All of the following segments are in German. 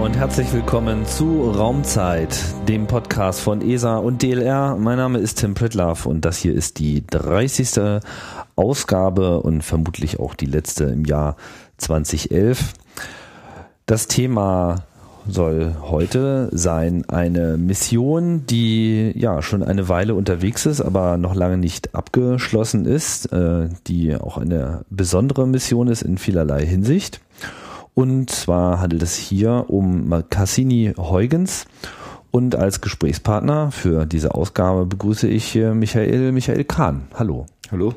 und herzlich willkommen zu Raumzeit, dem Podcast von ESA und DLR. Mein Name ist Tim Pritlove und das hier ist die 30. Ausgabe und vermutlich auch die letzte im Jahr 2011. Das Thema soll heute sein eine Mission, die ja schon eine Weile unterwegs ist, aber noch lange nicht abgeschlossen ist, die auch eine besondere Mission ist in vielerlei Hinsicht. Und zwar handelt es hier um Cassini-Huygens und als Gesprächspartner für diese Ausgabe begrüße ich Michael Kahn. Hallo. Hallo.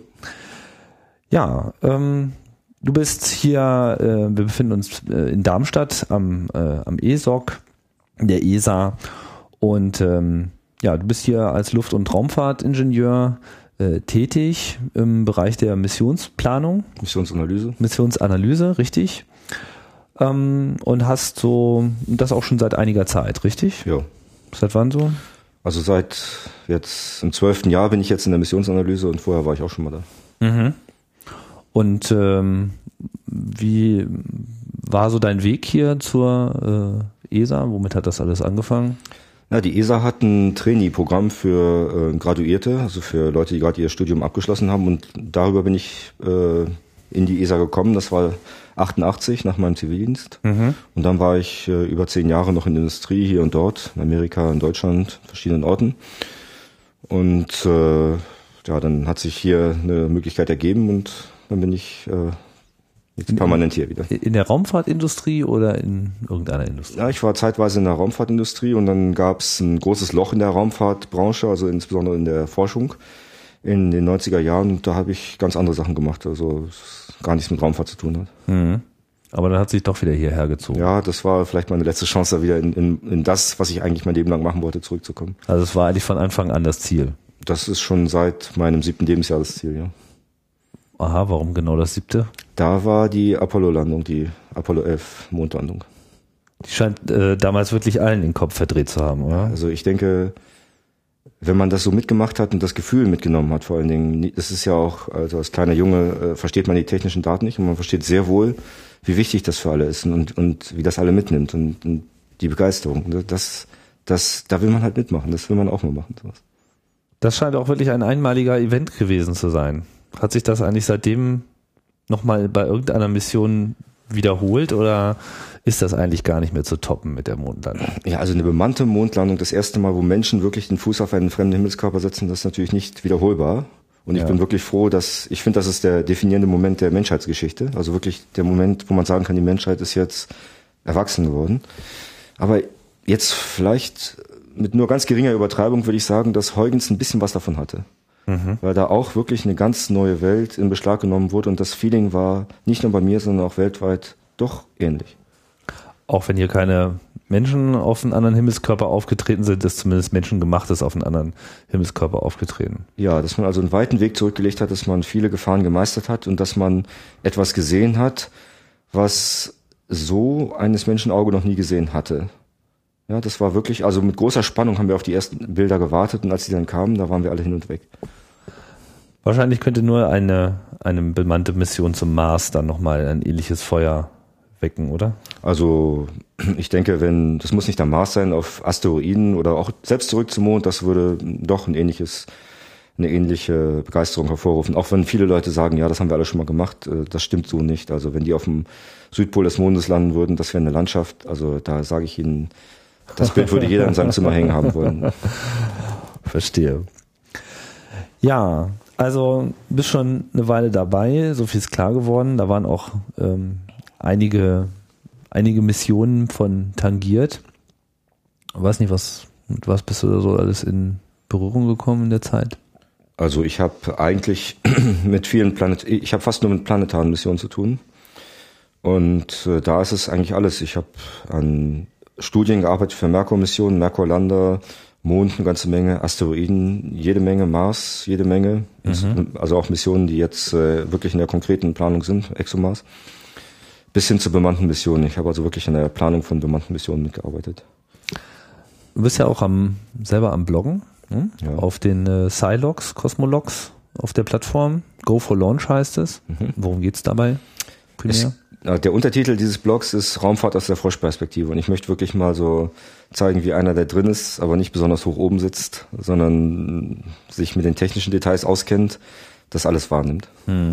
Ja, du bist hier, wir befinden uns in Darmstadt am ESOC der ESA und ja, du bist hier als Luft- und Raumfahrtingenieur tätig im Bereich der Missionsplanung. Missionsanalyse, richtig. Und hast so das auch schon seit einiger Zeit, richtig? Ja. Seit wann so? Also seit jetzt im 12. Jahr bin ich jetzt in der Missionsanalyse und vorher war ich auch schon mal da. Mhm. Und wie war so dein Weg hier zur ESA? Womit hat das alles angefangen? Na, die ESA hat ein Trainee-Programm für Graduierte, also für Leute, die gerade ihr Studium abgeschlossen haben, und darüber bin ich in die ESA gekommen. Das war 88 nach meinem Zivildienst. Mhm. Und dann war ich über 10 Jahre noch in der Industrie hier und dort, in Amerika, in Deutschland, verschiedenen Orten. Und ja, dann hat sich hier eine Möglichkeit ergeben und dann bin ich jetzt permanent hier wieder. In der Raumfahrtindustrie oder in irgendeiner Industrie? Ja, ich war zeitweise in der Raumfahrtindustrie und dann gab es ein großes Loch in der Raumfahrtbranche, also insbesondere in der Forschung in den 90er Jahren, und da habe ich ganz andere Sachen gemacht, also gar nichts mit Raumfahrt zu tun hat. Mhm. Aber dann hat sich doch wieder hierher gezogen. Ja, das war vielleicht meine letzte Chance, da wieder in das, was ich eigentlich mein Leben lang machen wollte, zurückzukommen. Also es war eigentlich von Anfang an das Ziel? Das ist schon seit meinem 7. Lebensjahr das Ziel, ja. Aha, warum genau das 7.? Da war die Apollo-Landung, die Apollo 11 Mondlandung. Die scheint damals wirklich allen den Kopf verdreht zu haben, oder? Also ich denke, wenn man das so mitgemacht hat und das Gefühl mitgenommen hat, vor allen Dingen, das ist ja auch, also als kleiner Junge versteht man die technischen Daten nicht und man versteht sehr wohl, wie wichtig das für alle ist und wie das alle mitnimmt und die Begeisterung. Da will man halt mitmachen, das will man auch mal machen. Sowas. Das scheint auch wirklich ein einmaliger Event gewesen zu sein. Hat sich das eigentlich seitdem nochmal bei irgendeiner Mission wiederholt oder ist das eigentlich gar nicht mehr zu toppen mit der Mondlandung? Ja, also eine bemannte Mondlandung, das erste Mal, wo Menschen wirklich den Fuß auf einen fremden Himmelskörper setzen, das ist natürlich nicht wiederholbar. Und ich bin wirklich froh, ich finde, das ist der definierende Moment der Menschheitsgeschichte. Also wirklich der Moment, wo man sagen kann, die Menschheit ist jetzt erwachsen geworden. Aber jetzt vielleicht mit nur ganz geringer Übertreibung würde ich sagen, dass Huygens ein bisschen was davon hatte. Mhm. Weil da auch wirklich eine ganz neue Welt in Beschlag genommen wurde und das Feeling war nicht nur bei mir, sondern auch weltweit doch ähnlich. Auch wenn hier keine Menschen auf einen anderen Himmelskörper aufgetreten sind, ist zumindest Menschengemachtes auf einen anderen Himmelskörper aufgetreten. Ja, dass man also einen weiten Weg zurückgelegt hat, dass man viele Gefahren gemeistert hat und dass man etwas gesehen hat, was so eines Menschenauge noch nie gesehen hatte. Ja, das war wirklich, also mit großer Spannung haben wir auf die ersten Bilder gewartet und als sie dann kamen, da waren wir alle hin und weg. Wahrscheinlich könnte nur eine bemannte Mission zum Mars dann nochmal ein ähnliches Feuer wecken, oder? Also ich denke, das muss nicht am Mars sein, auf Asteroiden oder auch selbst zurück zum Mond, das würde doch eine ähnliche Begeisterung hervorrufen. Auch wenn viele Leute sagen, ja, das haben wir alle schon mal gemacht, das stimmt so nicht. Also wenn die auf dem Südpol des Mondes landen würden, das wäre eine Landschaft, also da sage ich Ihnen, das Bild würde jeder in seinem Zimmer hängen haben wollen. Verstehe. Ja, also bist schon eine Weile dabei, so viel ist klar geworden. Da waren auch einige Missionen von tangiert. Ich weiß nicht, mit was bist du da so alles in Berührung gekommen in der Zeit? Also ich habe eigentlich ich habe fast nur mit planetaren Missionen zu tun. Und da ist es eigentlich alles. Ich habe an Studien gearbeitet für Merkur-Missionen, Merkur-Lander, Mond eine ganze Menge, Asteroiden jede Menge, Mars jede Menge. Mhm. Also auch Missionen, die jetzt wirklich in der konkreten Planung sind, ExoMars. Bis hin zu bemannten Missionen. Ich habe also wirklich an der Planung von bemannten Missionen mitgearbeitet. Du bist ja auch selber am Bloggen, ne? Ja. Auf den Scilogs, Cosmologs auf der Plattform. Go for Launch heißt es. Mhm. Worum geht's dabei primär? Der Untertitel dieses Blogs ist Raumfahrt aus der Froschperspektive und ich möchte wirklich mal so zeigen, wie einer, der drin ist, aber nicht besonders hoch oben sitzt, sondern sich mit den technischen Details auskennt, das alles wahrnimmt.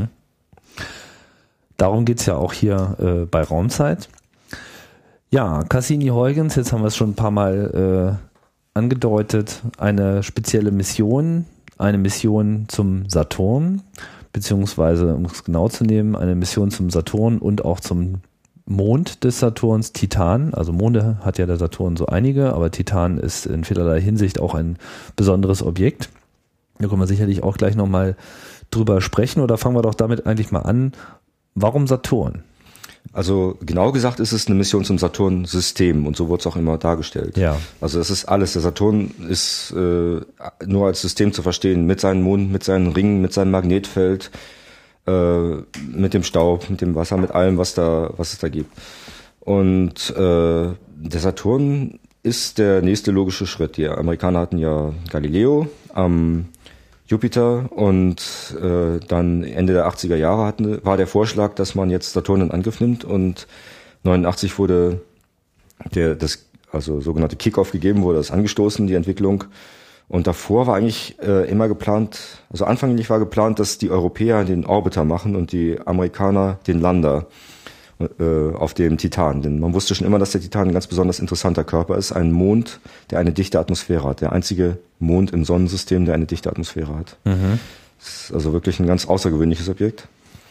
Darum geht's ja auch hier bei Raumzeit. Ja, Cassini-Huygens, jetzt haben wir es schon ein paar Mal angedeutet, eine spezielle Mission, eine Mission zum Saturn, beziehungsweise, um es genau zu nehmen, eine Mission zum Saturn und auch zum Mond des Saturns, Titan. Also Monde hat ja der Saturn so einige, aber Titan ist in vielerlei Hinsicht auch ein besonderes Objekt. Da können wir sicherlich auch gleich nochmal drüber sprechen, oder fangen wir doch damit eigentlich mal an. Warum Saturn? Also genau gesagt ist es eine Mission zum Saturn-System und so wurde es auch immer dargestellt. Ja. Also es ist alles. Der Saturn ist nur als System zu verstehen, mit seinen Monden, mit seinen Ringen, mit seinem Magnetfeld, mit dem Staub, mit dem Wasser, mit allem, was es da gibt. Und der Saturn ist der nächste logische Schritt. Die Amerikaner hatten ja Galileo am Jupiter und dann Ende der 80er Jahre war der Vorschlag, dass man jetzt Saturn in Angriff nimmt und 89 wurde das sogenannte Kickoff gegeben, wurde das angestoßen, die Entwicklung. Und davor war eigentlich immer geplant, also anfänglich war geplant, dass die Europäer den Orbiter machen und die Amerikaner den Lander auf dem Titan. Denn man wusste schon immer, dass der Titan ein ganz besonders interessanter Körper ist. Ein Mond, der eine dichte Atmosphäre hat. Der einzige Mond im Sonnensystem, der eine dichte Atmosphäre hat. Das ist also wirklich ein ganz außergewöhnliches Objekt.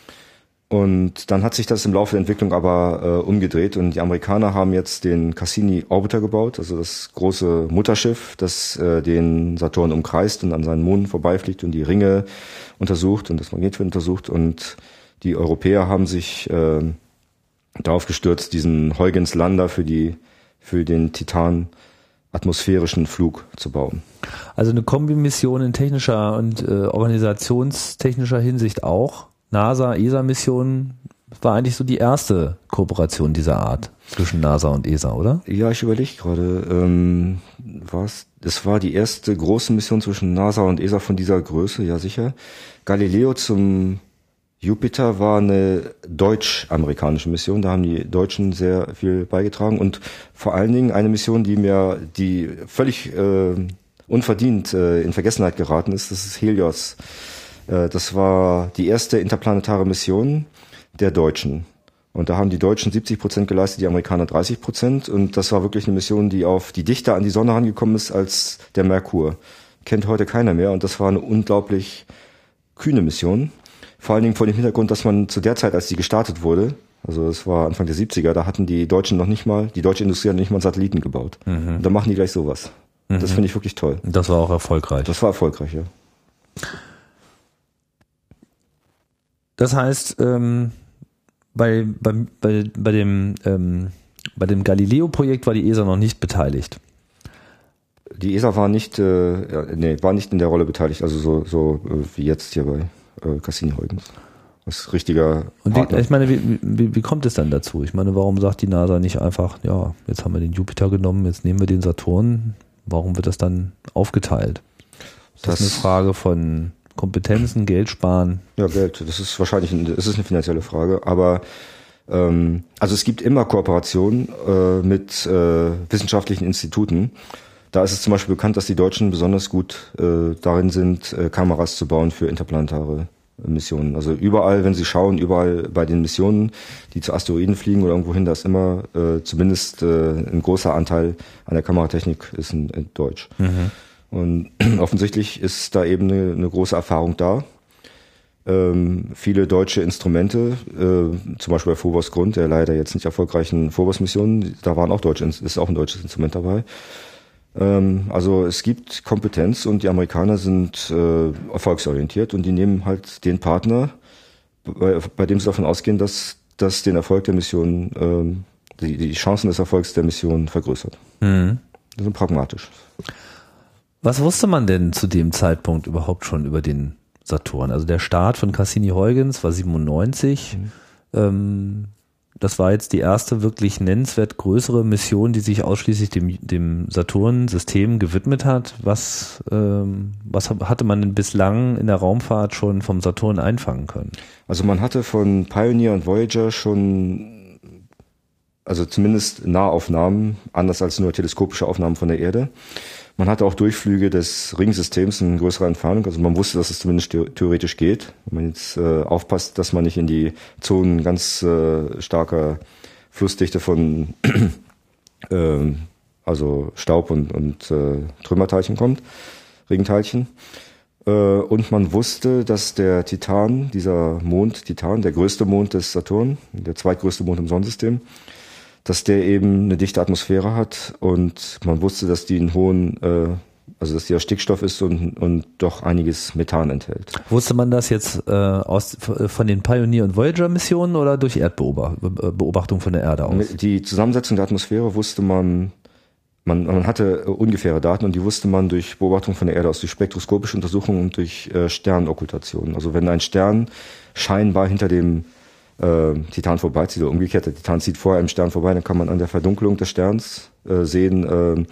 Und dann hat sich das im Laufe der Entwicklung aber umgedreht und die Amerikaner haben jetzt den Cassini Orbiter gebaut, also das große Mutterschiff, das den Saturn umkreist und an seinen Monden vorbeifliegt und die Ringe untersucht und das Magnetfeld untersucht. Und die Europäer haben sich darauf gestürzt, diesen Huygens Lander für den Titan atmosphärischen Flug zu bauen. Also eine Kombimission in technischer und organisationstechnischer Hinsicht auch. NASA, ESA-Mission war eigentlich so die erste Kooperation dieser Art zwischen NASA und ESA, oder? Ja, ich überlege gerade, das war die erste große Mission zwischen NASA und ESA von dieser Größe, ja sicher. Galileo zum Jupiter war eine deutsch-amerikanische Mission, da haben die Deutschen sehr viel beigetragen und vor allen Dingen eine Mission, die völlig unverdient in Vergessenheit geraten ist, das ist Helios. Das war die erste interplanetare Mission der Deutschen. Und da haben die Deutschen 70% geleistet, die Amerikaner 30%. Und das war wirklich eine Mission, die auf die dichter an die Sonne rangekommen ist als der Merkur. Kennt heute keiner mehr. Und das war eine unglaublich kühne Mission. Vor allen Dingen vor dem Hintergrund, dass man zu der Zeit, als die gestartet wurde, also es war Anfang der 70er, da hatten die Deutschen die deutsche Industrie hat noch nicht mal einen Satelliten gebaut. Und da machen die gleich sowas. Das finde ich wirklich toll. Das war auch erfolgreich. Das war erfolgreich, ja. Das heißt, bei dem Galileo-Projekt war die ESA noch nicht beteiligt. Die ESA war nicht in der Rolle beteiligt, also so wie jetzt hier bei Cassini-Huygens. Das richtiger Partner. Ich meine, wie kommt es dann dazu? Ich meine, warum sagt die NASA nicht einfach, ja, jetzt haben wir den Jupiter genommen, jetzt nehmen wir den Saturn? Warum wird das dann aufgeteilt? Das ist eine Frage von Kompetenzen, Geld sparen. Ja, Geld, das ist wahrscheinlich eine finanzielle Frage, aber also es gibt immer Kooperationen mit wissenschaftlichen Instituten. Da ist es zum Beispiel bekannt, dass die Deutschen besonders gut darin sind, Kameras zu bauen für interplanetare Missionen. Also überall, wenn Sie schauen, überall bei den Missionen, die zu Asteroiden fliegen oder irgendwo hin, da ist immer zumindest ein großer Anteil an der Kameratechnik ist in Deutsch. Und offensichtlich ist da eben eine große Erfahrung da. Viele deutsche Instrumente, zum Beispiel bei Phobos Grund, der leider jetzt nicht erfolgreichen Phobos-Missionen, da ist auch ein deutsches Instrument dabei. Also es gibt Kompetenz und die Amerikaner sind erfolgsorientiert und die nehmen halt den Partner, bei dem sie davon ausgehen, dass das den Erfolg der Mission, die Chancen des Erfolgs der Mission vergrößert. Das ist pragmatisch. Was wusste man denn zu dem Zeitpunkt überhaupt schon über den Saturn? Also der Start von Cassini-Huygens war 97. das war jetzt die erste wirklich nennenswert größere Mission, die sich ausschließlich dem Saturn-System gewidmet hat. Was hatte man denn bislang in der Raumfahrt schon vom Saturn einfangen können? Also man hatte von Pioneer und Voyager schon, also zumindest Nahaufnahmen, anders als nur teleskopische Aufnahmen von der Erde. Man hatte auch Durchflüge des Ringsystems in größerer Entfernung. Also man wusste, dass es zumindest theoretisch geht. Wenn man jetzt aufpasst, dass man nicht in die Zonen ganz starker Flussdichte von also Staub und Trümmerteilchen kommt, Regenteilchen. Und man wusste, dass der Titan, dieser Mond Titan, der größte Mond des Saturn, der zweitgrößte Mond im Sonnensystem, dass der eben eine dichte Atmosphäre hat und man wusste, dass die einen hohen, also dass die ja Stickstoff ist und doch einiges Methan enthält. Wusste man das jetzt von den Pioneer- und Voyager-Missionen oder durch Erdbeobachtung von der Erde aus? Die Zusammensetzung der Atmosphäre wusste man hatte ungefähre Daten und die wusste man durch Beobachtung von der Erde aus, durch spektroskopische Untersuchungen und durch Sternokkultation. Also wenn ein Stern scheinbar hinter dem Titan vorbeizieht oder umgekehrt, der Titan zieht vor einem Stern vorbei, dann kann man an der Verdunkelung des Sterns sehen,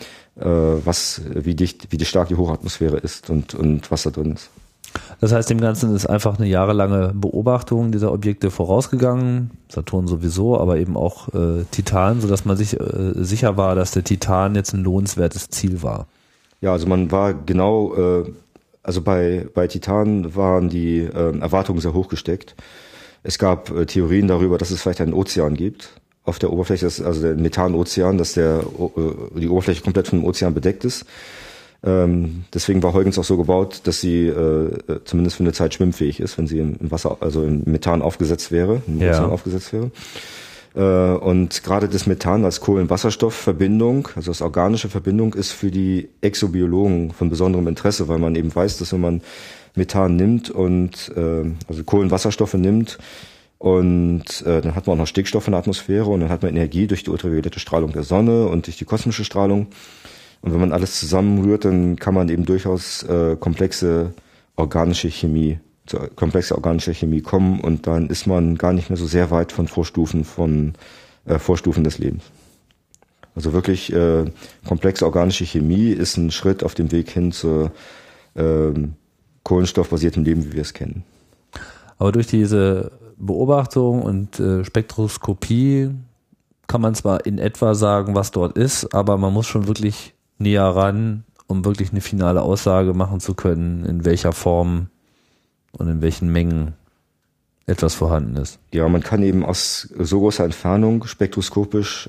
wie stark die Hochatmosphäre ist und was da drin ist. Das heißt, dem Ganzen ist einfach eine jahrelange Beobachtung dieser Objekte vorausgegangen, Saturn sowieso, aber eben auch Titan, sodass man sich sicher war, dass der Titan jetzt ein lohnenswertes Ziel war. Ja, also man war genau, also bei Titan waren die Erwartungen sehr hoch gesteckt. Es gab Theorien darüber, dass es vielleicht einen Ozean gibt auf der Oberfläche, also der Methanozean, dass die Oberfläche komplett von dem Ozean bedeckt ist. Deswegen war Huygens auch so gebaut, dass sie zumindest für eine Zeit schwimmfähig ist, wenn sie im Wasser, also im Methan aufgesetzt wäre, im Ozean aufgesetzt wäre. Und gerade das Methan als Kohlenwasserstoffverbindung, also als organische Verbindung, ist für die Exobiologen von besonderem Interesse, weil man eben weiß, dass wenn man Methan nimmt und also Kohlenwasserstoffe nimmt und dann hat man auch noch Stickstoff in der Atmosphäre und dann hat man Energie durch die ultraviolette Strahlung der Sonne und durch die kosmische Strahlung. Und wenn man alles zusammenrührt, dann kann man eben durchaus komplexe organische Chemie kommen und dann ist man gar nicht mehr so sehr weit von Vorstufen des Lebens. Also wirklich komplexe organische Chemie ist ein Schritt auf dem Weg hin zur kohlenstoffbasiertem Leben, wie wir es kennen. Aber durch diese Beobachtung und Spektroskopie kann man zwar in etwa sagen, was dort ist, aber man muss schon wirklich näher ran, um wirklich eine finale Aussage machen zu können, in welcher Form und in welchen Mengen etwas vorhanden ist. Ja, man kann eben aus so großer Entfernung spektroskopisch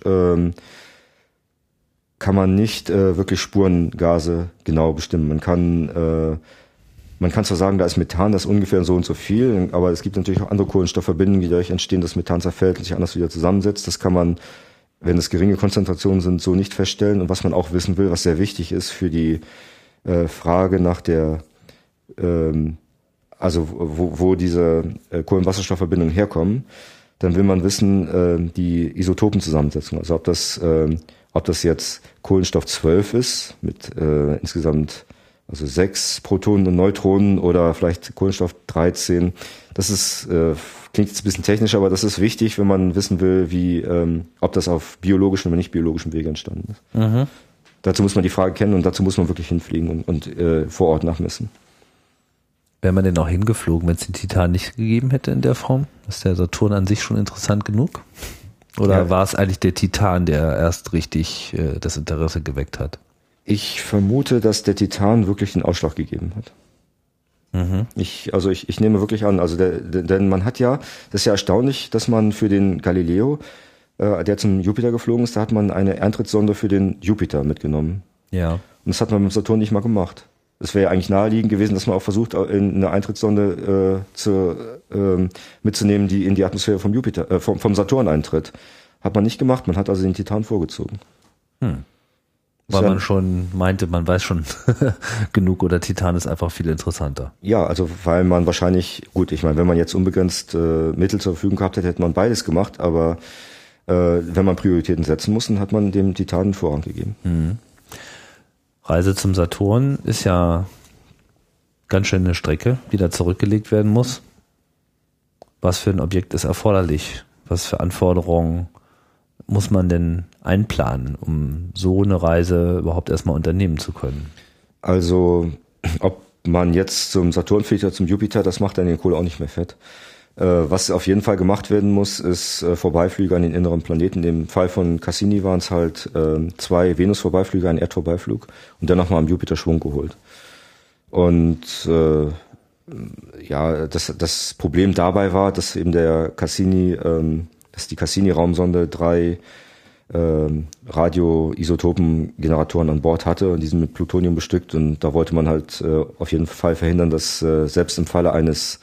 kann man nicht wirklich Spurengase genau bestimmen. Man kann zwar sagen, da ist Methan, das ist ungefähr so und so viel, aber es gibt natürlich auch andere Kohlenstoffverbindungen, die dadurch entstehen, dass Methan zerfällt und sich anders wieder zusammensetzt. Das kann man, wenn es geringe Konzentrationen sind, so nicht feststellen. Und was man auch wissen will, was sehr wichtig ist für die Frage nach der, also wo diese Kohlenwasserstoffverbindungen herkommen, dann will man wissen, die Isotopenzusammensetzung. Also ob das jetzt Kohlenstoff 12 ist, mit insgesamt also 6 Protonen und Neutronen oder vielleicht Kohlenstoff 13. Das ist, klingt jetzt ein bisschen technisch, aber das ist wichtig, wenn man wissen will, ob das auf biologischen oder nicht biologischen Wege entstanden ist. Mhm. Dazu muss man die Frage kennen und dazu muss man wirklich hinfliegen und vor Ort nachmessen. Wäre man denn auch hingeflogen, wenn es den Titan nicht gegeben hätte in der Form? Ist der Saturn an sich schon interessant genug? Oder war es eigentlich der Titan, der erst richtig das Interesse geweckt hat? Ich vermute, dass der Titan wirklich den Ausschlag gegeben hat. Mhm. Ich nehme wirklich an, also denn man hat ja, das ist ja erstaunlich, dass man für den Galileo, der zum Jupiter geflogen ist, da hat man eine Eintrittsonde für den Jupiter mitgenommen. Ja. Und das hat man mit Saturn nicht mal gemacht. Es wäre ja eigentlich naheliegend gewesen, dass man auch versucht, eine Eintrittssonde mitzunehmen, die in die Atmosphäre vom Jupiter, vom Saturn eintritt. Hat man nicht gemacht, man hat also den Titan vorgezogen. Weil man schon meinte, man weiß schon genug oder Titan ist einfach viel interessanter. Ja, also weil man wahrscheinlich, gut, ich meine, wenn man jetzt unbegrenzt Mittel zur Verfügung gehabt hätte, hätte man beides gemacht, aber wenn man Prioritäten setzen muss, dann hat man dem Titan Vorrang gegeben. Mhm. Reise zum Saturn ist ja ganz schön eine Strecke, die da zurückgelegt werden muss. Was für ein Objekt ist erforderlich, Was für Anforderungen muss man denn einplanen, um so eine Reise überhaupt erstmal unternehmen zu können? Also, ob man jetzt zum Saturn fliegt oder zum Jupiter, das macht dann den Kohl auch nicht mehr fett. Was auf jeden Fall gemacht werden muss, ist Vorbeiflüge an den inneren Planeten. Im Fall von Cassini waren es halt 2 Venus-Vorbeiflüge, ein Erdvorbeiflug und dann nochmal am Jupiter Schwung geholt. Und das Problem dabei war, dass eben dass die Cassini-Raumsonde 3 Radioisotopengeneratoren an Bord hatte und die sind mit Plutonium bestückt und da wollte man halt auf jeden Fall verhindern, dass selbst im Falle eines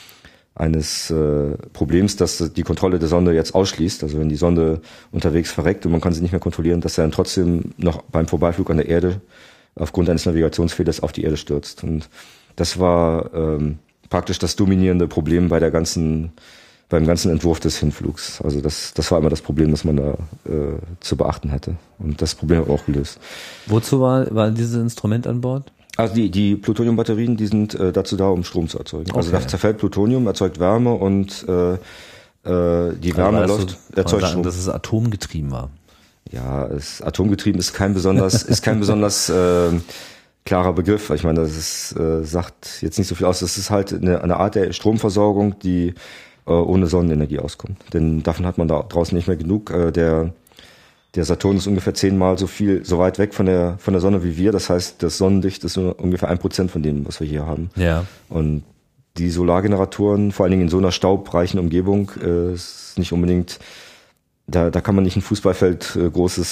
Problems, dass die Kontrolle der Sonde jetzt ausschließt, also wenn die Sonde unterwegs verreckt und man kann sie nicht mehr kontrollieren, dass er dann trotzdem noch beim Vorbeiflug an der Erde aufgrund eines Navigationsfehlers auf die Erde stürzt. Und das war praktisch das dominierende Problem beim ganzen Entwurf des Hinflugs. Also das war immer das Problem, das man da zu beachten hatte. Und das Problem haben wir auch gelöst. Wozu war dieses Instrument an Bord? Also die Plutoniumbatterien, die sind dazu da, um Strom zu erzeugen. Okay. Also da zerfällt Plutonium, erzeugt Wärme und die Wärme erzeugt Strom. Dass es atomgetrieben war. Ja, atomgetrieben ist kein besonders klarer Begriff. Ich meine, das sagt jetzt nicht so viel aus. Das ist halt eine Art der Stromversorgung, die ohne Sonnenenergie auskommt. Denn davon hat man da draußen nicht mehr genug. Der Saturn ist ungefähr 10-mal so weit weg von der Sonne wie wir. Das heißt, das Sonnenlicht ist nur ungefähr 1% von dem, was wir hier haben. Ja. Und die Solargeneratoren, vor allen Dingen in so einer staubreichen Umgebung, ist nicht unbedingt, da kann man nicht ein Fußballfeld großen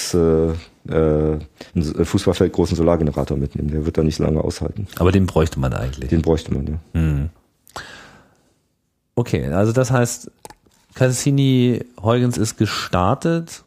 Solargenerator mitnehmen. Der wird da nicht so lange aushalten. Aber den bräuchte man eigentlich. Den bräuchte man, ja. Hm. Okay, also das heißt, Cassini-Huygens ist gestartet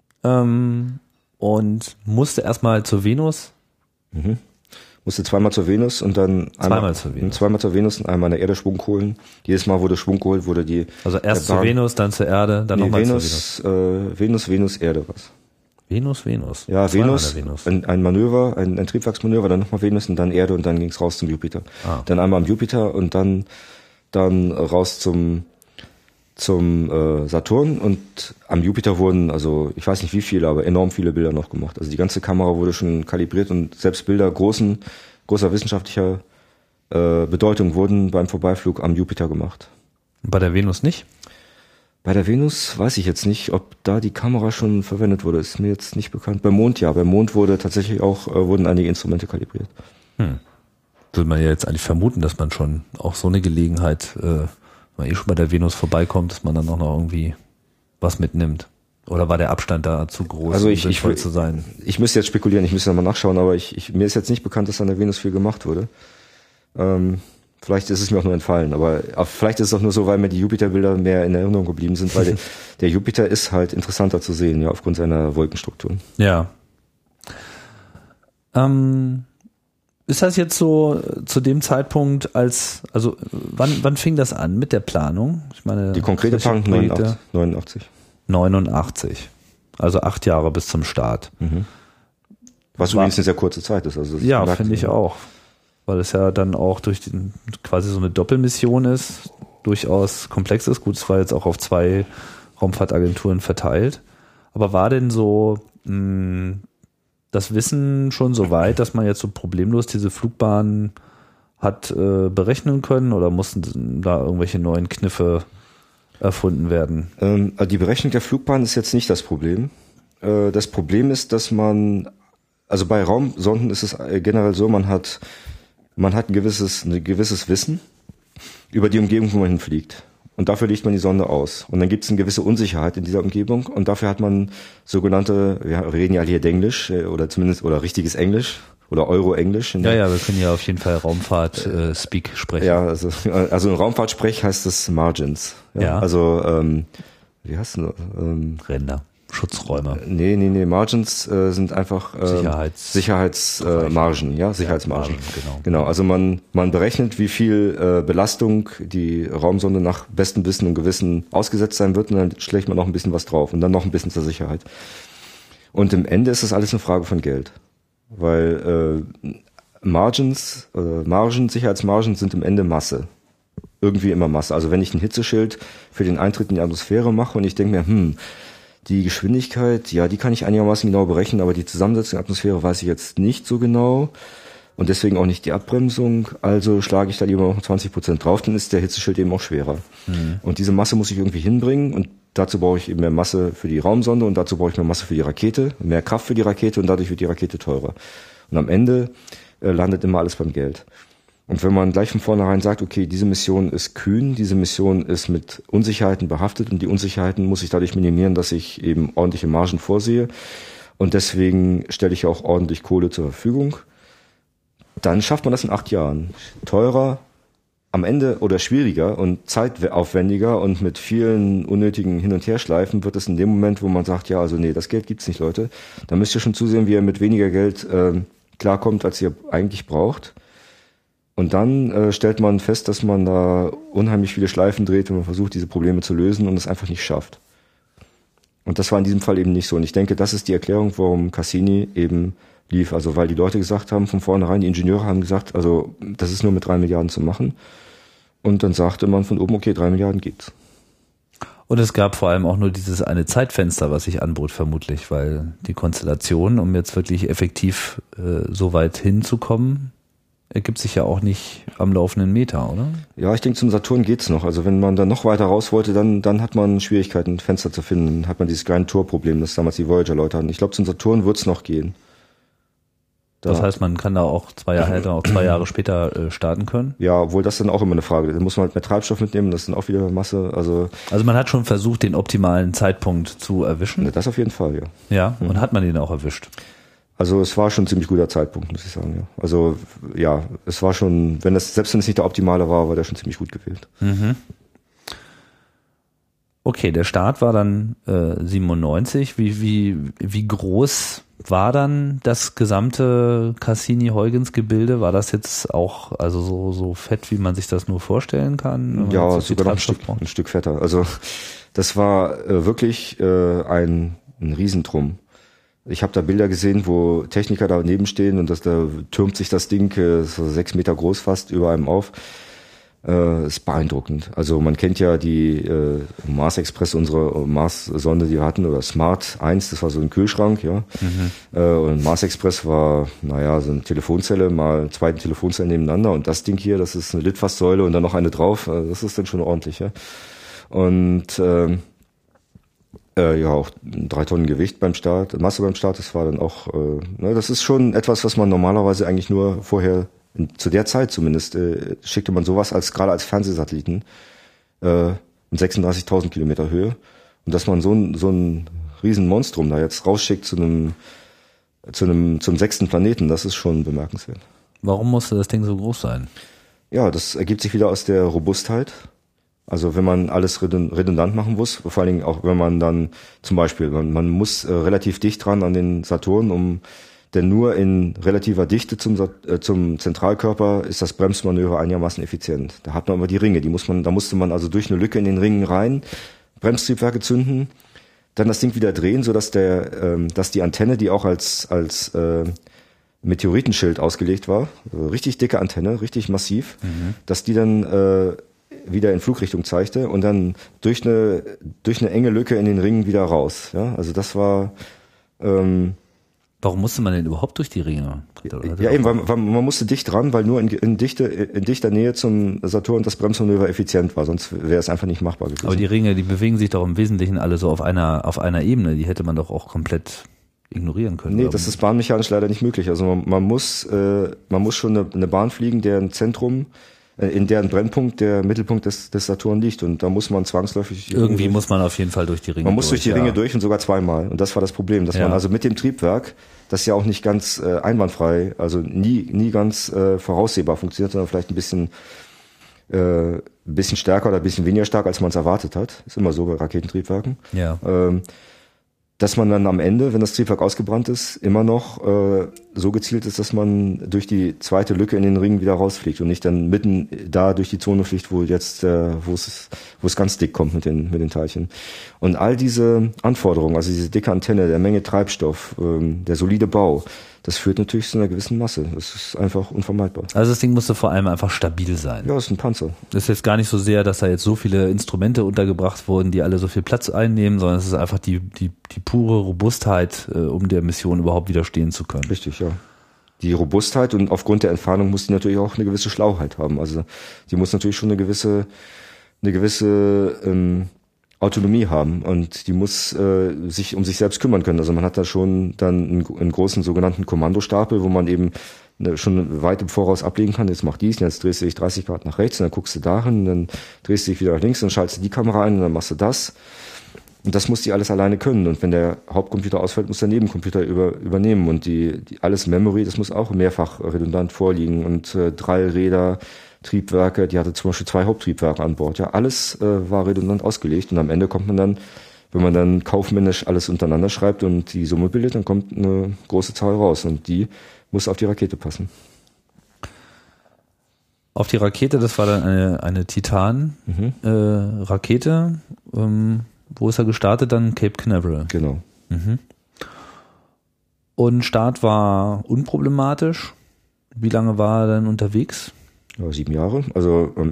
und musste erstmal zur Venus. Mhm. Musste zweimal zur Venus und dann zweimal zur Venus und einmal an der Erde Schwung holen. Jedes Mal wurde Schwung geholt, wurde die... Also erst zur Venus, dann zur Erde, dann nochmal zur Venus. Venus, Erde, was? Venus. Ja, Venus. Ein Manöver, ein Triebwerksmanöver, dann nochmal Venus und dann Erde und dann ging's raus zum Jupiter. Dann einmal am Jupiter und dann raus zum Saturn und am Jupiter wurden, also ich weiß nicht wie viele, aber enorm viele Bilder noch gemacht. Also die ganze Kamera wurde schon kalibriert und selbst Bilder großer wissenschaftlicher Bedeutung wurden beim Vorbeiflug am Jupiter gemacht. Und bei der Venus nicht? Bei der Venus weiß ich jetzt nicht, ob da die Kamera schon verwendet wurde, ist mir jetzt nicht bekannt. Beim Mond ja, beim Mond wurden einige Instrumente kalibriert. Würde man ja jetzt eigentlich vermuten, dass man schon auch so eine Gelegenheit, wenn man schon bei der Venus vorbeikommt, dass man dann auch noch irgendwie was mitnimmt. Oder war der Abstand da zu groß, also um sinnvoll zu sein? Ich müsste jetzt spekulieren, ich müsste nochmal nachschauen, aber mir ist jetzt nicht bekannt, dass an der Venus viel gemacht wurde. Vielleicht ist es mir auch nur entfallen, aber vielleicht ist es auch nur so, weil mir die Jupiterbilder mehr in Erinnerung geblieben sind, weil der Jupiter ist halt interessanter zu sehen, ja, aufgrund seiner Wolkenstrukturen. Ja. Ist das jetzt so zu dem Zeitpunkt wann fing das an mit der Planung? Ich meine, die konkrete Planung 89. Also 8 Jahre bis zum Start. Mhm. Was übrigens eine sehr kurze Zeit ist. Also ja, finde ich auch. Weil es ja dann auch durch quasi so eine Doppelmission ist, durchaus komplex ist. Gut, es war jetzt auch auf 2 Raumfahrtagenturen verteilt. Aber war denn so das Wissen schon so weit, dass man jetzt so problemlos diese Flugbahn hat berechnen können oder mussten da irgendwelche neuen Kniffe erfunden werden? Die Berechnung der Flugbahn ist jetzt nicht das Problem. Das Problem ist, dass also bei Raumsonden ist es generell so, man hat ein gewisses Wissen über die Umgebung, wo man hinfliegt. Und dafür legt man die Sonde aus. Und dann gibt es eine gewisse Unsicherheit in dieser Umgebung. Und dafür hat man sogenannte, wir reden ja hier Englisch oder richtiges Englisch oder Euro-Englisch. Ja, wir können ja auf jeden Fall Raumfahrt-Speak sprechen. Ja, also in Raumfahrtsprech heißt das Margins. Ja. Also, wie heißt das? Ränder. Schutzräume. Nee, Margins sind einfach Sicherheitsmargen, ja, Sicherheitsmargen. Genau. Also man berechnet, wie viel Belastung die Raumsonde nach bestem Wissen und Gewissen ausgesetzt sein wird und dann schlägt man noch ein bisschen was drauf und dann noch ein bisschen zur Sicherheit. Und im Ende ist das alles eine Frage von Geld. Weil Sicherheitsmargen sind im Ende Masse. irgendwie immer Masse. Also wenn ich ein Hitzeschild für den Eintritt in die Atmosphäre mache und ich denke mir, die Geschwindigkeit, ja, die kann ich einigermaßen genau berechnen, aber die Zusammensetzung der Atmosphäre weiß ich jetzt nicht so genau und deswegen auch nicht die Abbremsung. Also schlage ich da lieber noch 20% drauf, dann ist der Hitzeschild eben auch schwerer. Und diese Masse muss ich irgendwie hinbringen und dazu brauche ich eben mehr Masse für die Raumsonde und dazu brauche ich mehr Masse für die Rakete, mehr Kraft für die Rakete und dadurch wird die Rakete teurer. Und am Ende landet immer alles beim Geld. Und wenn man gleich von vornherein sagt, okay, diese Mission ist kühn, diese Mission ist mit Unsicherheiten behaftet und die Unsicherheiten muss ich dadurch minimieren, dass ich eben ordentliche Margen vorsehe und deswegen stelle ich auch ordentlich Kohle zur Verfügung, dann schafft man das in 8 Jahren. Teurer am Ende oder schwieriger und zeitaufwendiger und mit vielen unnötigen Hin- und Herschleifen wird es in dem Moment, wo man sagt, ja, also nee, das Geld gibt's nicht, Leute. Da müsst ihr schon zusehen, wie ihr mit weniger Geld klarkommt, als ihr eigentlich braucht. Und dann stellt man fest, dass man da unheimlich viele Schleifen dreht und man versucht, diese Probleme zu lösen und es einfach nicht schafft. Und das war in diesem Fall eben nicht so. Und ich denke, das ist die Erklärung, warum Cassini eben lief. Also weil die Leute gesagt haben, von vornherein, die Ingenieure haben gesagt, also das ist nur mit 3 Milliarden zu machen. Und dann sagte man von oben, okay, 3 Milliarden geht's. Und es gab vor allem auch nur dieses eine Zeitfenster, was sich anbot vermutlich, weil die Konstellation, um jetzt wirklich effektiv so weit hinzukommen, ergibt sich ja auch nicht am laufenden Meter, oder? Ja, ich denke, zum Saturn geht's noch. Also wenn man dann noch weiter raus wollte, dann hat man Schwierigkeiten, ein Fenster zu finden. Dann hat man dieses kleine Torproblem, das damals die Voyager-Leute hatten. Ich glaube, zum Saturn wird's noch gehen. Das heißt, man kann da auch 2 Jahre später starten können? Ja, obwohl das dann auch immer eine Frage. Da muss man halt mehr Treibstoff mitnehmen, das ist dann auch wieder Masse. Also man hat schon versucht, den optimalen Zeitpunkt zu erwischen? Das auf jeden Fall, ja. Ja, und hat man den auch erwischt? Also es war schon ein ziemlich guter Zeitpunkt, muss ich sagen, ja. Also ja, es war schon, selbst wenn es nicht der optimale war, war der schon ziemlich gut gewählt. Mhm. Okay, der Start war dann 97. Wie groß war dann das gesamte Cassini-Huygens-Gebilde? War das jetzt auch also so fett, wie man sich das nur vorstellen kann? Ja, sogar noch ein Stück fetter. Also das war wirklich ein Riesentrum. Ich habe da Bilder gesehen, wo Techniker daneben stehen und da türmt sich das Ding so 6 Meter groß fast über einem auf. Ist beeindruckend. Also man kennt ja die Mars Express, unsere Mars-Sonde, die wir hatten, oder Smart 1, das war so ein Kühlschrank, ja. Und Mars Express war, so eine Telefonzelle, mal 2 Telefonzellen nebeneinander und das Ding hier, das ist eine Litfaßsäule und dann noch eine drauf, das ist dann schon ordentlich, ja. Und auch 3 Tonnen Gewicht beim Start, Masse beim Start, das war dann auch, das ist schon etwas, was man normalerweise eigentlich nur vorher, zu der Zeit zumindest, schickte man sowas gerade als Fernsehsatelliten in 36.000 Kilometer Höhe. Und dass man so ein Riesenmonstrum da jetzt rausschickt zum 6. Planeten, das ist schon bemerkenswert. Warum musste das Ding so groß sein? Ja, das ergibt sich wieder aus der Robustheit. Also wenn man alles redundant machen muss, vor allen Dingen auch wenn man dann zum Beispiel, man muss relativ dicht dran an den Saturn, denn nur in relativer Dichte zum Zentralkörper ist das Bremsmanöver einigermaßen effizient. Da hat man aber die Ringe, da musste man also durch eine Lücke in den Ringen rein, Bremstriebwerke zünden, dann das Ding wieder drehen, sodass dass die Antenne, die auch als Meteoritenschild ausgelegt war, richtig dicke Antenne, richtig massiv, dass die dann wieder in Flugrichtung zeigte und dann durch eine enge Lücke in den Ringen wieder raus. Ja, also das war. Warum musste man denn überhaupt durch die Ringe? Ja, eben, weil man musste dicht ran, weil nur in dichter Nähe zum Saturn das Bremsmanöver effizient war, sonst wäre es einfach nicht machbar gewesen. Aber die Ringe, die bewegen sich doch im Wesentlichen alle so auf einer Ebene, die hätte man doch auch komplett ignorieren können. Nee, das ist bahnmechanisch leider nicht möglich. Also man muss schon eine Bahn fliegen, deren Zentrum, in deren Brennpunkt der Mittelpunkt des Saturn liegt, und da muss man zwangsläufig irgendwie muss man auf jeden Fall durch die Ringe durch. Man muss durch die Ringe durch, und sogar 2-mal, und das war das Problem, dass man also mit dem Triebwerk, das ja auch nicht ganz einwandfrei, also nie ganz voraussehbar funktioniert, sondern vielleicht ein bisschen stärker oder ein bisschen weniger stark, als man es erwartet hat. Ist immer so bei Raketentriebwerken. Ja. Dass man dann am Ende, wenn das Triebwerk ausgebrannt ist, immer noch so gezielt ist, dass man durch die zweite Lücke in den Ring wieder rausfliegt und nicht dann mitten da durch die Zone fliegt, wo es ganz dick kommt mit den Teilchen. Und all diese Anforderungen, also diese dicke Antenne, der Menge Treibstoff, der solide Bau, das führt natürlich zu einer gewissen Masse. Das ist einfach unvermeidbar. Also das Ding musste vor allem einfach stabil sein. Ja, das ist ein Panzer. Das ist jetzt gar nicht so sehr, dass da jetzt so viele Instrumente untergebracht wurden, die alle so viel Platz einnehmen, sondern es ist einfach die pure Robustheit, um der Mission überhaupt widerstehen zu können. Richtig, ja. Die Robustheit, und aufgrund der Entfernung muss die natürlich auch eine gewisse Schlauheit haben. Also die muss natürlich schon eine gewisse Autonomie haben, und die muss sich um sich selbst kümmern können. Also man hat da schon dann einen großen sogenannten Kommandostapel, wo man eben schon weit im Voraus ablegen kann, jetzt mach dies, jetzt drehst du dich 30 Grad nach rechts, und dann guckst du dahin, dann drehst du dich wieder nach links, dann schaltest du die Kamera ein und dann machst du das. Und das muss die alles alleine können. Und wenn der Hauptcomputer ausfällt, muss der Nebencomputer übernehmen. Und die alles Memory, das muss auch mehrfach redundant vorliegen. Und 3 Räder, Triebwerke, die hatte zum Beispiel 2 Haupttriebwerke an Bord. Ja, alles war redundant ausgelegt. Und am Ende kommt man dann, wenn man dann kaufmännisch alles untereinander schreibt und die Summe bildet, dann kommt eine große Zahl raus. Und die muss auf die Rakete passen. Auf die Rakete, das war dann eine Titan-Rakete. Wo ist er gestartet? Dann Cape Canaveral. Genau. Mhm. Und Start war unproblematisch. Wie lange war er dann unterwegs? Ja, 7 Jahre. Also am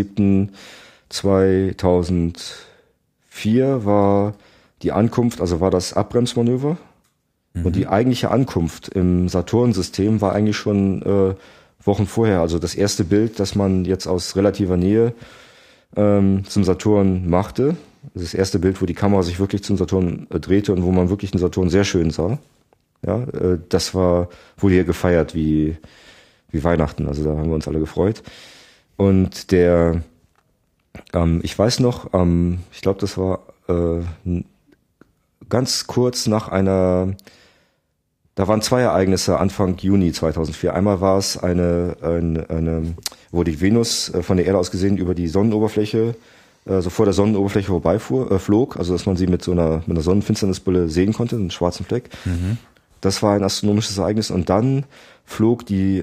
1.7.2004 war die Ankunft, also war das Abbremsmanöver. Mhm. Und die eigentliche Ankunft im Saturn-System war eigentlich schon Wochen vorher. Also das erste Bild, das man jetzt aus relativer Nähe zum Saturn machte. Das erste Bild, wo die Kamera sich wirklich zum Saturn drehte und wo man wirklich den Saturn sehr schön sah. Ja, das wurde hier gefeiert wie Weihnachten. Also da haben wir uns alle gefreut. Und ich weiß noch, ich glaube, das war ganz kurz nach da waren 2 Ereignisse Anfang Juni 2004. Einmal war es wo die Venus von der Erde aus gesehen über die Sonnenoberfläche, so vor der Sonnenoberfläche flog, also dass man sie mit einer Sonnenfinsternisbrille sehen konnte, einen schwarzen Fleck. Mhm. Das war ein astronomisches Ereignis. Und dann flog die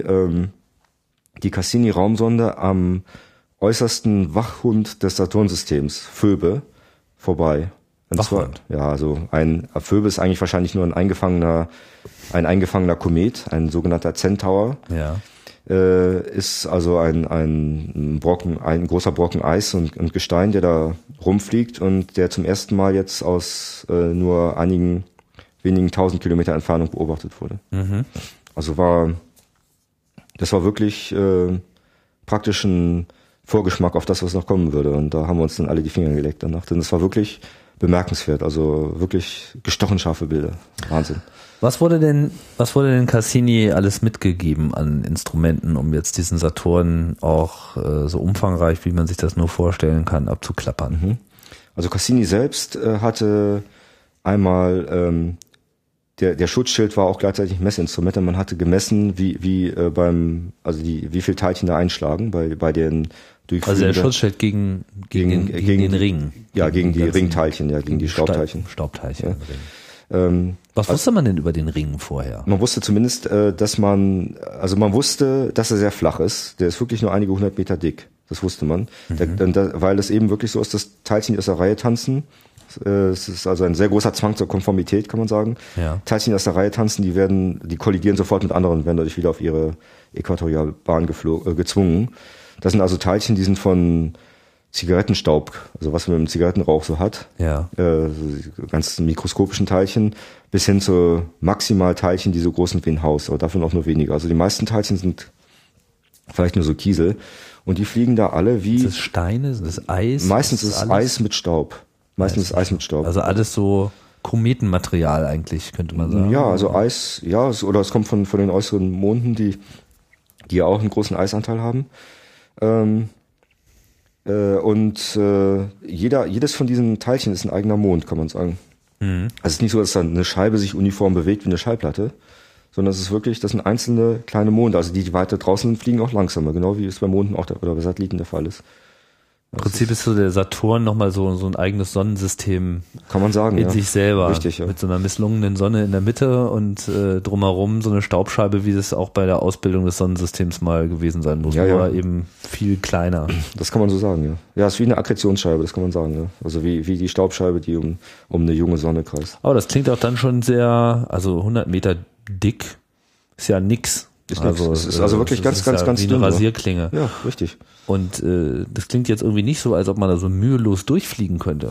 Cassini-Raumsonde am äußersten Wachhund des Saturnsystems, Phoebe, vorbei. Wachhund? Ja, also Phoebe ist eigentlich wahrscheinlich nur ein eingefangener Komet, ein sogenannter Centaur. Ja. Ist also ein großer Brocken Eis und Gestein, der da rumfliegt und der zum ersten Mal jetzt aus nur einigen wenigen 1000 Kilometer Entfernung beobachtet wurde. Mhm. Also das war wirklich praktisch ein Vorgeschmack auf das, was noch kommen würde. Und da haben wir uns dann alle die Finger geleckt danach. Denn das war wirklich bemerkenswert. Also wirklich gestochen scharfe Bilder. Wahnsinn. Was wurde denn Cassini alles mitgegeben an Instrumenten, um jetzt diesen Saturn auch so umfangreich, wie man sich das nur vorstellen kann, abzuklappern? Mhm. Also Cassini selbst hatte einmal der Schutzschild war auch gleichzeitig ein Messinstrument, denn man hatte gemessen, wie viel Teilchen da einschlagen bei den Durchflügen. Also der Schutzschild gegen den Ring. Ja, gegen die Ringteilchen, ja, gegen die Staubteilchen. Staubteilchen. Ja. Was wusste man denn über den Ring vorher? Man wusste zumindest, dass man wusste, dass er sehr flach ist. Der ist wirklich nur einige 100 Meter dick. Das wusste man. Mhm. Weil es eben wirklich so ist, dass Teilchen, die aus der Reihe tanzen, es ist also ein sehr großer Zwang zur Konformität, kann man sagen. Ja. Teilchen, die aus der Reihe tanzen, die kollidieren sofort mit anderen und werden dadurch wieder auf ihre Äquatorialbahn gezwungen. Das sind also Teilchen, die sind von Zigarettenstaub, also was man mit dem Zigarettenrauch so hat, ja. Ganz mikroskopischen Teilchen, bis hin zu Maximalteilchen, die so groß sind wie ein Haus, aber davon auch nur weniger. Also die meisten Teilchen sind vielleicht nur so Kiesel und die fliegen da alle wie... Ist das Steine, ist das Eis? Meistens ist es Eis mit Staub. Meistens ist Eis mit Staub. Also alles so Kometenmaterial eigentlich, könnte man sagen. Ja, also Eis, ja, oder es kommt von den äußeren Monden, die ja auch einen großen Eisanteil haben. Jedes von diesen Teilchen ist ein eigener Mond, kann man sagen. Mhm. Also es ist nicht so, dass dann eine Scheibe sich uniform bewegt wie eine Schallplatte, sondern es ist wirklich, das sind einzelne kleine Monde. Also die weiter draußen fliegen auch langsamer, genau wie es bei Monden auch oder bei Satelliten der Fall ist. Im Prinzip ist so der Saturn nochmal so ein eigenes Sonnensystem. Kann man sagen, in sich selber. Richtig, ja. Mit so einer misslungenen Sonne in der Mitte und drumherum so eine Staubscheibe, wie es auch bei der Ausbildung des Sonnensystems mal gewesen sein muss. Nur eben viel kleiner. Das kann man so sagen, ja. Ja, es ist wie eine Akkretionsscheibe, das kann man sagen, ja. Also wie die Staubscheibe, die um eine junge Sonne kreist. Aber das klingt auch dann schon sehr, also 100 Meter dick. ist ja nix. Ist also, es ist also wirklich ganz ja wie dünn. eine Rasierklinge. Ja, richtig. Und das klingt jetzt irgendwie nicht so, als ob man da so mühelos durchfliegen könnte.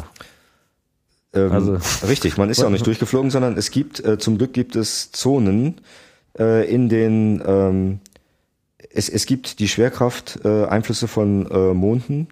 Richtig, man ist ja auch nicht durchgeflogen, sondern es gibt, zum Glück gibt es Zonen in den, es gibt die Schwerkraft, Einflüsse von Monden,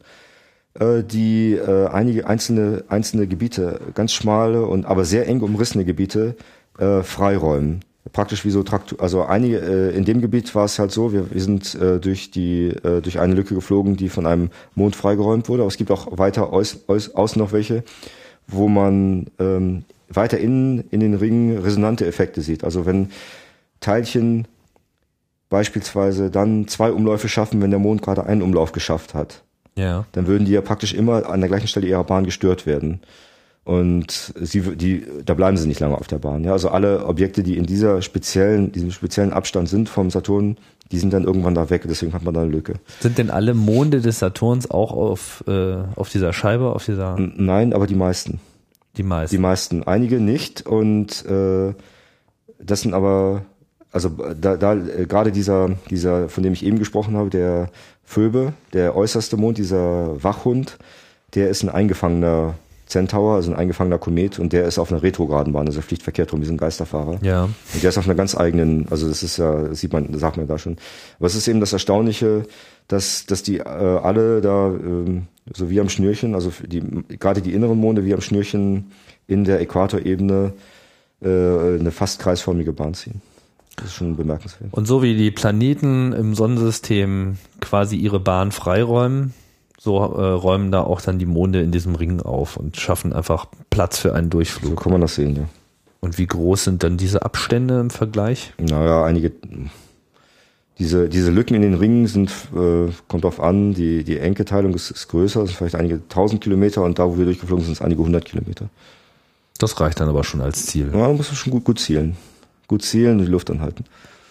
die einige einzelne Gebiete, ganz schmale und aber sehr eng umrissene Gebiete freiräumen. Praktisch wie so also einige in dem Gebiet war es halt so, wir sind durch eine Lücke geflogen, die von einem Mond freigeräumt wurde, aber es gibt auch weiter außen noch welche, wo man weiter in den Ringen resonante Effekte sieht. Also wenn Teilchen beispielsweise dann 2 Umläufe schaffen, wenn der Mond gerade einen Umlauf geschafft hat, dann würden die ja praktisch immer an der gleichen Stelle ihrer Bahn gestört werden. Und da bleiben sie nicht lange auf der Bahn. Ja, also alle Objekte, die in diesem speziellen Abstand sind vom Saturn, die sind dann irgendwann da weg. Deswegen hat man da eine Lücke. Sind denn alle Monde des Saturns auch auf dieser Scheibe, Nein, aber die meisten. Die meisten. Die meisten. Einige nicht. Und das sind aber, also da gerade dieser, von dem ich eben gesprochen habe, der Phoebe, der äußerste Mond, dieser Wachhund, der ist ein eingefangener Centaur, also ein eingefangener Komet, und der ist auf einer retrograden Bahn, also fliegt verkehrt rum, wie so ein Geisterfahrer. Ja. Und der ist auf einer ganz eigenen, also das ist ja, das sagt man da schon. Aber es ist eben das Erstaunliche, dass die alle da so wie am Schnürchen, also gerade die inneren Monde wie am Schnürchen in der Äquatorebene eine fast kreisförmige Bahn ziehen. Das ist schon bemerkenswert. Und so wie die Planeten im Sonnensystem quasi ihre Bahn freiräumen, so räumen da auch dann die Monde in diesem Ring auf und schaffen einfach Platz für einen Durchflug. So kann man das sehen, ja. Und wie groß sind dann diese Abstände im Vergleich? Naja, diese Lücken in den Ringen sind, kommt drauf an, die Enkelteilung ist größer, das sind vielleicht einige 1000 Kilometer, und da, wo wir durchgeflogen sind, sind es einige 100 Kilometer. Das reicht dann aber schon als Ziel. Ja, da muss man schon gut zielen. Gut zielen und die Luft anhalten.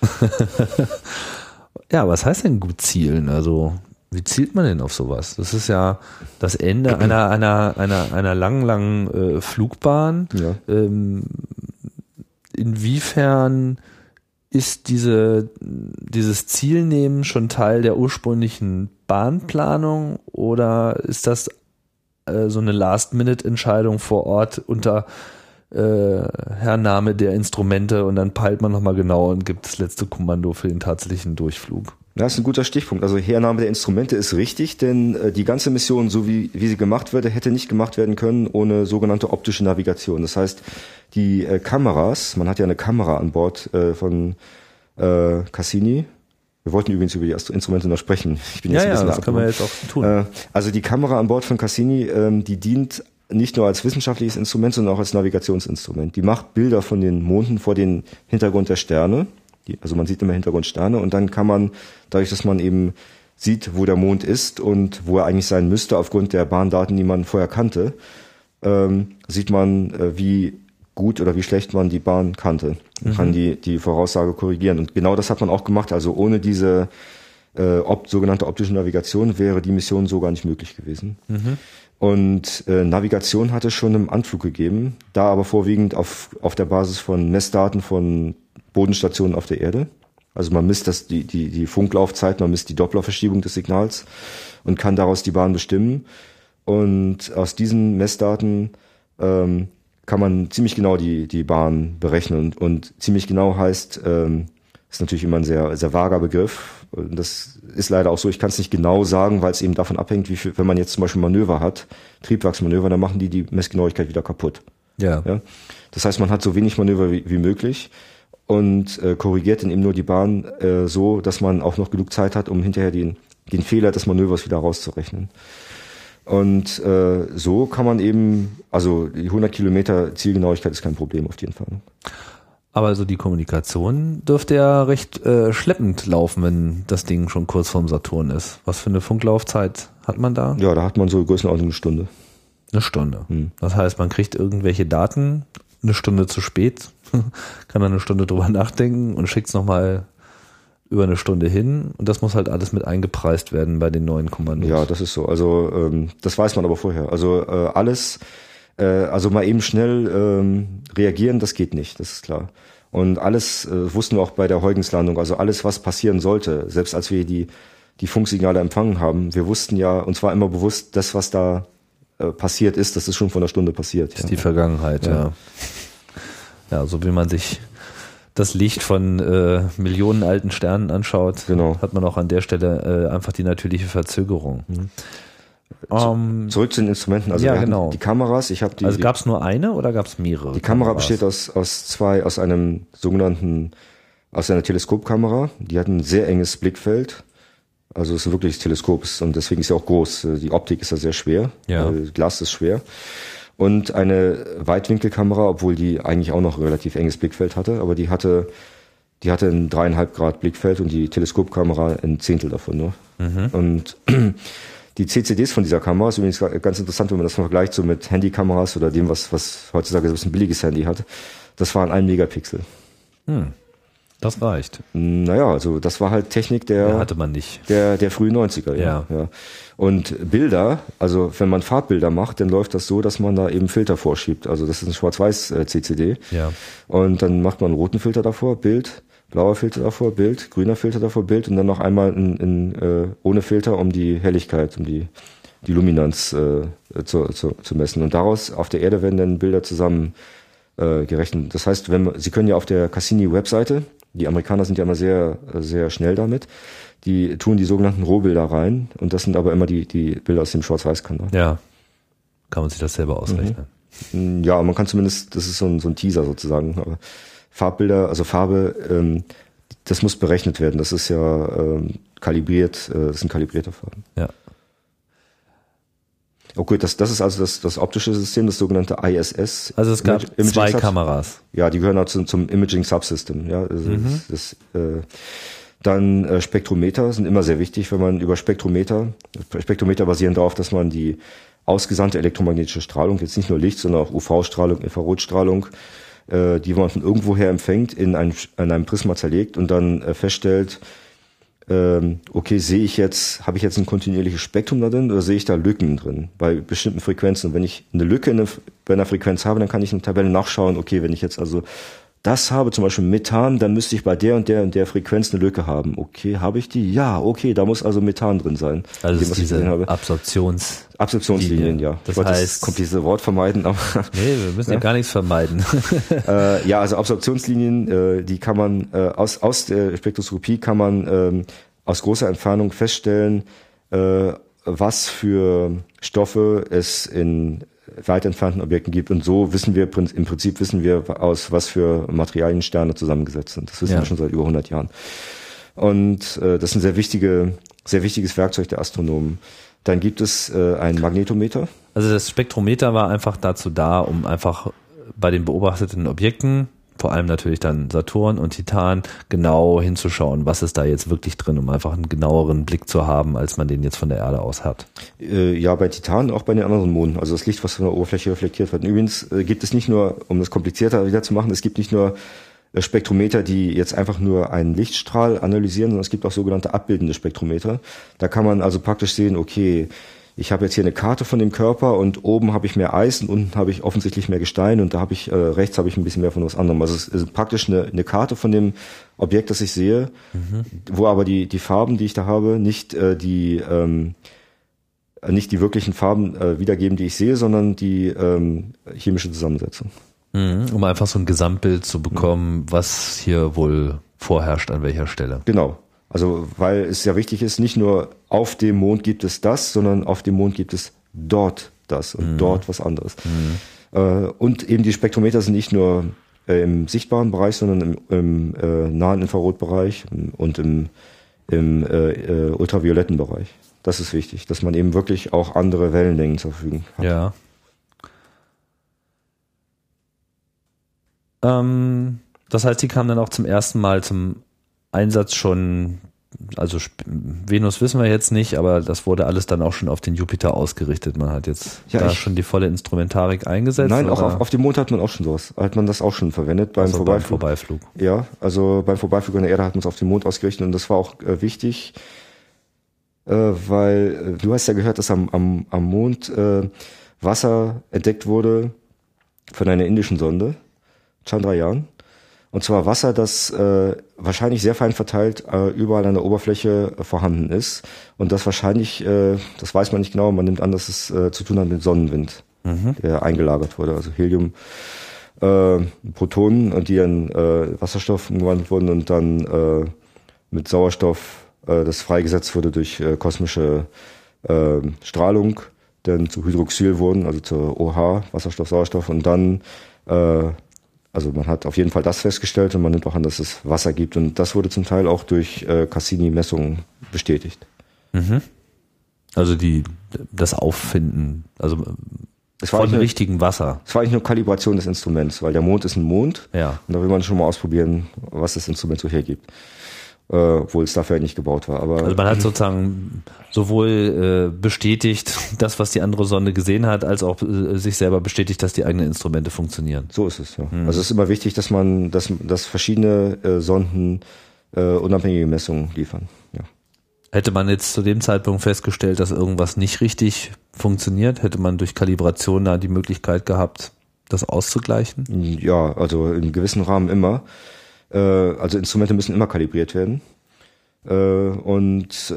Ja, was heißt denn gut zielen? Also, wie zielt man denn auf sowas? Das ist ja das Ende einer langen Flugbahn. Ja. Inwiefern ist dieses Zielnehmen schon Teil der ursprünglichen Bahnplanung, oder ist das so eine Last-Minute-Entscheidung vor Ort unter Hernahme der Instrumente, und dann peilt man nochmal genau und gibt das letzte Kommando für den tatsächlichen Durchflug? Das ist ein guter Stichpunkt. Also Hernahme der Instrumente ist richtig, denn die ganze Mission, so wie sie gemacht wurde, hätte nicht gemacht werden können ohne sogenannte optische Navigation. Das heißt, die Kameras, man hat ja eine Kamera an Bord von Cassini. Wir wollten übrigens über die Instrumente noch sprechen. Ich bin jetzt ein bisschen das können wir jetzt auch tun. Also die Kamera an Bord von Cassini, die dient nicht nur als wissenschaftliches Instrument, sondern auch als Navigationsinstrument. Die macht Bilder von den Monden vor den Hintergrund der Sterne. Also man sieht immer Hintergrund Sterne, und dann kann man, dadurch, dass man eben sieht, wo der Mond ist und wo er eigentlich sein müsste, aufgrund der Bahndaten, die man vorher kannte, sieht man, wie gut oder wie schlecht man die Bahn kannte. Man kann die Voraussage korrigieren. Und genau das hat man auch gemacht. Also ohne diese sogenannte optische Navigation wäre die Mission so gar nicht möglich gewesen. Und Navigation hatte es schon im Anflug gegeben, da aber vorwiegend auf der Basis von Messdaten von Bodenstationen auf der Erde. Also man misst die Funklaufzeit, man misst die Dopplerverschiebung des Signals und kann daraus die Bahn bestimmen. Und aus diesen Messdaten kann man ziemlich genau die Bahn berechnen. Und ziemlich genau heißt, ist natürlich immer ein sehr, sehr vager Begriff. Und das ist leider auch so, ich kann es nicht genau sagen, weil es eben davon abhängt, wenn man jetzt zum Beispiel Manöver hat, Triebwerksmanöver, dann machen die Messgenauigkeit wieder kaputt. Ja. Das heißt, man hat so wenig Manöver wie möglich und korrigiert dann eben nur die Bahn so, dass man auch noch genug Zeit hat, um hinterher den Fehler des Manövers wieder rauszurechnen. Und so kann man eben, also die 100 Kilometer Zielgenauigkeit ist kein Problem auf jeden Fall. Aber also die Kommunikation dürfte ja recht schleppend laufen, wenn das Ding schon kurz vorm Saturn ist. Was für eine Funklaufzeit hat man da? Ja, da hat man so Größenordnung eine Stunde. Eine Stunde. Das heißt, man kriegt irgendwelche Daten eine Stunde zu spät, kann dann eine Stunde drüber nachdenken und schickt es nochmal über eine Stunde hin, und das muss halt alles mit eingepreist werden bei den neuen Kommandos. Ja, das ist so. Also das weiß man aber vorher. Also alles, also mal eben schnell reagieren, das geht nicht, das ist klar. Und alles wussten wir auch bei der Huygens-Landung, also alles, was passieren sollte, selbst als wir die Funksignale empfangen haben, wir wussten ja, uns war immer bewusst, das, was da passiert ist, das ist schon vor einer Stunde passiert. Das ist die Vergangenheit, ja. Ja, so wie man sich das Licht von Millionen alten Sternen anschaut, genau, hat man auch an der Stelle einfach die natürliche Verzögerung. Zurück zu den Instrumenten, also ja, genau. Die Kameras, also gab es nur eine oder gab es mehrere? Die Kamera besteht aus einer Teleskopkamera, die hat ein sehr enges Blickfeld, also es ist wirklich Teleskop und deswegen ist sie auch groß, die Optik ist ja sehr schwer, Glas ist schwer. Und eine Weitwinkelkamera, obwohl die eigentlich auch noch ein relativ enges Blickfeld hatte, aber die hatte ein 3,5 Grad Blickfeld und die Teleskopkamera ein Zehntel davon nur. Und die CCDs von dieser Kamera ist übrigens ganz interessant, wenn man das vergleicht so mit Handykameras oder dem, was heutzutage so ein billiges Handy hat. Das waren 1 Megapixel. Das reicht. Naja, also das war halt Technik hatte man nicht. Der frühen 90er. Ja. Und Bilder, also wenn man Farbbilder macht, dann läuft das so, dass man da eben Filter vorschiebt. Also das ist ein Schwarz-Weiß CCD. Ja. Und dann macht man einen roten Filter davor, Bild, blauer Filter davor, Bild, grüner Filter davor, Bild und dann noch einmal ohne Filter, um die Helligkeit, um die Luminanz zu messen. Und daraus auf der Erde werden dann Bilder zusammen gerechnet. Das heißt, Sie können ja auf der Cassini-Webseite, die Amerikaner sind ja immer sehr, sehr schnell damit, die tun die sogenannten Rohbilder rein und das sind aber immer die Bilder aus dem Schwarz-Weiß-Kanal. Ja, kann man sich das selber ausrechnen. Ja, man kann zumindest, das ist so ein Teaser sozusagen, aber Farbbilder, also Farbe, das muss berechnet werden, das ist ja kalibriert, das sind kalibrierte Farben. Ja. Okay, das ist also das optische System, das sogenannte ISS. Also es gab 2 Kameras. Ja, die gehören auch zum Imaging Subsystem. Ja, dann Spektrometer sind immer sehr wichtig, wenn man über Spektrometer basieren darauf, dass man die ausgesandte elektromagnetische Strahlung, jetzt nicht nur Licht, sondern auch UV-Strahlung, Infrarotstrahlung, die man von irgendwoher empfängt, in einem Prisma zerlegt und dann feststellt, okay, habe ich jetzt ein kontinuierliches Spektrum da drin oder sehe ich da Lücken drin bei bestimmten Frequenzen? Und wenn ich eine Lücke bei einer Frequenz habe, dann kann ich in der Tabelle nachschauen, okay, wenn ich jetzt also das habe, zum Beispiel Methan, dann müsste ich bei der und der Frequenz eine Lücke haben. Okay, habe ich die? Ja, okay, da muss also Methan drin sein. Also dem, diese Absorptionslinien, ja. Das heißt, kommt dieses Wort vermeiden, aber nee, wir müssen ja gar nichts vermeiden. Ja, also Absorptionslinien, die kann man aus der Spektroskopie kann man aus großer Entfernung feststellen, was für Stoffe es in weit entfernten Objekten gibt und so im Prinzip wissen wir aus was für Materialien Sterne zusammengesetzt sind. Das wissen wir schon seit über 100 Jahren. Und das ist ein sehr wichtiges Werkzeug der Astronomen. Dann gibt es ein Magnetometer. Also das Spektrometer war einfach dazu da, um einfach bei den beobachteten Objekten, vor allem natürlich dann Saturn und Titan, genau hinzuschauen, was ist da jetzt wirklich drin, um einfach einen genaueren Blick zu haben, als man den jetzt von der Erde aus hat. Ja, bei Titan, auch bei den anderen Monden, also das Licht, was von der Oberfläche reflektiert wird. Und übrigens gibt es nicht nur, um das komplizierter wieder zu machen, es gibt nicht nur Spektrometer, die jetzt einfach nur einen Lichtstrahl analysieren, sondern es gibt auch sogenannte abbildende Spektrometer. Da kann man also praktisch sehen, okay, ich habe jetzt hier eine Karte von dem Körper und oben habe ich mehr Eis und unten habe ich offensichtlich mehr Gestein und da habe ich rechts habe ich ein bisschen mehr von was anderem. Also es ist praktisch eine Karte von dem Objekt, das ich sehe, wo aber die Farben, die ich da habe, nicht die wirklichen Farben wiedergeben, die ich sehe, sondern die chemische Zusammensetzung. Um einfach so ein Gesamtbild zu bekommen, was hier wohl vorherrscht an welcher Stelle. Genau. Also, weil es ja wichtig ist, nicht nur auf dem Mond gibt es das, sondern auf dem Mond gibt es dort das und dort was anderes. Und eben die Spektrometer sind nicht nur im sichtbaren Bereich, sondern im nahen Infrarotbereich und im ultravioletten Bereich. Das ist wichtig, dass man eben wirklich auch andere Wellenlängen zur Verfügung hat. Ja. Das heißt, die kamen dann auch zum ersten Mal zum Einsatz schon, also Venus wissen wir jetzt nicht, aber das wurde alles dann auch schon auf den Jupiter ausgerichtet. Man hat jetzt schon die volle Instrumentarik eingesetzt. Nein, auch auf dem Mond hat man auch schon sowas. Hat man das auch schon verwendet beim Vorbeiflug. Ja, also beim Vorbeiflug an der Erde hat man es auf dem Mond ausgerichtet und das war auch wichtig, weil du hast ja gehört, dass am Mond Wasser entdeckt wurde von einer indischen Sonde, Chandrayaan. Und zwar Wasser, das wahrscheinlich sehr fein verteilt überall an der Oberfläche vorhanden ist. Und das wahrscheinlich, das weiß man nicht genau, man nimmt an, dass es zu tun hat mit Sonnenwind, der eingelagert wurde. Also Helium, Protonen, und die in Wasserstoff umgewandelt wurden und dann mit Sauerstoff, das freigesetzt wurde durch kosmische Strahlung, dann zu Hydroxyl wurden, also zu OH, Wasserstoff, Sauerstoff, und dann also man hat auf jeden Fall das festgestellt und man nimmt auch an, dass es Wasser gibt. Und das wurde zum Teil auch durch Cassini-Messungen bestätigt. Also das Auffinden, also von richtigem Wasser. Es war eigentlich nur Kalibration des Instruments, weil der Mond ist ein Mond. Ja. Und da will man schon mal ausprobieren, was das Instrument so hergibt. Obwohl es dafür nicht gebaut war. Aber also man hat sozusagen sowohl bestätigt, das, was die andere Sonde gesehen hat, als auch sich selber bestätigt, dass die eigenen Instrumente funktionieren. So ist es, ja. Also es ist immer wichtig, dass verschiedene Sonden unabhängige Messungen liefern. Ja. Hätte man jetzt zu dem Zeitpunkt festgestellt, dass irgendwas nicht richtig funktioniert, hätte man durch Kalibration da die Möglichkeit gehabt, das auszugleichen? Ja, also in gewissen Rahmen immer. Also Instrumente müssen immer kalibriert werden. Und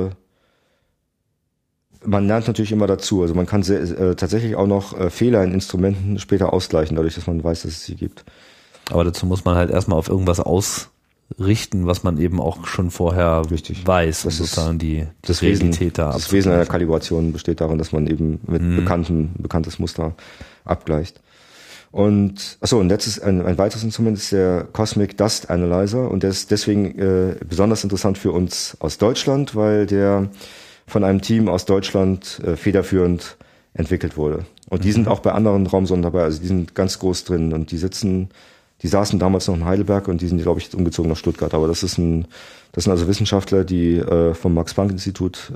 man lernt natürlich immer dazu. Also man kann tatsächlich auch noch Fehler in Instrumenten später ausgleichen, dadurch, dass man weiß, dass es sie gibt. Aber dazu muss man halt erstmal auf irgendwas ausrichten, was man eben auch schon vorher weiß. Das und sozusagen das Realität da. Das Wesen einer Kalibration besteht darin, dass man eben mit bekanntes Muster abgleicht. Und ein weiteres Instrument ist der Cosmic Dust Analyzer, und der ist deswegen besonders interessant für uns aus Deutschland, weil der von einem Team aus Deutschland federführend entwickelt wurde. Und die sind auch bei anderen Raumsonden dabei, also die sind ganz groß drin, und die saßen damals noch in Heidelberg, und die sind, glaube ich, jetzt umgezogen nach Stuttgart. Aber das sind also Wissenschaftler, die vom Max-Planck-Institut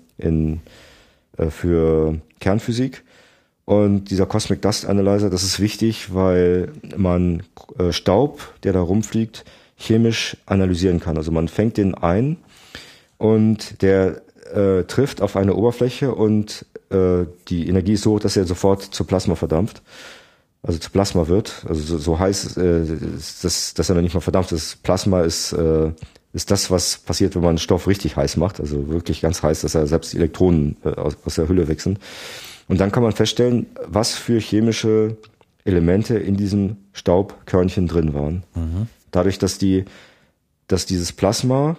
für Kernphysik. Und dieser Cosmic Dust Analyzer, das ist wichtig, weil man Staub, der da rumfliegt, chemisch analysieren kann. Also man fängt den ein und der trifft auf eine Oberfläche, und die Energie ist so, dass er sofort zu Plasma verdampft. Also zu Plasma wird. Also so heiß, dass er noch nicht mal verdampft. Das Plasma ist das, was passiert, wenn man einen Stoff richtig heiß macht. Also wirklich ganz heiß, dass er selbst die Elektronen aus der Hülle wechseln. Und dann kann man feststellen, was für chemische Elemente in diesem Staubkörnchen drin waren. Dadurch, dass dieses Plasma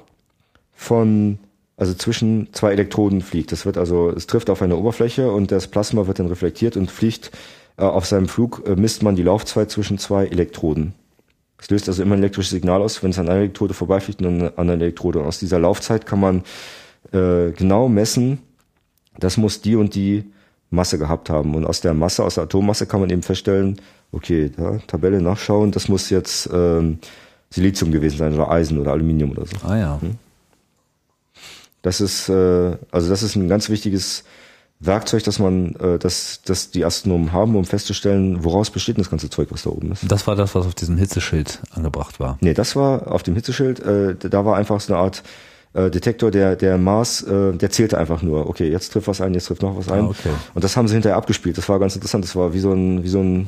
zwischen zwei Elektroden fliegt. Es trifft auf eine Oberfläche, und das Plasma wird dann reflektiert und fliegt auf seinem Flug, misst man die Laufzeit zwischen zwei Elektroden. Es löst also immer ein elektrisches Signal aus, wenn es an einer Elektrode vorbeifliegt und an einer anderen Elektrode. Und aus dieser Laufzeit kann man genau messen, das muss die und die Masse gehabt haben. Und aus der Atommasse kann man eben feststellen, okay, da Tabelle nachschauen, das muss jetzt Silizium gewesen sein oder Eisen oder Aluminium oder so. Ah ja. Das ist ein ganz wichtiges Werkzeug, dass die Astronomen haben, um festzustellen, woraus besteht das ganze Zeug, was da oben ist. Das war das, was auf diesem Hitzeschild angebracht war. Nee, das war auf dem Hitzeschild, da war einfach so eine Art Detektor, der Mars, der zählte einfach nur, okay, jetzt trifft was ein, jetzt trifft noch was ein. Okay. Und das haben sie hinterher abgespielt. Das war ganz interessant. Das war wie so ein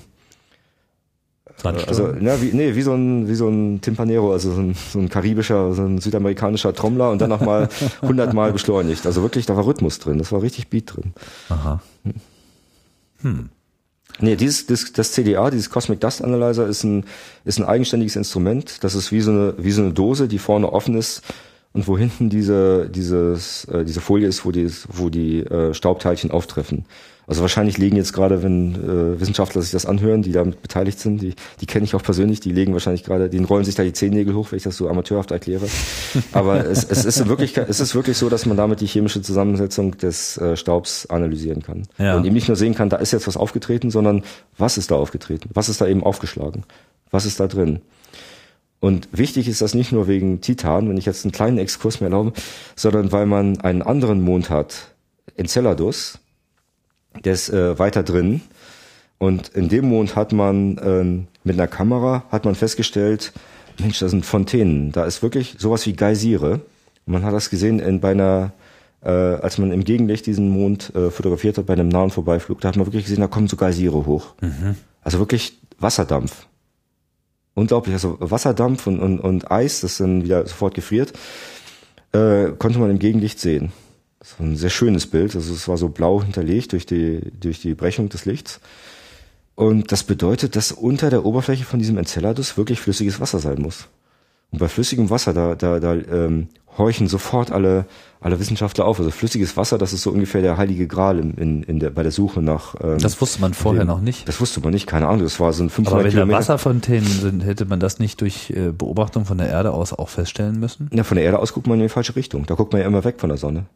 wie so ein Timpanero, also so ein karibischer, so ein südamerikanischer Trommler, und dann nochmal 100-mal beschleunigt. Also wirklich, da war Rhythmus drin. Das war richtig Beat drin. Aha. Nee, das CDA, dieses Cosmic Dust Analyzer ist ein eigenständiges Instrument. Das ist wie so eine Dose, die vorne offen ist, und wo hinten diese Folie ist, wo die Staubteilchen auftreffen. Also wahrscheinlich legen jetzt gerade, wenn Wissenschaftler sich das anhören, die damit beteiligt sind, die kenne ich auch persönlich, die rollen sich da die Zehennägel hoch, wenn ich das so amateurhaft erkläre. Aber es ist wirklich so, dass man damit die chemische Zusammensetzung des Staubs analysieren kann. Ja. Und eben nicht nur sehen kann, da ist jetzt was aufgetreten, sondern was ist da aufgetreten? Was ist da eben aufgeschlagen? Was ist da drin? Und wichtig ist das nicht nur wegen Titan, wenn ich jetzt einen kleinen Exkurs mir erlaube, sondern weil man einen anderen Mond hat, Enceladus, der ist weiter drin. Und in dem Mond hat man mit einer Kamera festgestellt, Mensch, da sind Fontänen. Da ist wirklich sowas wie Geysire. Und man hat das gesehen als man im Gegenlicht diesen Mond fotografiert hat bei einem nahen Vorbeiflug, da hat man wirklich gesehen, da kommen so Geysire hoch. Also wirklich Wasserdampf. unglaublich, also Wasserdampf und Eis, das dann wieder sofort gefriert, konnte man im Gegenlicht sehen. Das war ein sehr schönes Bild, also es war so blau hinterlegt durch die Brechung des Lichts. Und das bedeutet, dass unter der Oberfläche von diesem Enceladus wirklich flüssiges Wasser sein muss. Und bei flüssigem Wasser, da horchen sofort alle Wissenschaftler auf. Also flüssiges Wasser, das ist so ungefähr der heilige Gral bei der Suche nach. Das wusste man vorher noch nicht. Das wusste man nicht, keine Ahnung. Das war so ein 500 Aber wenn Kilometer. da Wasserfontänen sind, hätte man das nicht durch Beobachtung von der Erde aus auch feststellen müssen? Ja, von der Erde aus guckt man in die falsche Richtung. Da guckt man ja immer weg von der Sonne.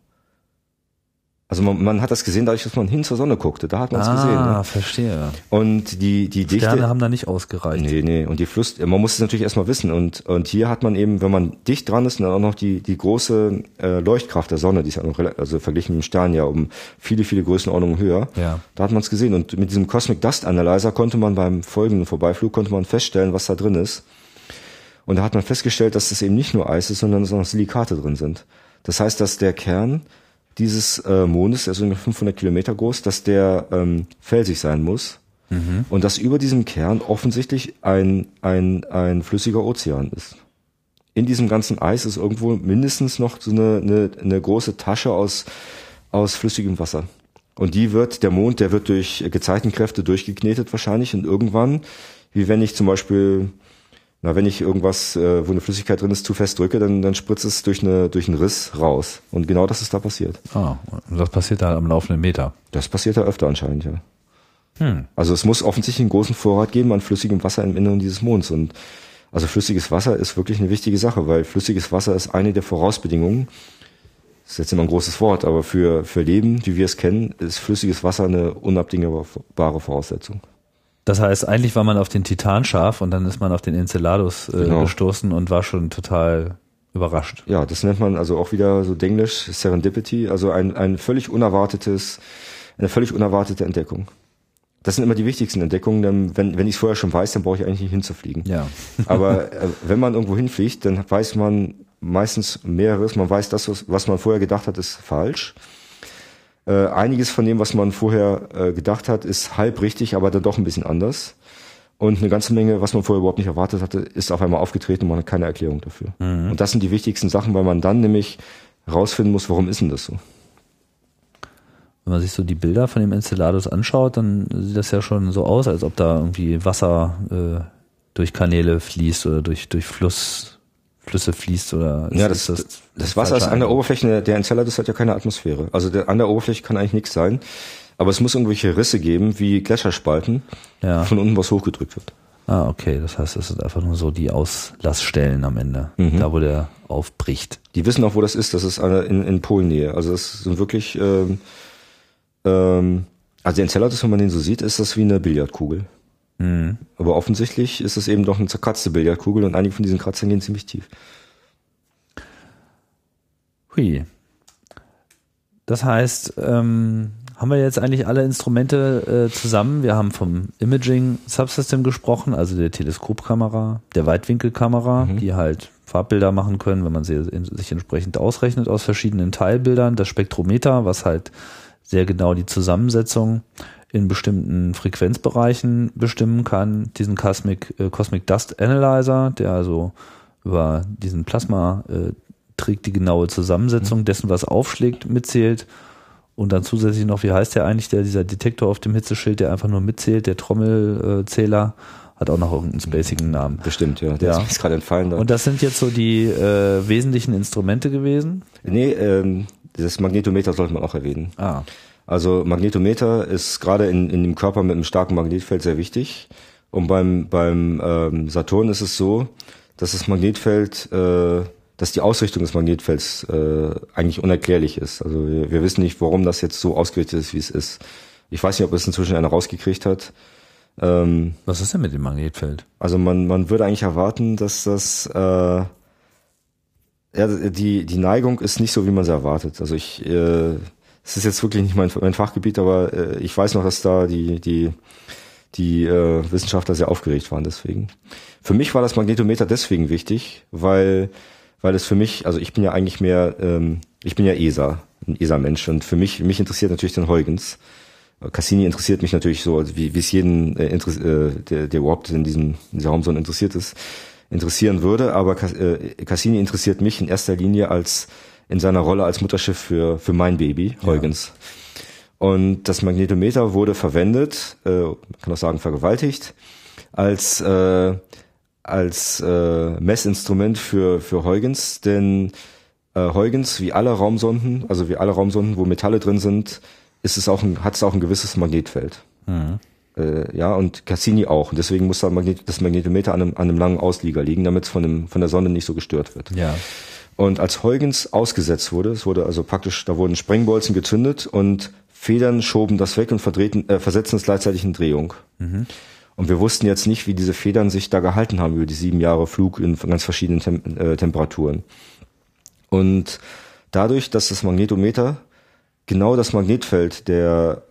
Also man hat das gesehen, dadurch, dass man hin zur Sonne guckte. Da hat man es gesehen. Ah, verstehe. Und die Dichte. Sterne haben da nicht ausgereicht. Nee. Und man muss es natürlich erstmal wissen. Und hier hat man eben, wenn man dicht dran ist, dann auch noch die große Leuchtkraft der Sonne, die ist ja noch also verglichen mit dem Stern ja um viele, viele Größenordnungen höher. Ja. Da hat man es gesehen. Und mit diesem Cosmic Dust Analyzer konnte man beim folgenden Vorbeiflug feststellen, was da drin ist. Und da hat man festgestellt, dass es eben nicht nur Eis ist, sondern dass auch noch Silikate drin sind. Das heißt, dass der Kern dieses Mondes, der ist ungefähr 500 Kilometer groß, dass der felsig sein muss und dass über diesem Kern offensichtlich ein flüssiger Ozean ist. In diesem ganzen Eis ist irgendwo mindestens noch so eine große Tasche aus flüssigem Wasser. Und der Mond, der wird durch Gezeitenkräfte durchgeknetet wahrscheinlich und irgendwann, wie wenn ich zum Beispiel wenn ich irgendwas, wo eine Flüssigkeit drin ist, zu fest drücke, dann spritzt es durch einen Riss raus. Und genau das ist da passiert. Ah, und das passiert da am laufenden Meter? Das passiert da öfter anscheinend, ja. Also es muss offensichtlich einen großen Vorrat geben an flüssigem Wasser im Inneren dieses Monds. Und also flüssiges Wasser ist wirklich eine wichtige Sache, weil flüssiges Wasser ist eine der Vorausbedingungen. Das ist jetzt immer ein großes Wort, aber für Leben, wie wir es kennen, ist flüssiges Wasser eine unabdingbare Voraussetzung. Das heißt, eigentlich war man auf den Titan scharf und dann ist man auf den Enceladus gestoßen und war schon total überrascht. Ja, das nennt man also auch wieder so Denglisch Serendipity, also eine völlig unerwartete Entdeckung. Das sind immer die wichtigsten Entdeckungen, denn wenn ich es vorher schon weiß, dann brauche ich eigentlich nicht hinzufliegen. Ja. Aber wenn man irgendwo hinfliegt, dann weiß man meistens Mehreres. Man weiß, das, was man vorher gedacht hat, ist falsch. Einiges von dem, was man vorher gedacht hat, ist halb richtig, aber dann doch ein bisschen anders. Und eine ganze Menge, was man vorher überhaupt nicht erwartet hatte, ist auf einmal aufgetreten und man hat keine Erklärung dafür. Mhm. Und das sind die wichtigsten Sachen, weil man dann nämlich herausfinden muss, warum ist denn das so? Wenn man sich so die Bilder von dem Enceladus anschaut, dann sieht das ja schon so aus, als ob da irgendwie Wasser durch Kanäle fließt oder durch Flüsse fließt oder ja, das Wasser ist an der Oberfläche, der Enceladus hat ja keine Atmosphäre. Also an der Oberfläche kann eigentlich nichts sein, aber es muss irgendwelche Risse geben, wie Gletscherspalten, von unten was hochgedrückt wird. Ah, okay, das heißt, das sind einfach nur so die Auslassstellen am Ende, da wo der aufbricht. Die wissen auch, wo das ist in Polennähe. Also das sind wirklich, also der Enceladus, wenn man den so sieht, ist das wie eine Billardkugel. Mhm. Aber offensichtlich ist es eben doch eine zerkratzte Billardkugel und einige von diesen Kratzern gehen ziemlich tief. Hui. Das heißt, haben wir jetzt eigentlich alle Instrumente zusammen? Wir haben vom Imaging Subsystem gesprochen, also der Teleskopkamera, der Weitwinkelkamera, die halt Farbbilder machen können, wenn man sie sich entsprechend ausrechnet aus verschiedenen Teilbildern. Das Spektrometer, was halt sehr genau die Zusammensetzung in bestimmten Frequenzbereichen bestimmen kann. Diesen Cosmic Dust Analyzer, der also über diesen Plasma trägt die genaue Zusammensetzung dessen, was aufschlägt, mitzählt. Und dann zusätzlich noch, wie heißt der eigentlich, dieser Detektor auf dem Hitzeschild, der einfach nur mitzählt, der Trommelzähler, hat auch noch irgendeinen spacigen Namen. Bestimmt, ja. Der ist mir gerade entfallen. Und das sind jetzt so die wesentlichen Instrumente gewesen? Nee, das Magnetometer sollte man auch erwähnen. Ah. Also Magnetometer ist gerade in dem Körper mit einem starken Magnetfeld sehr wichtig. Und beim Saturn ist es so, dass das Magnetfeld, dass die Ausrichtung des Magnetfelds eigentlich unerklärlich ist. Also wir wissen nicht, warum das jetzt so ausgerichtet ist, wie es ist. Ich weiß nicht, ob es inzwischen einer rausgekriegt hat. Was ist denn mit dem Magnetfeld? Also man würde eigentlich erwarten, dass das die Neigung ist nicht so, wie man sie erwartet. Also es ist jetzt wirklich nicht mein Fachgebiet, aber ich weiß noch, dass da die Wissenschaftler sehr aufgeregt waren deswegen. Für mich war das Magnetometer deswegen wichtig, weil es für mich, also ich bin ja eigentlich mehr, ich bin ja ein ESA-Mensch und mich interessiert natürlich den Huygens. Cassini interessiert mich natürlich so, also wie es jeden der überhaupt in dieser Raumsonde interessieren würde, aber Cassini interessiert mich in erster Linie in seiner Rolle als Mutterschiff für mein Baby, Huygens. Ja. Und das Magnetometer wurde verwendet, man kann auch sagen vergewaltigt, als Messinstrument für Huygens, denn Huygens, wie alle Raumsonden, wo Metalle drin sind, hat es auch ein gewisses Magnetfeld. Mhm. Und Cassini auch. Und deswegen muss das Magnetometer an einem langen Auslieger liegen, damit es von der Sonde nicht so gestört wird. Ja. Und als Huygens ausgesetzt wurde, da wurden Sprengbolzen gezündet und Federn schoben das weg und versetzten es gleichzeitig in Drehung. Mhm. Und wir wussten jetzt nicht, wie diese Federn sich da gehalten haben über die 7 Jahre Flug in ganz verschiedenen Temperaturen. Und dadurch, dass das Magnetometer genau das Magnetfeld dieser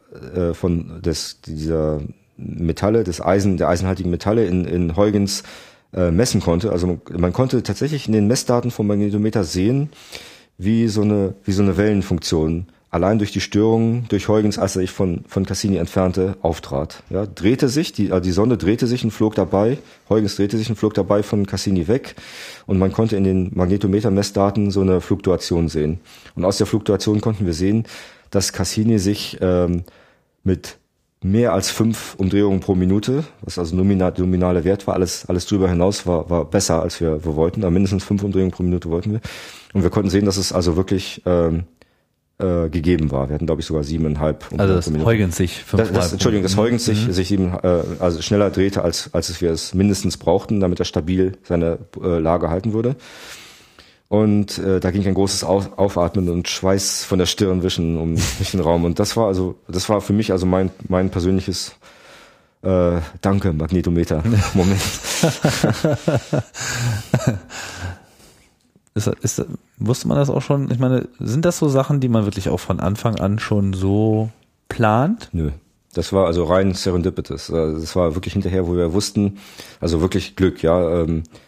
Metalle, der eisenhaltigen Metalle in Huygens messen konnte, also man konnte tatsächlich in den Messdaten vom Magnetometer sehen, wie so eine Wellenfunktion allein durch die Störungen durch Huygens, als er sich von Cassini entfernte, auftrat. Ja, die Sonde drehte sich und flog dabei, Huygens drehte sich und flog dabei von Cassini weg und man konnte in den Magnetometer-Messdaten so eine Fluktuation sehen. Und aus der Fluktuation konnten wir sehen, dass Cassini sich mit mehr als 5 Umdrehungen pro Minute, was also nominale Wert war, alles drüber hinaus war besser, als wir wollten, aber mindestens 5 Umdrehungen pro Minute wollten wir. Und wir konnten sehen, dass es also wirklich gegeben war. Wir hatten, glaube ich, sogar 7,5. Also das Huygens sich 5,5. Das Huygens sich also schneller drehte, als wir es mindestens brauchten, damit er stabil seine Lage halten würde. Und da ging ein großes Aufatmen und Schweiß von der Stirn wischen durch den Raum. Und das war für mich also mein persönliches Danke, Magnetometer-Moment. Wusste man das auch schon? Ich meine, sind das so Sachen, die man wirklich auch von Anfang an schon so plant? Nö. Das war also rein Serendipitous. Das war wirklich hinterher, wo wir wussten, also wirklich Glück, ja.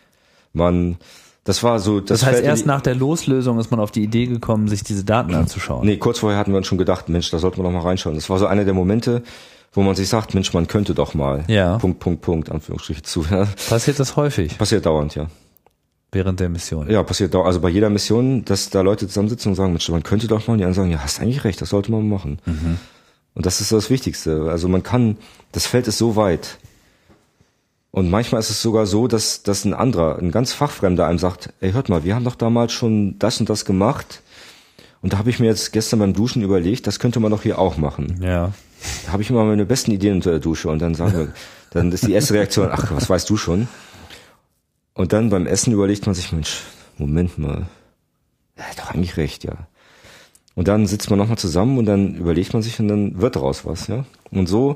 Das heißt, erst nach der Loslösung ist man auf die Idee gekommen, sich diese Daten anzuschauen. Nee, kurz vorher hatten wir uns schon gedacht, Mensch, da sollten wir doch mal reinschauen. Das war so einer der Momente, wo man sich sagt, Mensch, man könnte doch mal. Ja. Punkt, Anführungsstriche zu. Ja. Passiert das häufig? Passiert dauernd, ja. Während der Mission? Ja, passiert dauernd. Also bei jeder Mission, dass da Leute zusammensitzen und sagen, Mensch, man könnte doch mal, und die anderen sagen, ja, hast eigentlich recht, das sollte man machen. Mhm. Und das ist das Wichtigste. Also das Feld ist so weit. Und manchmal ist es sogar so, dass ein ganz Fachfremder einem sagt, ey, hört mal, wir haben doch damals schon das und das gemacht. Und da habe ich mir jetzt gestern beim Duschen überlegt, das könnte man doch hier auch machen. Ja. Da habe ich immer meine besten Ideen unter der Dusche. Und dann dann ist die erste Reaktion, ach, was weißt du schon? Und dann beim Essen überlegt man sich, Mensch, Moment mal, er hat doch eigentlich recht, ja. Und dann sitzt man nochmal zusammen und dann überlegt man sich und dann wird daraus was, ja. Und so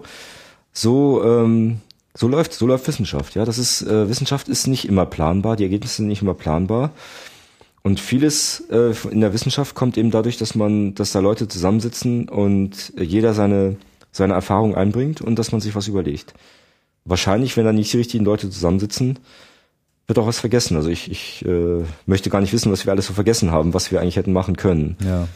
läuft Wissenschaft, ja. Wissenschaft ist nicht immer planbar, die Ergebnisse sind nicht immer planbar. Und vieles in der Wissenschaft kommt eben dadurch, dass da Leute zusammensitzen und jeder seine Erfahrung einbringt und dass man sich was überlegt. Wahrscheinlich, wenn da nicht die richtigen Leute zusammensitzen, wird auch was vergessen. Also ich möchte gar nicht wissen, was wir alles so vergessen haben, was wir eigentlich hätten machen können. Ja.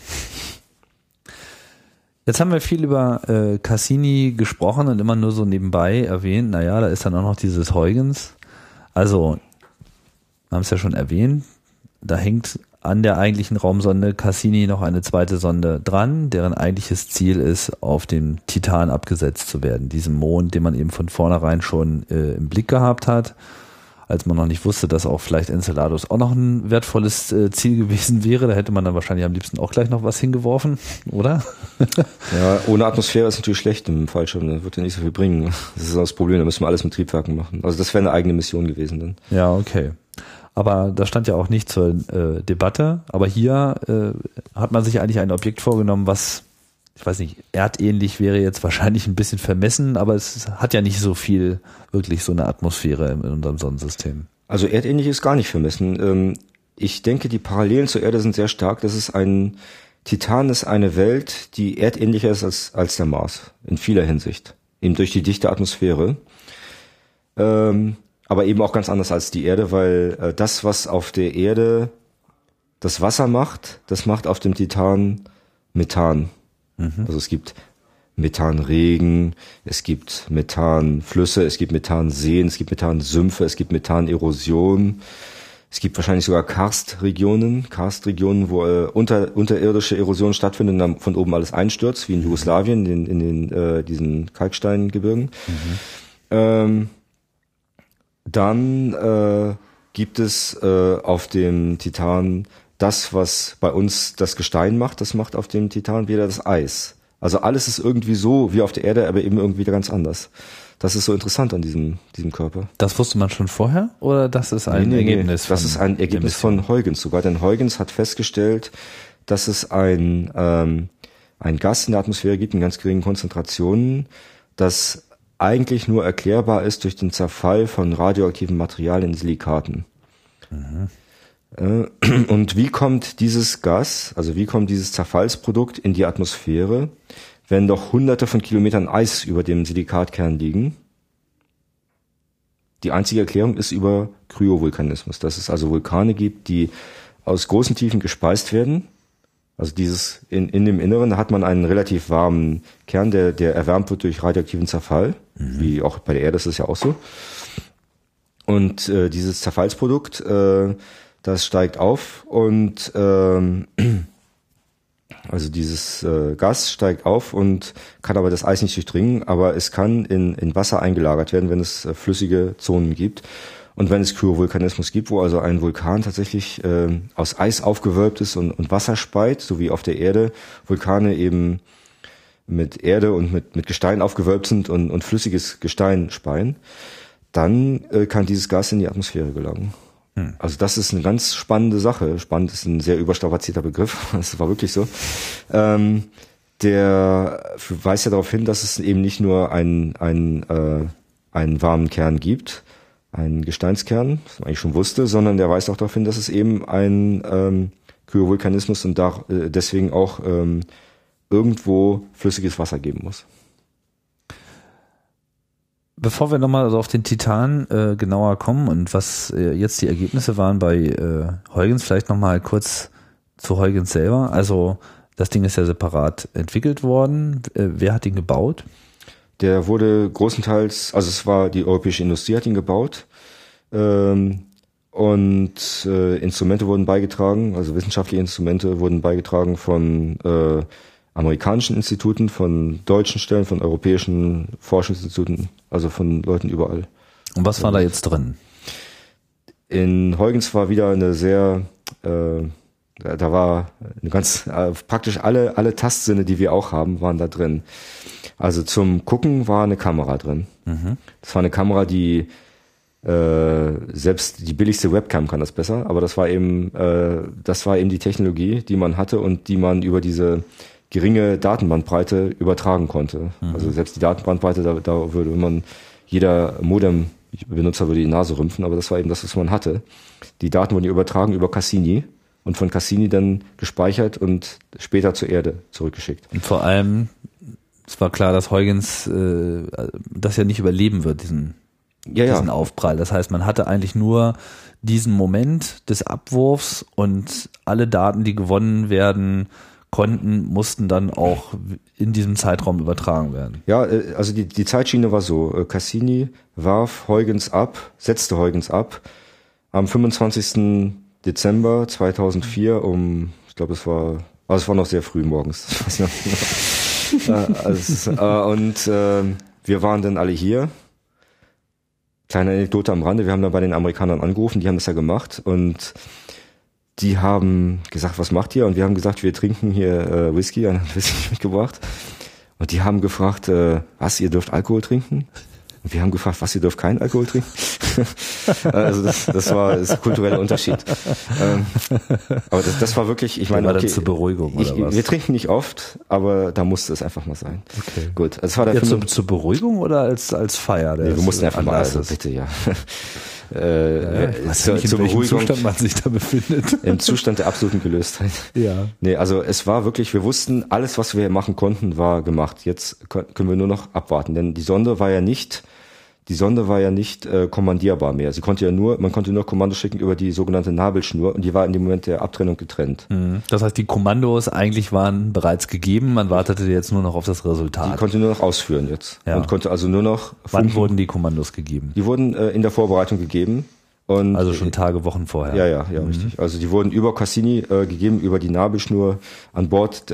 Jetzt haben wir viel über Cassini gesprochen und immer nur so nebenbei erwähnt, naja, da ist dann auch noch dieses Huygens. Also, wir haben es ja schon erwähnt, da hängt an der eigentlichen Raumsonde Cassini noch eine zweite Sonde dran, deren eigentliches Ziel ist, auf dem Titan abgesetzt zu werden. Diesem Mond, den man eben von vornherein schon im Blick gehabt hat, als man noch nicht wusste, dass auch vielleicht Enceladus auch noch ein wertvolles Ziel gewesen wäre. Da hätte man dann wahrscheinlich am liebsten auch gleich noch was hingeworfen, oder? Ja, ohne Atmosphäre ist natürlich schlecht im Fallschirm. Das wird ja nicht so viel bringen. Das ist das Problem, da müssen wir alles mit Triebwerken machen. Also das wäre eine eigene Mission gewesen dann. Ja, okay. Aber das stand ja auch nicht zur Debatte. Aber hier hat man sich eigentlich ein Objekt vorgenommen, was, ich weiß nicht, erdähnlich wäre jetzt wahrscheinlich ein bisschen vermessen, aber es hat ja nicht so viel, wirklich so eine Atmosphäre in unserem Sonnensystem. Also erdähnlich ist gar nicht vermessen. Ich denke, die Parallelen zur Erde sind sehr stark. Titan ist eine Welt, die erdähnlicher ist als der Mars, in vieler Hinsicht. Eben durch die dichte Atmosphäre. Aber eben auch ganz anders als die Erde, weil das, was auf der Erde das Wasser macht, das macht auf dem Titan Methan. Mhm. Also es gibt Methanregen, es gibt Methanflüsse, es gibt Methanseen, es gibt Methansümpfe, es gibt Methanerosion. Es gibt wahrscheinlich sogar Karstregionen, wo unterirdische Erosion stattfindet und dann von oben alles einstürzt, wie in Jugoslawien, in diesen Kalksteingebirgen. Dann gibt es auf dem Titan das, was bei uns das Gestein macht, das macht auf dem Titan wieder das Eis. Also alles ist irgendwie so wie auf der Erde, aber eben irgendwie wieder ganz anders. Das ist so interessant an diesem Körper. Das wusste man schon vorher oder das ist ein Ergebnis? Das ist ein Ergebnis von Huygens sogar, denn Huygens hat festgestellt, dass es ein Gas in der Atmosphäre gibt in ganz geringen Konzentrationen, das eigentlich nur erklärbar ist durch den Zerfall von radioaktiven Materialien in Silikaten. Und wie kommt dieses Gas, also wie kommt dieses Zerfallsprodukt in die Atmosphäre, wenn doch hunderte von Kilometern Eis über dem Silikatkern liegen? Die einzige Erklärung ist über Kryovulkanismus, dass es also Vulkane gibt, die aus großen Tiefen gespeist werden. Also dieses in dem Inneren hat man einen relativ warmen Kern, der erwärmt wird durch radioaktiven Zerfall, wie auch bei der Erde ist es ja auch so. Und dieses Zerfallsprodukt, das steigt auf und also dieses Gas steigt auf und kann aber das Eis nicht durchdringen, aber es kann in Wasser eingelagert werden, wenn es flüssige Zonen gibt. Und wenn es Kryovulkanismus gibt, wo also ein Vulkan tatsächlich aus Eis aufgewölbt ist und Wasser speit, so wie auf der Erde Vulkane eben mit Erde und mit Gestein aufgewölbt sind und flüssiges Gestein speien, dann kann dieses Gas in die Atmosphäre gelangen. Also das ist eine ganz spannende Sache. Spannend ist ein sehr überstrapazierter Begriff. Das war wirklich so. Der weist ja darauf hin, dass es eben nicht nur einen warmen Kern gibt, einen Gesteinskern, was man eigentlich schon wusste, sondern der weist auch darauf hin, dass es eben ein Kryovulkanismus und deswegen auch irgendwo flüssiges Wasser geben muss. Bevor wir nochmal so auf den Titan genauer kommen und was jetzt die Ergebnisse waren bei Huygens, vielleicht nochmal kurz zu Huygens selber. Also das Ding ist ja separat entwickelt worden. Wer hat ihn gebaut? Der wurde großenteils, also es war die europäische Industrie hat ihn gebaut und Instrumente wurden beigetragen, also wissenschaftliche Instrumente wurden beigetragen von amerikanischen Instituten, von deutschen Stellen, von europäischen Forschungsinstituten, also von Leuten überall. Und was war da jetzt drin? In Huygens war wieder eine sehr, da war eine ganz, praktisch alle Tastsinne, die wir auch haben, waren da drin. Also zum Gucken war eine Kamera drin. Das war eine Kamera, die selbst die billigste Webcam kann das besser, aber das war eben die Technologie, die man hatte und die man über diese geringe Datenbandbreite übertragen konnte. Also selbst die Datenbandbreite, da würde man, jeder Modem-Benutzer würde die Nase rümpfen, aber das war eben das, was man hatte. Die Daten wurden übertragen über Cassini und von Cassini dann gespeichert und später zur Erde zurückgeschickt. Und vor allem, es war klar, dass Huygens das ja nicht überleben wird, diesen Aufprall. Das heißt, man hatte eigentlich nur diesen Moment des Abwurfs und alle Daten, die gewonnen werden konnten, mussten dann auch in diesem Zeitraum übertragen werden. Ja, also die Zeitschiene war so. Cassini setzte Huygens ab am 25. Dezember 2004 ich glaube es war noch sehr früh morgens. Wir waren dann alle hier. Kleine Anekdote am Rande, wir haben dann bei den Amerikanern angerufen, die haben das ja gemacht und die haben gesagt, was macht ihr? Und wir haben gesagt, wir trinken hier Whisky, einen Whisky mitgebracht. Und die haben gefragt, was, ihr dürft Alkohol trinken? Und wir haben gefragt, was, ihr dürft keinen Alkohol trinken? Also das war ein kultureller Unterschied. Aber das war wirklich, ich meine, okay, zur Beruhigung oder was? Wir trinken nicht oft, aber da musste es einfach mal sein. Okay. Gut, es war der zur Beruhigung oder als Feier? Nee, wir mussten einfach mal, also bitte, ja. Zur Beruhigung, Zustand man sich da befindet. Im Zustand der absoluten Gelöstheit. Ja. Nee, also es war wirklich, wir wussten, alles, was wir machen konnten, war gemacht. Jetzt können wir nur noch abwarten, denn die Sonde war ja nicht die Sonde war ja nicht kommandierbar mehr. Man konnte nur Kommandos schicken über die sogenannte Nabelschnur und die war in dem Moment der Abtrennung getrennt. Das heißt, die Kommandos eigentlich waren bereits gegeben, man wartete jetzt nur noch auf das Resultat. Die konnte nur noch ausführen jetzt und konnte also nur noch Wann wurden die Kommandos gegeben? Die wurden in der Vorbereitung gegeben. Und also schon Tage, Wochen vorher. Ja, richtig. Also die wurden über Cassini gegeben, über die Nabelschnur im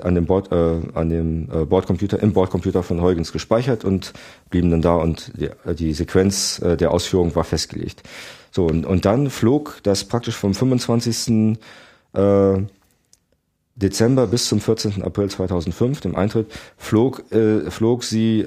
Bordcomputer von Huygens gespeichert und blieben dann da und die Sequenz der Ausführung war festgelegt. So, und dann flog das praktisch vom 25. Dezember bis zum 14. April 2005, dem Eintritt, flog sie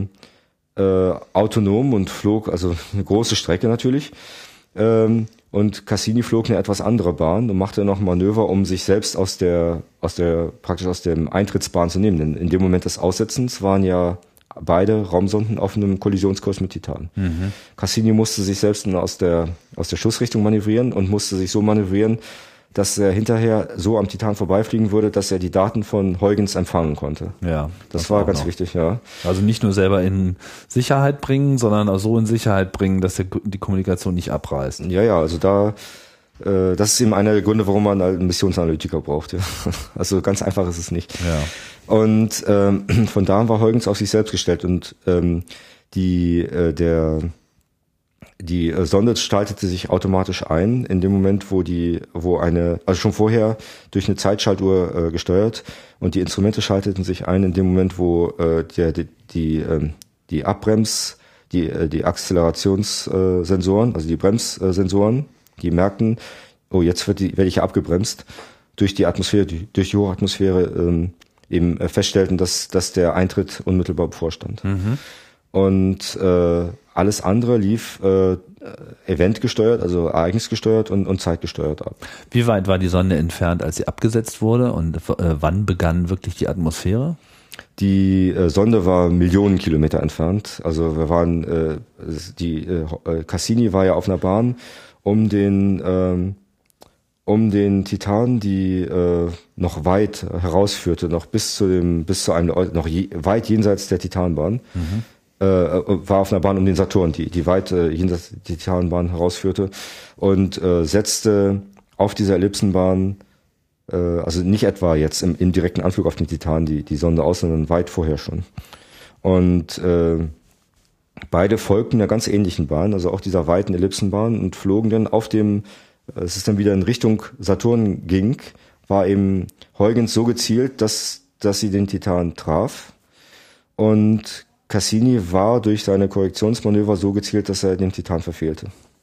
autonom und flog, also eine große Strecke natürlich. Und Cassini flog eine etwas andere Bahn und machte noch Manöver, um sich selbst aus dem Eintrittsbahn zu nehmen. Denn in dem Moment des Aussetzens waren ja beide Raumsonden auf einem Kollisionskurs mit Titan. Cassini musste sich selbst aus der Schussrichtung manövrieren und musste sich so manövrieren, dass er hinterher so am Titan vorbeifliegen würde, dass er die Daten von Huygens empfangen konnte. Ja, das war ganz wichtig, ja. Also nicht nur selber in Sicherheit bringen, sondern auch so in Sicherheit bringen, dass die Kommunikation nicht abreißt. Ja, also das ist eben einer der Gründe, warum man einen Missionsanalytiker braucht. Ja. Also ganz einfach ist es nicht. Ja. Und von da an war Huygens auf sich selbst gestellt und die Sonde schaltete sich automatisch ein in dem Moment, also schon vorher durch eine Zeitschaltuhr gesteuert und die Instrumente schalteten sich ein in dem Moment, wo die Akzelerationssensoren, also die Bremssensoren, die merkten, oh, jetzt werde ich ja abgebremst durch die Atmosphäre, durch die Hochatmosphäre eben feststellten, dass der Eintritt unmittelbar bevorstand. Und alles andere lief eventgesteuert, also ereignisgesteuert und zeitgesteuert ab. Wie weit war die Sonde entfernt, als sie abgesetzt wurde und wann begann wirklich die Atmosphäre? Die Sonde war Millionen Kilometer entfernt. Also wir waren, Cassini war ja auf einer Bahn um den Titan, die noch weit herausführte, noch weit jenseits der Titanbahn. War auf einer Bahn um den Saturn, die weit jenseits der Titanbahn herausführte und setzte auf dieser Ellipsenbahn, also nicht etwa jetzt im direkten Anflug auf den Titan die Sonde aus, sondern weit vorher schon. Und beide folgten einer ganz ähnlichen Bahn, also auch dieser weiten Ellipsenbahn und flogen dann es ist dann wieder in Richtung Saturn ging, war eben Huygens so gezielt, dass sie den Titan traf und Cassini war durch seine Korrektionsmanöver so gezielt, dass er den Titan verfehlte.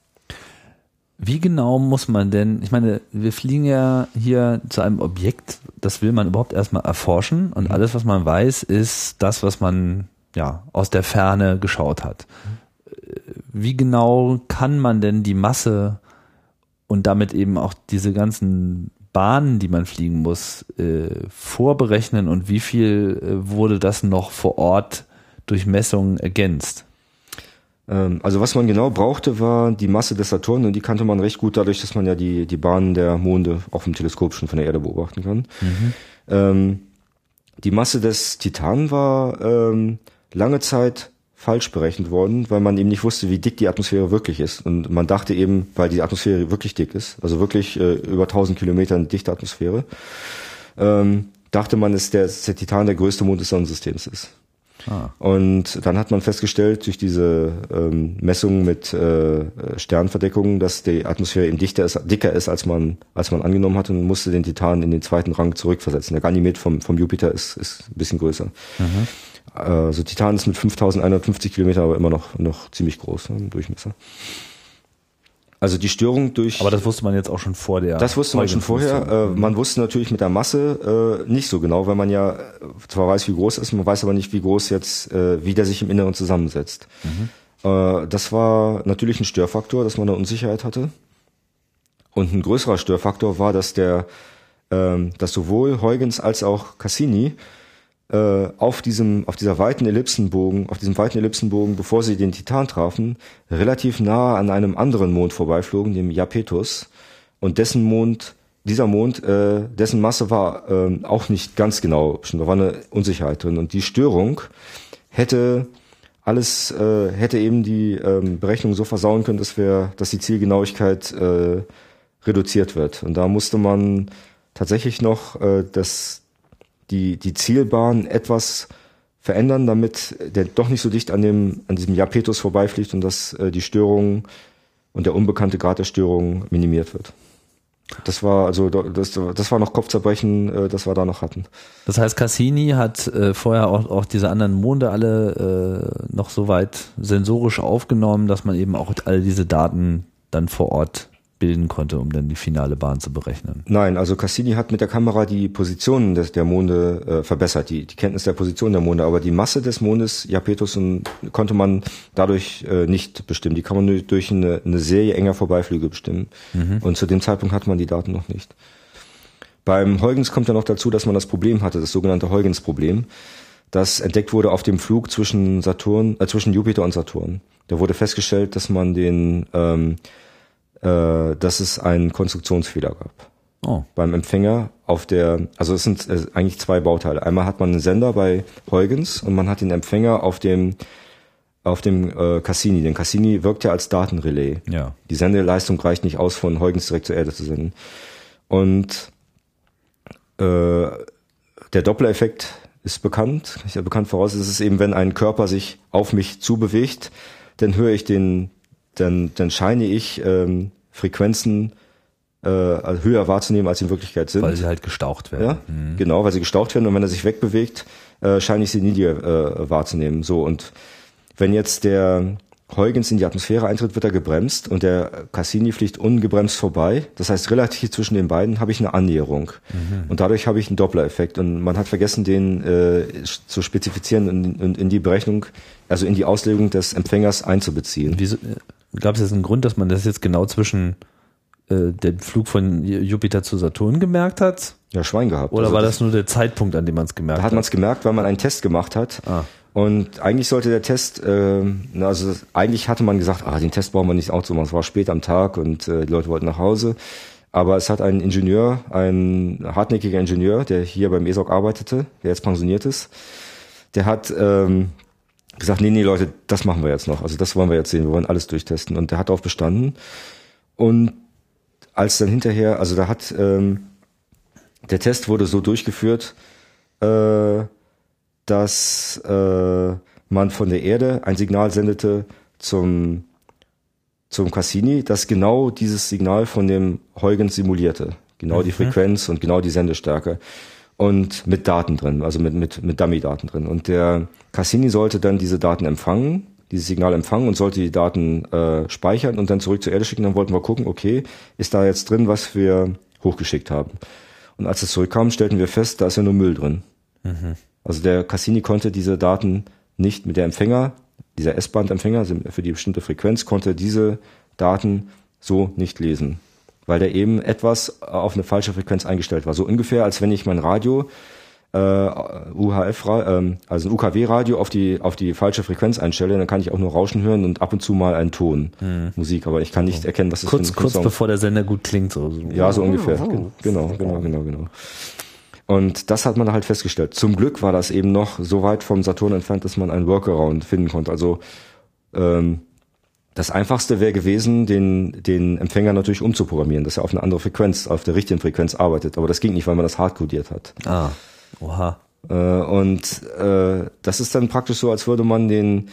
Wie genau muss man denn, ich meine, wir fliegen ja hier zu einem Objekt, das will man überhaupt erstmal erforschen und alles, was man weiß, ist das, was man ja aus der Ferne geschaut hat. Wie genau kann man denn die Masse und damit eben auch diese ganzen Bahnen, die man fliegen muss, vorberechnen und wie viel wurde das noch vor Ort durch Messungen ergänzt? Also was man genau brauchte, war die Masse des Saturn und die kannte man recht gut dadurch, dass man ja die Bahnen der Monde auch vom Teleskop schon von der Erde beobachten kann. Die Masse des Titan war lange Zeit falsch berechnet worden, weil man eben nicht wusste, wie dick die Atmosphäre wirklich ist. Und man dachte eben, weil die Atmosphäre wirklich dick ist, also wirklich über 1000 Kilometer dichte Atmosphäre, dachte man, dass der Titan der größte Mond des Sonnensystems ist. Und dann hat man festgestellt, durch diese Messungen mit Sternverdeckungen, dass die Atmosphäre eben dicker ist, als man angenommen hat und musste den Titan in den zweiten Rang zurückversetzen. Der Ganymed vom Jupiter ist ein bisschen größer. Also Titan ist mit 5150 Kilometern aber immer noch ziemlich groß im Durchmesser. Also die Störung durch... Aber das wusste man jetzt auch schon vor der... Das wusste man schon vorher. Man wusste natürlich mit der Masse nicht so genau, weil man ja zwar weiß, wie groß es ist, man weiß aber nicht, wie groß jetzt, wie der sich im Inneren zusammensetzt. Das war natürlich ein Störfaktor, dass man eine Unsicherheit hatte. Und ein größerer Störfaktor war, dass sowohl Huygens als auch Cassini auf diesem weiten Ellipsenbogen, bevor sie den Titan trafen, relativ nah an einem anderen Mond vorbeiflogen, dem Iapetus, und dessen Masse war auch nicht ganz genau, da war eine Unsicherheit drin, und die Störung hätte alles hätte eben die Berechnung so versauen können, dass die Zielgenauigkeit reduziert wird. Und da musste man tatsächlich noch die Zielbahn etwas verändern, damit der doch nicht so dicht an diesem Iapetus vorbeifliegt und dass die Störung und der unbekannte Grad der Störung minimiert wird. Das war noch Kopfzerbrechen, das wir da noch hatten. Das heißt, Cassini hat vorher auch diese anderen Monde alle noch so weit sensorisch aufgenommen, dass man eben auch all diese Daten dann vor Ort bilden konnte, um dann die finale Bahn zu berechnen. Nein, also Cassini hat mit der Kamera die Positionen der Monde verbessert, die Kenntnis der Position der Monde, aber die Masse des Mondes, Iapetus, konnte man dadurch nicht bestimmen. Die kann man nur durch eine Serie enger Vorbeiflüge bestimmen. Und zu dem Zeitpunkt hat man die Daten noch nicht. Beim Huygens kommt ja noch dazu, dass man das Problem hatte, das sogenannte Huygens-Problem, das entdeckt wurde auf dem Flug zwischen Jupiter und Saturn. Da wurde festgestellt, dass dass es einen Konstruktionsfehler gab. Oh. Beim Empfänger also es sind eigentlich zwei Bauteile. Einmal hat man einen Sender bei Huygens und man hat den Empfänger auf dem Cassini. Denn Cassini wirkt ja als Datenrelais. Ja. Die Sendeleistung reicht nicht aus, von Huygens direkt zur Erde zu senden. Und der Doppler-Effekt ist bekannt voraus. Es ist eben, wenn ein Körper sich auf mich zubewegt, dann dann scheine ich Frequenzen höher wahrzunehmen, als sie in Wirklichkeit sind. Weil sie halt gestaucht werden. Ja, genau, weil sie gestaucht werden und wenn er sich wegbewegt, scheine ich sie niedriger wahrzunehmen. So, und wenn jetzt der Huygens in die Atmosphäre eintritt, wird er gebremst und der Cassini fliegt ungebremst vorbei. Das heißt, relativ zwischen den beiden habe ich eine Annäherung. Und dadurch habe ich einen Doppler-Effekt. Und man hat vergessen, den zu spezifizieren und in die Berechnung, also in die Auslegung des Empfängers einzubeziehen. Wieso? Gab es jetzt einen Grund, dass man das jetzt genau zwischen dem Flug von Jupiter zu Saturn gemerkt hat? Ja, Schwein gehabt. Oder also war das nur der Zeitpunkt, an dem man es gemerkt hat? Da hat man es gemerkt, weil man einen Test gemacht hat. Und eigentlich sollte der Test, eigentlich hatte man gesagt, den Test brauchen wir nicht auch zu machen. Es war spät am Tag und die Leute wollten nach Hause. Aber es hat ein hartnäckiger Ingenieur, der hier beim ESOC arbeitete, der jetzt pensioniert ist, der hat gesagt, nee, Leute, das machen wir jetzt noch. Also das wollen wir jetzt sehen, wir wollen alles durchtesten. Und der hat darauf bestanden. Und als dann hinterher, also der Test wurde so durchgeführt, dass man von der Erde ein Signal sendete zum Cassini, das genau dieses Signal von dem Huygens simulierte. Genau die Frequenz und genau die Sendestärke. Und mit Daten drin, also mit Dummy-Daten drin. Und der Cassini sollte dann diese Daten empfangen, dieses Signal empfangen und sollte die Daten speichern und dann zurück zur Erde schicken. Dann wollten wir gucken, okay, ist da jetzt drin, was wir hochgeschickt haben. Und als es zurückkam, stellten wir fest, da ist ja nur Müll drin. Also der Cassini konnte diese Daten nicht mit der Empfänger, dieser S-Band-Empfänger für die bestimmte Frequenz, konnte diese Daten so nicht lesen. Weil der eben etwas auf eine falsche Frequenz eingestellt war. So ungefähr, als wenn ich mein Radio, also ein UKW-Radio auf die falsche Frequenz einstelle, dann kann ich auch nur Rauschen hören und ab und zu mal einen Ton, Musik, aber ich kann nicht erkennen, was es für ein Song. Kurz bevor der Sender gut klingt. So. Ja, so ungefähr. Genau. Und das hat man halt festgestellt. Zum Glück war das eben noch so weit vom Saturn entfernt, dass man einen Workaround finden konnte. Also das Einfachste wäre gewesen, den Empfänger natürlich umzuprogrammieren, dass er auf eine andere Frequenz, auf der richtigen Frequenz arbeitet. Aber das ging nicht, weil man das hardcodiert hat. Oha. Und das ist dann praktisch so, als würde man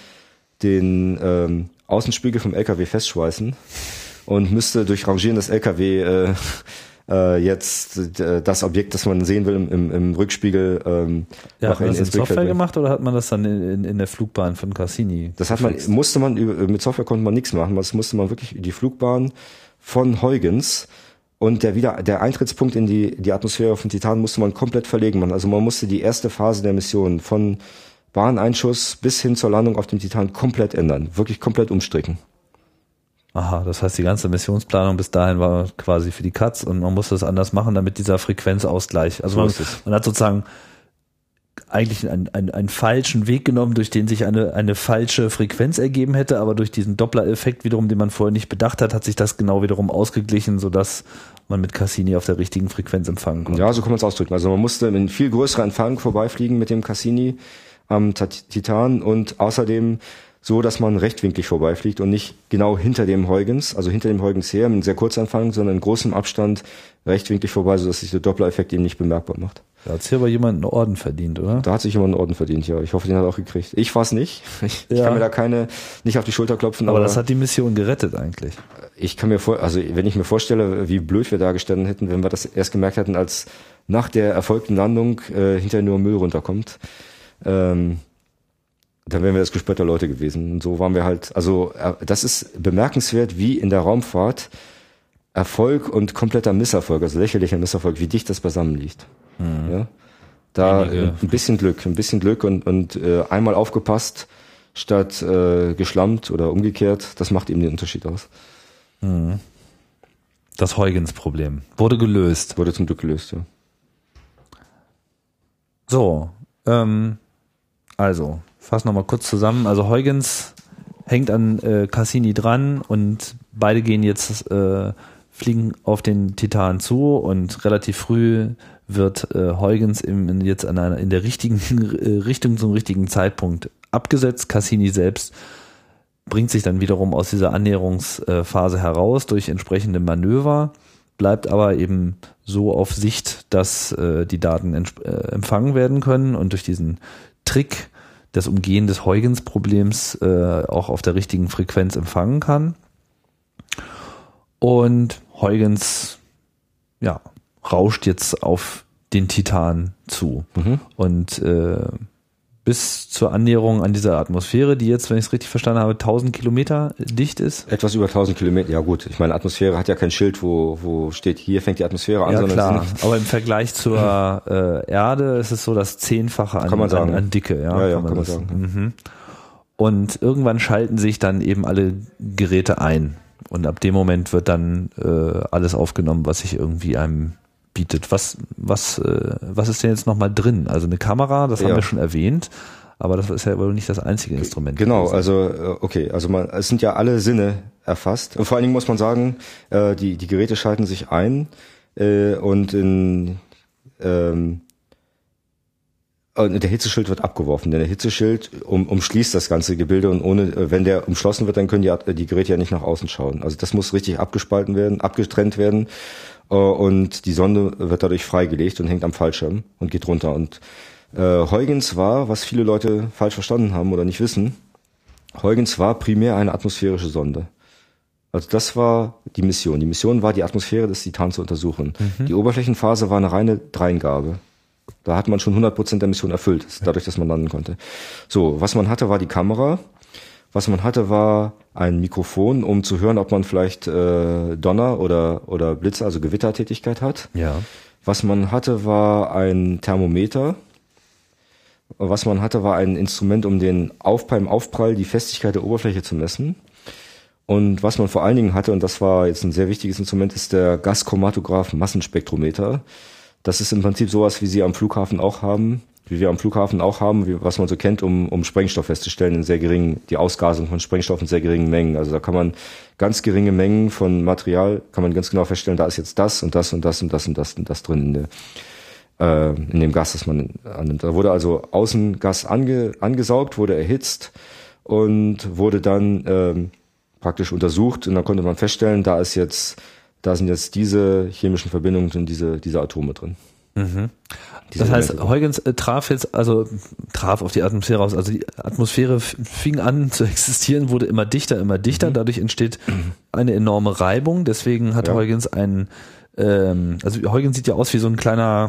den Außenspiegel vom LKW festschweißen und müsste durch Rangieren des LKW jetzt das Objekt, das man sehen will, im Rückspiegel hat man das in Software gemacht oder hat man das dann in der Flugbahn von Cassini? Das musste man mit Software konnte man nichts machen, das musste man wirklich die Flugbahn von Huygens und der Eintrittspunkt in die Atmosphäre von Titan musste man komplett verlegen. Also man musste die erste Phase der Mission von Bahneinschuss bis hin zur Landung auf dem Titan komplett ändern, wirklich komplett umstricken. Aha, das heißt, die ganze Missionsplanung bis dahin war quasi für die Katz und man musste es anders machen, damit dieser Frequenzausgleich. Also man hat sozusagen eigentlich einen falschen Weg genommen, durch den sich eine falsche Frequenz ergeben hätte, aber durch diesen Doppler-Effekt wiederum, den man vorher nicht bedacht hat sich das genau wiederum ausgeglichen, sodass man mit Cassini auf der richtigen Frequenz empfangen konnte. Ja, so kann man es ausdrücken. Also man musste in viel größerer Entfernung vorbeifliegen mit dem Cassini am Titan und außerdem so, dass man rechtwinklig vorbeifliegt und nicht genau hinter dem Huygens, also hinter dem Huygens her, mit sehr kurzer Entfernung, sondern in großem Abstand rechtwinklig vorbei, sodass sich der Doppler-Effekt eben nicht bemerkbar macht. Da hat sich aber jemand einen Orden verdient, oder? Da hat sich jemand einen Orden verdient, ja. Ich hoffe, den hat er auch gekriegt. Ich war es nicht. Ich kann mir da nicht auf die Schulter klopfen. Aber das hat die Mission gerettet eigentlich. Ich kann mir wenn ich mir vorstelle, wie blöd wir da gestanden hätten, wenn wir das erst gemerkt hätten, als nach der erfolgten Landung hinterher nur Müll runterkommt, dann wären wir das Gespött der Leute gewesen. Und so waren wir halt, also das ist bemerkenswert, wie in der Raumfahrt Erfolg und kompletter Misserfolg, also lächerlicher Misserfolg, wie dicht das beisammen liegt. Ja? Da ein bisschen Glück und einmal aufgepasst statt geschlampt oder umgekehrt, das macht eben den Unterschied aus. Das Huygens-Problem wurde gelöst. Wurde zum Glück gelöst, ja. So, also, fass nochmal kurz zusammen. Also Huygens hängt an Cassini dran und beide gehen jetzt, fliegen auf den Titan zu und relativ früh wird Huygens jetzt in der richtigen Richtung zum richtigen Zeitpunkt abgesetzt. Cassini selbst bringt sich dann wiederum aus dieser Annäherungsphase heraus durch entsprechende Manöver, bleibt aber eben so auf Sicht, dass die Daten empfangen werden können und durch diesen Trick des Umgehen des Huygens-Problems auch auf der richtigen Frequenz empfangen kann. Und Huygens, ja, rauscht jetzt auf den Titan zu. Und bis zur Annäherung an dieser Atmosphäre, die jetzt, wenn ich es richtig verstanden habe, 1000 Kilometer dicht ist. Etwas über 1000 Kilometer, ja gut. Ich meine, Atmosphäre hat ja kein Schild, wo steht, hier fängt die Atmosphäre an. Ja klar, aber im Vergleich zur Erde ist es so das Zehnfache an Dicke. Ja, kann man sagen. Und irgendwann schalten sich dann eben alle Geräte ein. Und ab dem Moment wird dann alles aufgenommen, was sich irgendwie einem bietet. Was ist denn jetzt nochmal drin? Also eine Kamera, das haben wir schon erwähnt, aber das ist ja wohl nicht das einzige Instrument. Genau, also es sind ja alle Sinne erfasst. Und vor allen Dingen muss man sagen, die Geräte schalten sich ein und der Hitzeschild wird abgeworfen, denn der Hitzeschild umschließt das ganze Gebilde und wenn der umschlossen wird, dann können die Geräte ja nicht nach außen schauen. Also das muss richtig abgetrennt werden und die Sonde wird dadurch freigelegt und hängt am Fallschirm und geht runter. Und Huygens war, was viele Leute falsch verstanden haben oder nicht wissen, Huygens war primär eine atmosphärische Sonde. Also das war die Mission. Die Mission war, die Atmosphäre des Titan zu untersuchen. Die Oberflächenphase war eine reine Dreingabe. Da hat man schon 100% der Mission erfüllt, dadurch, dass man landen konnte. So, was man hatte, war die Kamera. Was man hatte, war ein Mikrofon, um zu hören, ob man vielleicht Donner oder Blitze, also Gewittertätigkeit hat. Ja. Was man hatte, war ein Thermometer. Was man hatte, war ein Instrument, um beim Aufprall die Festigkeit der Oberfläche zu messen. Und was man vor allen Dingen hatte, und das war jetzt ein sehr wichtiges Instrument, ist der Gaschromatograph-Massenspektrometer. Das ist im Prinzip sowas, wie wir am Flughafen auch haben, was man so kennt, um Sprengstoff festzustellen die Ausgasung von Sprengstoff in sehr geringen Mengen. Also da kann man ganz geringe Mengen von Material, kann man ganz genau feststellen, da ist jetzt das und das und das und das und das und das drin in dem Gas, das man annimmt. Da wurde also Außengas angesaugt, wurde erhitzt und wurde dann praktisch untersucht und dann konnte man feststellen, da sind jetzt diese chemischen Verbindungen und diese Atome drin. Das heißt, Huygens traf auf die Atmosphäre aus. Also die Atmosphäre fing an zu existieren, wurde immer dichter. Dadurch entsteht eine enorme Reibung. Deswegen hat Huygens also Huygens sieht ja aus wie so ein kleiner,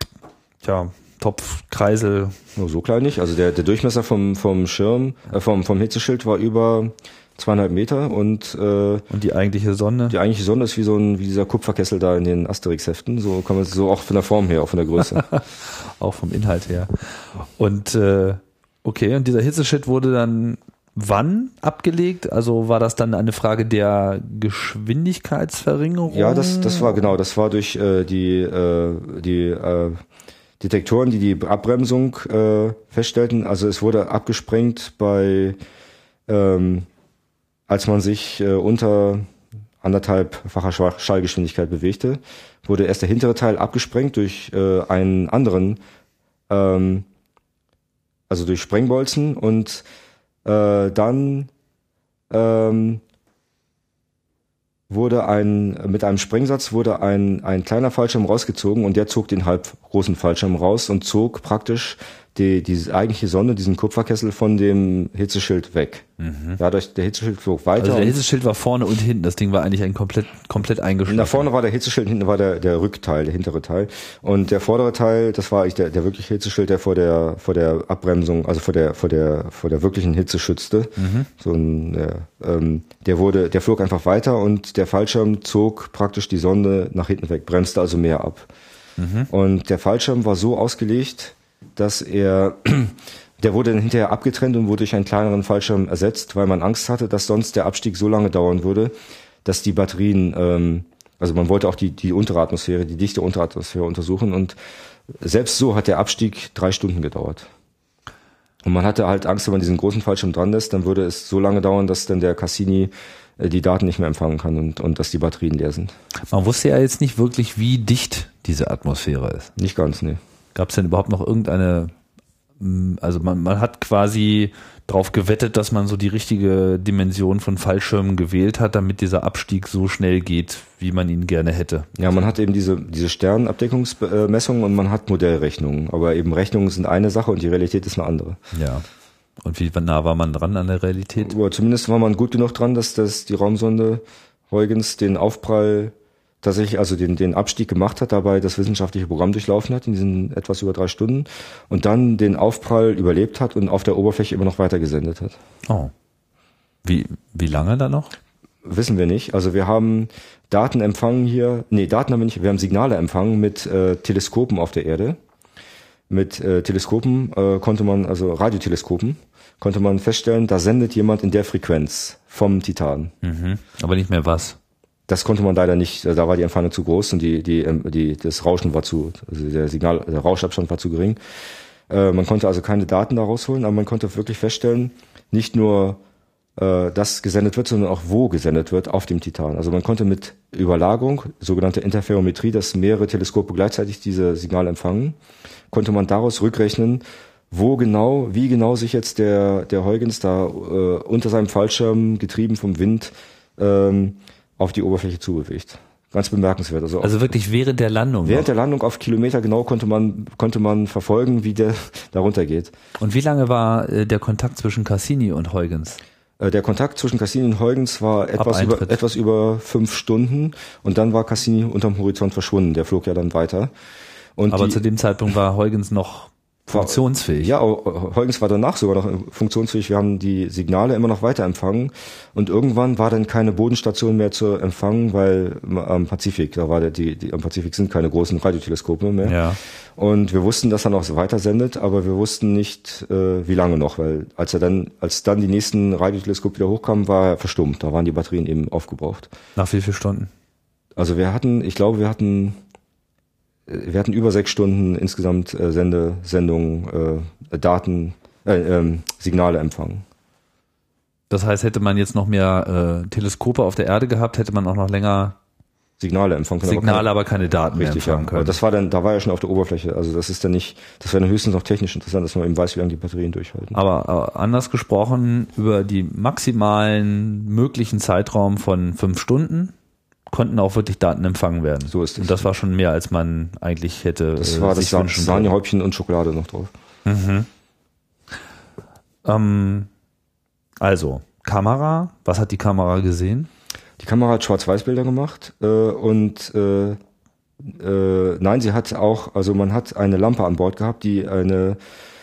Topf, Kreisel. Nur so klein nicht. Also der Durchmesser vom Schirm, vom Hitzeschild war über 2,5 Meter und die eigentliche Sonne? Die eigentliche Sonne ist wie dieser Kupferkessel da in den Asterix-Heften. So kann man so auch von der Form her, auch von der Größe. Auch vom Inhalt her. Und und dieser Hitzeschild wurde dann wann abgelegt? Also war das dann eine Frage der Geschwindigkeitsverringerung? Ja, das war durch die Detektoren, die Abbremsung feststellten. Also es wurde abgesprengt als man sich unter 1,5-facher Schallgeschwindigkeit bewegte, wurde erst der hintere Teil abgesprengt durch einen anderen, also durch Sprengbolzen und Dann wurde mit einem Sprengsatz wurde ein kleiner Fallschirm rausgezogen und der zog den halb großen Fallschirm raus und zog praktisch diese eigentliche Sonde, diesen Kupferkessel von dem Hitzeschild weg. Dadurch, der Hitzeschild flog weiter. Also der Hitzeschild war vorne und hinten, das Ding war eigentlich ein komplett eingeschlossen. Nach vorne war der Hitzeschild, hinten war der Rückteil, der hintere Teil. Und der vordere Teil, das war eigentlich der wirkliche Hitzeschild, der vor der Abbremsung, also vor der wirklichen Hitze schützte. Der flog einfach weiter und der Fallschirm zog praktisch die Sonde nach hinten weg, bremste also mehr ab. Und der Fallschirm war so ausgelegt, dass der wurde dann hinterher abgetrennt und wurde durch einen kleineren Fallschirm ersetzt, weil man Angst hatte, dass sonst der Abstieg so lange dauern würde, dass die Batterien, also man wollte auch die untere Atmosphäre, die dichte untere Atmosphäre untersuchen und selbst so hat der Abstieg 3 Stunden gedauert. Und man hatte halt Angst, wenn man diesen großen Fallschirm dran lässt, dann würde es so lange dauern, dass dann der Cassini die Daten nicht mehr empfangen kann und dass die Batterien leer sind. Man wusste ja jetzt nicht wirklich, wie dicht diese Atmosphäre ist. Nicht ganz, nee. Gab es denn überhaupt noch irgendeine, also man hat quasi drauf gewettet, dass man so die richtige Dimension von Fallschirmen gewählt hat, damit dieser Abstieg so schnell geht, wie man ihn gerne hätte. Ja, man hat eben diese Sternabdeckungsmessungen und man hat Modellrechnungen, aber eben Rechnungen sind eine Sache und die Realität ist eine andere. Ja. Und wie nah war man dran an der Realität? Aber zumindest war man gut genug dran, dass die Raumsonde Huygens den Aufprall tatsächlich, also den Abstieg gemacht hat, dabei das wissenschaftliche Programm durchlaufen hat in diesen etwas über 3 Stunden und dann den Aufprall überlebt hat und auf der Oberfläche immer noch weiter gesendet hat. Oh. Wie lange da noch? Wissen wir nicht. Also wir haben Daten empfangen hier, Daten haben wir nicht, wir haben Signale empfangen mit Teleskopen auf der Erde. Mit Teleskopen Radioteleskopen, konnte man feststellen, da sendet jemand in der Frequenz vom Titan. Aber nicht mehr was? Das konnte man leider nicht, da war die Entfernung zu groß und das Rauschen war der Rauschabstand war zu gering. Man konnte also keine Daten da rausholen, aber man konnte wirklich feststellen, nicht nur, dass gesendet wird, sondern auch wo gesendet wird auf dem Titan. Also man konnte mit Überlagerung, sogenannte Interferometrie, dass mehrere Teleskope gleichzeitig diese Signale empfangen, konnte man daraus rückrechnen, wie genau sich jetzt der Huygens da unter seinem Fallschirm, getrieben vom Wind, auf die Oberfläche zubewegt. Ganz bemerkenswert. Also wirklich während der Landung? Während der Landung auf Kilometer genau konnte man verfolgen, wie der da runtergeht. Und wie lange war der Kontakt zwischen Cassini und Huygens? Der Kontakt zwischen Cassini und Huygens war etwas über 5 Stunden und dann war Cassini unterm Horizont verschwunden. Der flog ja dann weiter. Aber zu dem Zeitpunkt war Huygens noch funktionsfähig. Ja, Huygens war danach sogar noch funktionsfähig. Wir haben die Signale immer noch weiter empfangen und irgendwann war dann keine Bodenstation mehr zu empfangen, weil am Pazifik, am Pazifik sind keine großen Radioteleskope mehr. Ja. Und wir wussten, dass er noch weiter sendet, aber wir wussten nicht, wie lange noch, weil als dann die nächsten Radioteleskope wieder hochkamen, war er verstummt. Da waren die Batterien eben aufgebraucht. Nach wie vielen Stunden? Also wir hatten über 6 Stunden insgesamt Sendungen, Daten, Signale empfangen. Das heißt, hätte man jetzt noch mehr Teleskope auf der Erde gehabt, hätte man auch noch länger Signale empfangen können. Aber keine Daten richtig, mehr empfangen können. Aber da war ja schon auf der Oberfläche. Also das wäre dann höchstens noch technisch interessant, dass man eben weiß, wie lange die Batterien durchhalten. Aber anders gesprochen, über die maximalen möglichen Zeitraum von 5 Stunden konnten auch wirklich Daten empfangen werden. So ist es. Und das war schon mehr, als man eigentlich hätte das war sich das wünschen Sahnehäubchen und Schokolade noch drauf. Also, Kamera, was hat die Kamera gesehen? Die Kamera hat Schwarz-Weiß-Bilder gemacht nein, sie hat auch, also man hat eine Lampe an Bord gehabt, die eine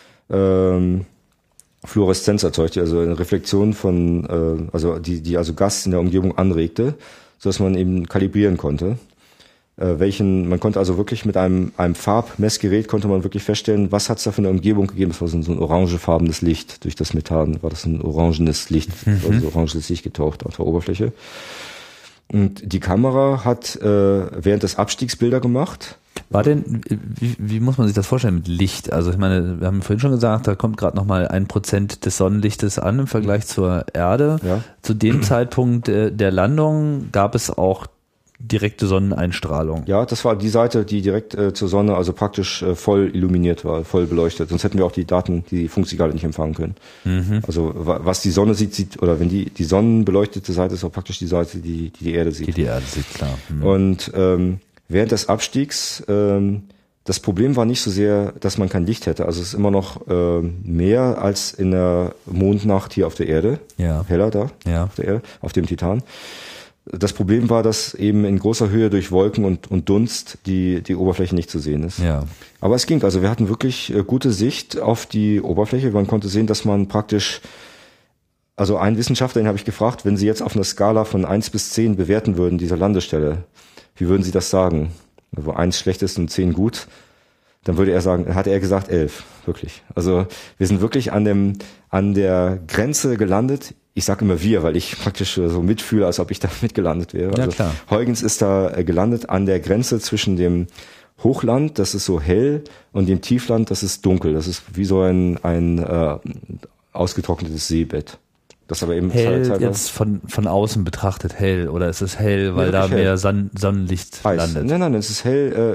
Fluoreszenz erzeugte, also eine Reflexion von, die Gas in der Umgebung anregte, sodass man eben kalibrieren konnte. Man konnte also wirklich mit einem Farbmessgerät konnte man wirklich feststellen, was hat es da für eine Umgebung gegeben. Das war so ein orangefarbenes Licht. Durch das Methan war das ein orangenes Licht, also orangenes Licht getaucht auf der Oberfläche. Und die Kamera hat während des Abstiegs Bilder gemacht. War denn, wie muss man sich das vorstellen mit Licht? Also ich meine, wir haben vorhin schon gesagt, da kommt gerade nochmal 1% des Sonnenlichtes an im Vergleich zur Erde. Ja. Zu dem Zeitpunkt der Landung gab es auch direkte Sonneneinstrahlung. Ja, das war die Seite, die direkt zur Sonne, also praktisch voll illuminiert war, voll beleuchtet. Sonst hätten wir auch die Daten, die Funksignale nicht empfangen können. Also was die Sonne sieht, oder wenn die sonnenbeleuchtete Seite ist auch praktisch die Seite, die Erde sieht. Die Erde sieht, klar. Und während des Abstiegs, das Problem war nicht so sehr, dass man kein Licht hätte. Also es ist immer noch mehr als in der Mondnacht hier auf der Erde. Ja. Heller da auf der Erde, auf dem Titan. Das Problem war, dass eben in großer Höhe durch Wolken und Dunst die Oberfläche nicht zu sehen ist. Ja. Aber es ging, also wir hatten wirklich gute Sicht auf die Oberfläche. Man konnte sehen, dass man praktisch, also ein Wissenschaftler, den habe ich gefragt, wenn Sie jetzt auf einer Skala von 1 bis 10 bewerten würden, diese Landestelle, wie würden Sie das sagen? Wo 1 schlecht ist und 10 gut, dann hatte er gesagt 11, wirklich. Also wir sind wirklich an der Grenze gelandet. Ich sage immer wir, weil ich praktisch so mitfühle, als ob ich da mitgelandet wäre. Ja, also klar. Huygens ist da gelandet an der Grenze zwischen dem Hochland, das ist so hell, und dem Tiefland, das ist dunkel. Das ist wie so ein ausgetrocknetes Seebett. Das aber eben hell jetzt von außen betrachtet hell, oder ist es hell, weil da mehr Sonnenlicht landet? Nein, es ist hell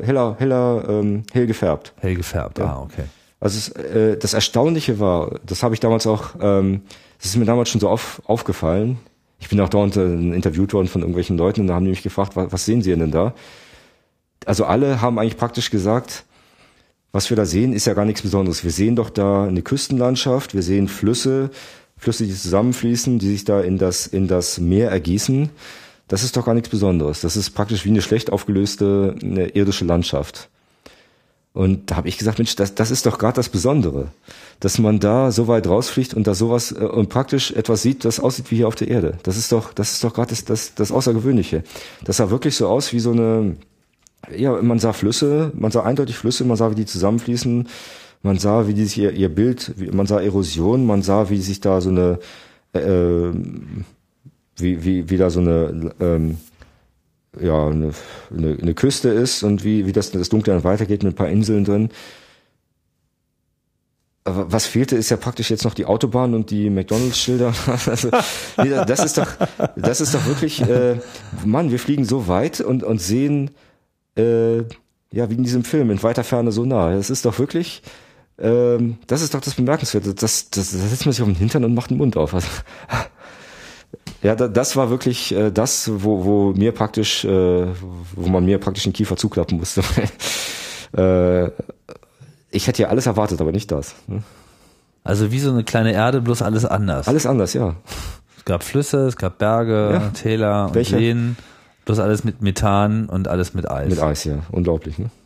gefärbt. Hell gefärbt, ja. Okay. Also das Erstaunliche war, das habe ich damals auch, das ist mir damals schon so aufgefallen. Ich bin auch dauernd interviewt worden von irgendwelchen Leuten und da haben die mich gefragt, was sehen Sie denn da? Also alle haben eigentlich praktisch gesagt, was wir da sehen, ist ja gar nichts Besonderes. Wir sehen doch da eine Küstenlandschaft, wir sehen Flüsse, die zusammenfließen, die sich da in das Meer ergießen. Das ist doch gar nichts Besonderes. Das ist praktisch wie eine schlecht aufgelöste irdische Landschaft. Und da habe ich gesagt, Mensch, das ist doch gerade das Besondere, dass man da so weit rausfliegt und da sowas und praktisch etwas sieht, das aussieht wie hier auf der Erde. Das ist doch gerade das Außergewöhnliche. Das sah wirklich so aus wie so eine, ja, man sah Flüsse, man sah eindeutig Flüsse, man sah, wie die zusammenfließen. Man sah, wie die sich ihr Bild, man sah Erosion, man sah, wie sich da so eine, wie da so eine Küste ist und wie das Dunkle dann weitergeht mit ein paar Inseln drin. Aber was fehlte, ist ja praktisch jetzt noch die Autobahn und die McDonalds-Schilder. Also, das ist doch wirklich, Mann, wir fliegen so weit und sehen, wie in diesem Film, in weiter Ferne so nah. Das ist doch wirklich, das ist doch das Bemerkenswerte. Das setzt man sich auf den Hintern und macht den Mund auf. Also, ja, das war wirklich das, wo man mir praktisch den Kiefer zuklappen musste. Ich hätte ja alles erwartet, aber nicht das. Also wie so eine kleine Erde, bloß alles anders. Alles anders, ja. Es gab Flüsse, es gab Berge, Täler und Seen, bloß alles mit Methan und alles mit Eis. Mit Eis, ja. Unglaublich, ne?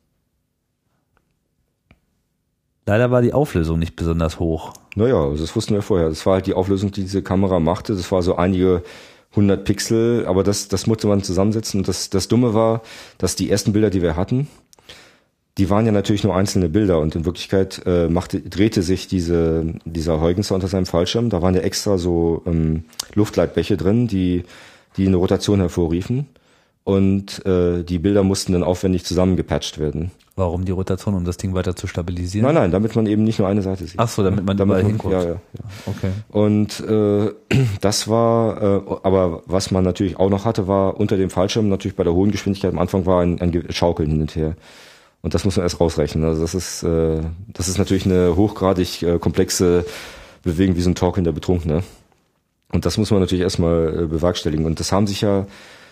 Leider war die Auflösung nicht besonders hoch. Naja, also das wussten wir vorher. Das war halt die Auflösung, die diese Kamera machte. Das war so einige 100 Pixel, aber das musste man zusammensetzen. Und das Dumme war, dass die ersten Bilder, die wir hatten, die waren ja natürlich nur einzelne Bilder. Und in Wirklichkeit drehte sich dieser Huygens unter seinem Fallschirm. Da waren ja extra so Luftleitbäche drin, die eine Rotation hervorriefen. Und die Bilder mussten dann aufwendig zusammengepatcht werden. Warum die Rotation, um das Ding weiter zu stabilisieren? Nein, damit man eben nicht nur eine Seite sieht. Ach so, damit man überall hinguckt. Ja. Okay. Und das war, aber was man natürlich auch noch hatte, war unter dem Fallschirm natürlich bei der hohen Geschwindigkeit am Anfang war ein Schaukeln hin und her. Und das muss man erst rausrechnen. Also das ist natürlich eine hochgradig komplexe Bewegung wie so ein torkelnder Betrunkener. Und das muss man natürlich erstmal bewerkstelligen. Und das haben sich ja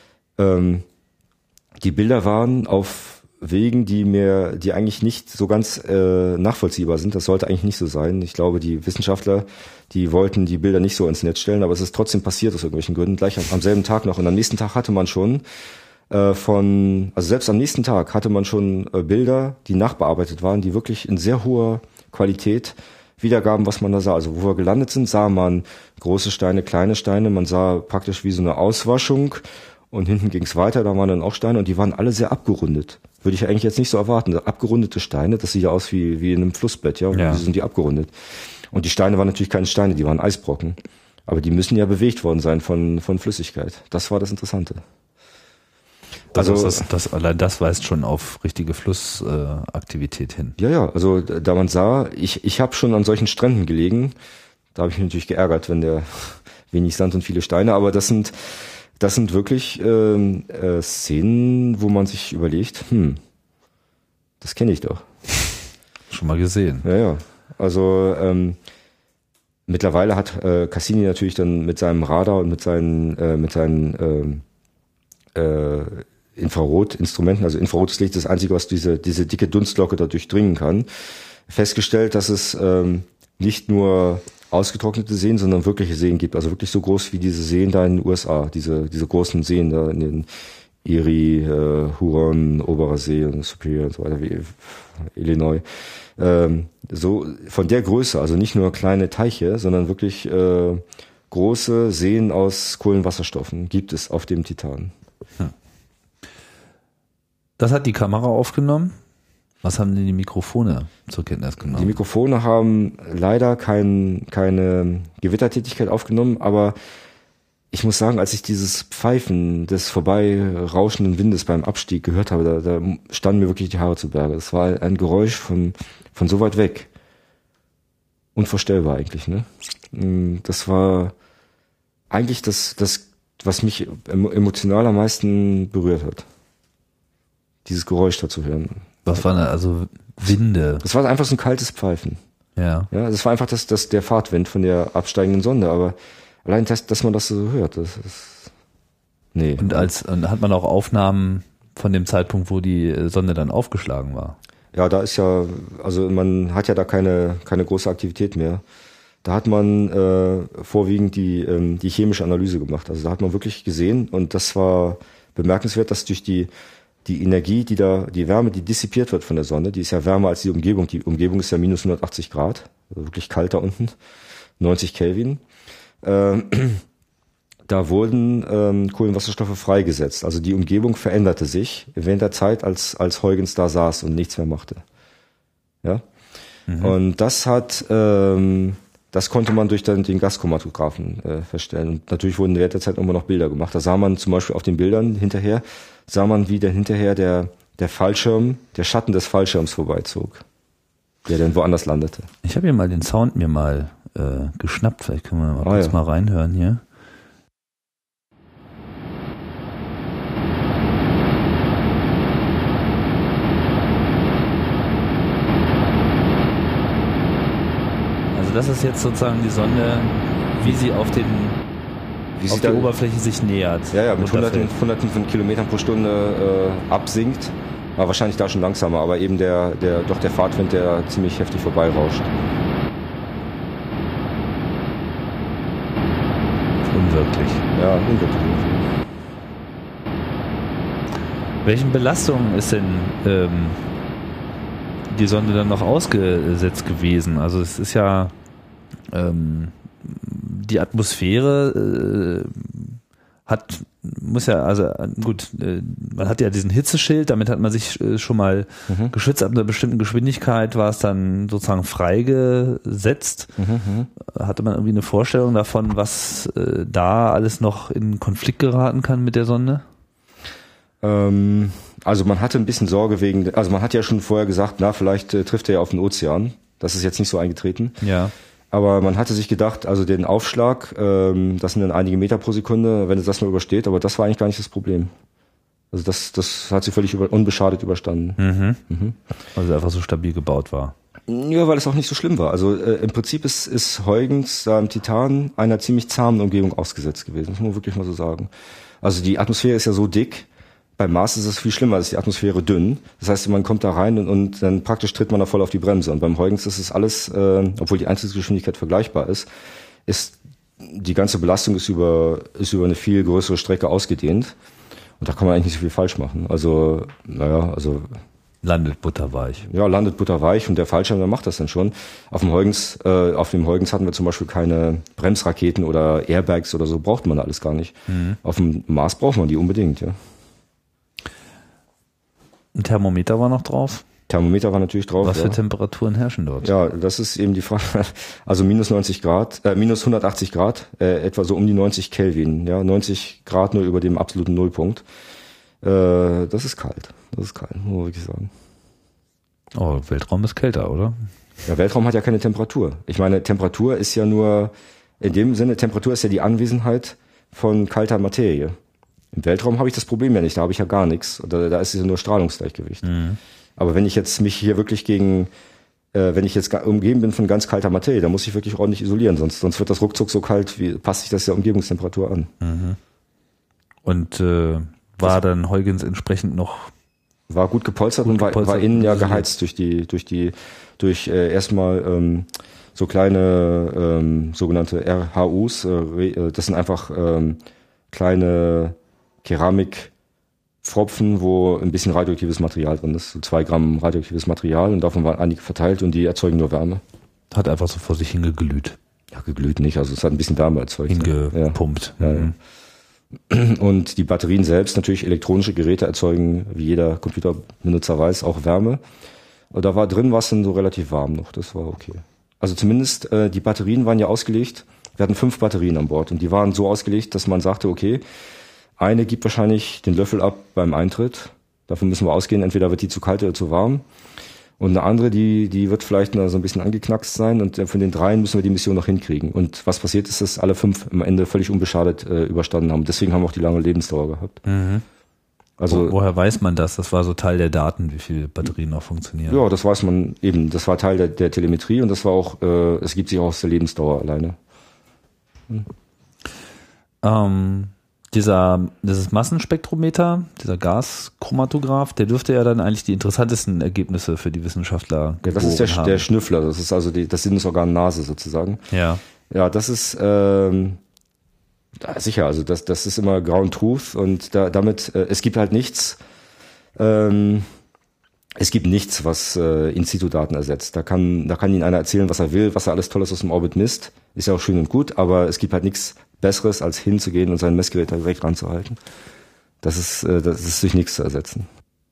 die Bilder waren auf Wegen, die eigentlich nicht so ganz nachvollziehbar sind. Das sollte eigentlich nicht so sein. Ich glaube, die Wissenschaftler, die wollten die Bilder nicht so ins Netz stellen, aber es ist trotzdem passiert aus irgendwelchen Gründen. Gleich am selben Tag noch. Und am nächsten Tag hatte man schon selbst am nächsten Tag hatte man schon Bilder, die nachbearbeitet waren, die wirklich in sehr hoher Qualität wiedergaben, was man da sah. Also wo wir gelandet sind, sah man große Steine, kleine Steine. Man sah praktisch wie so eine Auswaschung. Und hinten ging es weiter, da waren dann auch Steine und die waren alle sehr abgerundet. Würde ich ja eigentlich jetzt nicht so erwarten. Abgerundete Steine, das sieht ja aus wie in einem Flussbett, ja. Wie sind die abgerundet? Und die Steine waren natürlich keine Steine, die waren Eisbrocken. Aber die müssen ja bewegt worden sein von Flüssigkeit. Das war das Interessante. Allein das weist schon auf richtige Flussaktivität hin. Ja, also da man sah, ich habe schon an solchen Stränden gelegen. Da habe ich mich natürlich geärgert, wenn der wenig Sand und viele Steine, aber das sind das sind wirklich Szenen, wo man sich überlegt, das kenne ich doch. Schon mal gesehen. Ja. Also mittlerweile hat Cassini natürlich dann mit seinem Radar und mit seinen Infrarotinstrumenten, also infrarotes Licht ist das Einzige, was diese dicke Dunstlocke da durchdringen kann, festgestellt, dass es nicht nur ausgetrocknete Seen, sondern wirkliche Seen gibt, also wirklich so groß wie diese Seen da in den USA, diese großen Seen da in den Erie, Huron, Oberer See und Superior und so weiter, wie Illinois. So von der Größe, also nicht nur kleine Teiche, sondern wirklich große Seen aus Kohlenwasserstoffen gibt es auf dem Titan. Das hat die Kamera aufgenommen. Was haben denn die Mikrofone zur Kenntnis genommen? Die Mikrofone haben leider keine Gewittertätigkeit aufgenommen, aber ich muss sagen, als ich dieses Pfeifen des vorbeirauschenden Windes beim Abstieg gehört habe, da standen mir wirklich die Haare zu Berge. Es war ein Geräusch von so weit weg. Unvorstellbar eigentlich, ne? Das war eigentlich das, was mich emotional am meisten berührt hat. Dieses Geräusch da zu hören. Was war da, also Winde? Das war einfach so ein kaltes Pfeifen. Ja. Ja, das war einfach der Fahrtwind von der absteigenden Sonne, aber allein, dass man das so hört, das ist, nee. Und hat man auch Aufnahmen von dem Zeitpunkt, wo die Sonne dann aufgeschlagen war? Ja, da ist ja, also man hat ja da keine große Aktivität mehr. Da hat man vorwiegend die chemische Analyse gemacht. Also da hat man wirklich gesehen, und das war bemerkenswert, dass durch die Energie, die Wärme, die dissipiert wird von der Sonne, die ist ja wärmer als die Umgebung. Die Umgebung ist ja minus 180 Grad, also wirklich kalt da unten, 90 Kelvin. Da wurden Kohlenwasserstoffe freigesetzt. Also die Umgebung veränderte sich während der Zeit, als Huygens da saß und nichts mehr machte. Ja. Mhm. Und das konnte man durch den Gaschromatographen feststellen. Und natürlich wurden während der Zeit immer noch Bilder gemacht. Da sah man zum Beispiel auf den Bildern hinterher, wie dann hinterher der Fallschirm, der Schatten des Fallschirms vorbeizog, der dann woanders landete. Ich habe hier mal den Sound geschnappt. Vielleicht können wir mal kurz mal reinhören hier. Also das ist jetzt sozusagen die Sonne, wie sie auf die Oberfläche sich nähert. Ja, mit Hunderten von Kilometern pro Stunde absinkt. War wahrscheinlich da schon langsamer, aber eben der Fahrtwind, der ziemlich heftig vorbeirauscht. Unwirklich. Ja, unwirklich. Welchen Belastungen ist denn die Sonde dann noch ausgesetzt gewesen? Also es ist ja die Atmosphäre man hat ja diesen Hitzeschild, damit hat man sich schon mal geschützt, ab einer bestimmten Geschwindigkeit war es dann sozusagen freigesetzt. Hatte man irgendwie eine Vorstellung davon, was da alles noch in Konflikt geraten kann mit der Sonde? Also man hatte ein bisschen Sorge man hat ja schon vorher gesagt, vielleicht trifft er ja auf den Ozean. Das ist jetzt nicht so eingetreten. Ja. Aber man hatte sich gedacht, also den Aufschlag, das sind dann einige Meter pro Sekunde, wenn es das nur übersteht, aber das war eigentlich gar nicht das Problem. Also das hat sie völlig unbeschadet überstanden. Also einfach so stabil gebaut war. Ja, weil es auch nicht so schlimm war. Also im Prinzip ist Huygens da im Titan einer ziemlich zahmen Umgebung ausgesetzt gewesen, muss man wirklich mal so sagen. Also die Atmosphäre ist ja so dick. Beim Mars ist es viel schlimmer, ist die Atmosphäre dünn. Das heißt, man kommt da rein und dann praktisch tritt man da voll auf die Bremse. Und beim Huygens ist es alles, obwohl die Einzelgeschwindigkeit vergleichbar ist die ganze Belastung ist über eine viel größere Strecke ausgedehnt. Und da kann man eigentlich nicht so viel falsch machen. Also landet butterweich. Ja, landet butterweich und der Fallschirm, der macht das dann schon. Auf dem Huygens hatten wir zum Beispiel keine Bremsraketen oder Airbags oder so, braucht man alles gar nicht. Auf dem Mars braucht man die unbedingt, ja. Ein Thermometer war noch drauf? Thermometer war natürlich drauf. Was für Temperaturen herrschen dort? Ja, das ist eben die Frage. Also minus 180 Grad, etwa so um die 90 Kelvin. Ja, 90 Grad nur über dem absoluten Nullpunkt. Das ist kalt. Das ist kalt, muss man wirklich sagen. Oh, Weltraum ist kälter, oder? Ja, Weltraum hat ja keine Temperatur. Ich meine, Temperatur ist ja nur, in dem Sinne, Temperatur ist ja die Anwesenheit von kalter Materie. Im Weltraum habe ich das Problem ja nicht, da habe ich ja gar nichts. Da ist es ja nur Strahlungsgleichgewicht. Aber wenn ich jetzt mich hier wirklich wenn ich jetzt umgeben bin von ganz kalter Materie, dann muss ich wirklich ordentlich isolieren, sonst wird das ruckzuck so kalt, passt sich das der Umgebungstemperatur an. Und war dann Huygens entsprechend noch... War gut gepolstert und war innen ja geheizt durch erstmal so kleine sogenannte RHUs. Das sind einfach kleine Keramikpfropfen, wo ein bisschen radioaktives Material drin ist. So 2 Gramm radioaktives Material und davon waren einige verteilt und die erzeugen nur Wärme. Hat einfach so vor sich hingeglüht. Ja, geglüht nicht, also es hat ein bisschen Wärme erzeugt. Hingepumpt. Ja. Und die Batterien selbst, natürlich elektronische Geräte erzeugen, wie jeder Computerbenutzer weiß, auch Wärme. Und da war drin was dann so relativ warm noch, das war okay. Also zumindest die Batterien waren ja ausgelegt, wir hatten 5 Batterien an Bord und die waren so ausgelegt, dass man sagte, okay, eine gibt wahrscheinlich den Löffel ab beim Eintritt, davon müssen wir ausgehen, entweder wird die zu kalt oder zu warm. Und eine andere, die wird vielleicht noch so ein bisschen angeknackst sein und von den 3 müssen wir die Mission noch hinkriegen. Und was passiert ist, dass alle 5 am Ende völlig unbeschadet überstanden haben. Deswegen haben wir auch die lange Lebensdauer gehabt. Also woher weiß man das? Das war so Teil der Daten, wie viele Batterien noch funktionieren. Ja, das weiß man eben. Das war Teil der Telemetrie und das war auch, es gibt sich auch aus der Lebensdauer alleine. Dieses Massenspektrometer, dieser Gaschromatograph, der dürfte ja dann eigentlich die interessantesten Ergebnisse für die Wissenschaftler geboren haben. Ja, das ist der Schnüffler, das ist also das Sinnesorgan Nase sozusagen. Ja. Ja, das ist sicher, also das ist immer Ground Truth und damit es gibt halt nichts, was In-situ-Daten ersetzt. Da kann Ihnen einer erzählen, was er will, was er alles Tolles aus dem Orbit misst. Ist ja auch schön und gut, aber es gibt halt nichts Besseres, als hinzugehen und sein Messgerät direkt ranzuhalten. Das ist durch nichts zu ersetzen.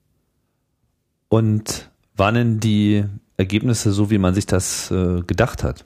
Und waren denn die Ergebnisse so, wie man sich das gedacht hat?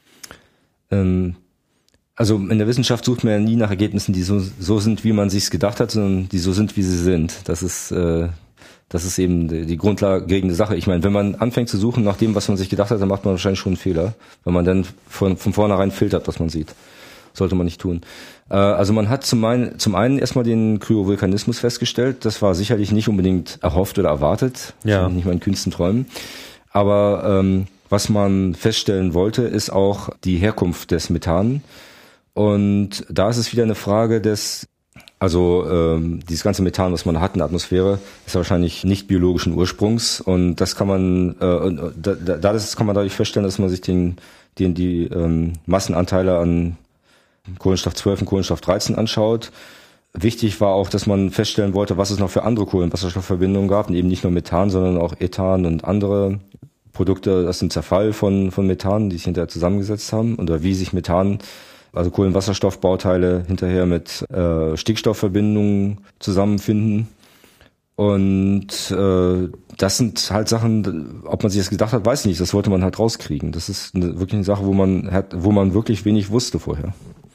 Also in der Wissenschaft sucht man ja nie nach Ergebnissen, die so sind, wie man sich's gedacht hat, sondern die so sind, wie sie sind. Das ist eben die grundlegende Sache. Ich meine, wenn man anfängt zu suchen nach dem, was man sich gedacht hat, dann macht man wahrscheinlich schon einen Fehler, wenn man dann von vornherein filtert, was man sieht. Sollte man nicht tun. Also man hat zum einen erstmal den Kryovulkanismus festgestellt. Das war sicherlich nicht unbedingt erhofft oder erwartet. Ja. Nicht meinen kühnsten Träumen. Aber was man feststellen wollte, ist auch die Herkunft des Methan. Und da ist es wieder eine Frage dieses ganze Methan, was man hat in der Atmosphäre, ist wahrscheinlich nicht biologischen Ursprungs. Und das kann man, kann man dadurch feststellen, dass man sich die Massenanteile an Kohlenstoff 12 und Kohlenstoff 13 anschaut. Wichtig war auch, dass man feststellen wollte, was es noch für andere Kohlenwasserstoffverbindungen gab, und eben nicht nur Methan, sondern auch Ethan und andere Produkte aus dem Zerfall von Methan, die sich hinterher zusammengesetzt haben, oder wie sich Methan, also Kohlenwasserstoffbauteile, hinterher mit Stickstoffverbindungen zusammenfinden. Und das sind halt Sachen, ob man sich das gedacht hat, weiß ich nicht. Das wollte man halt rauskriegen. Das ist wirklich eine Sache, wo man wirklich wenig wusste vorher.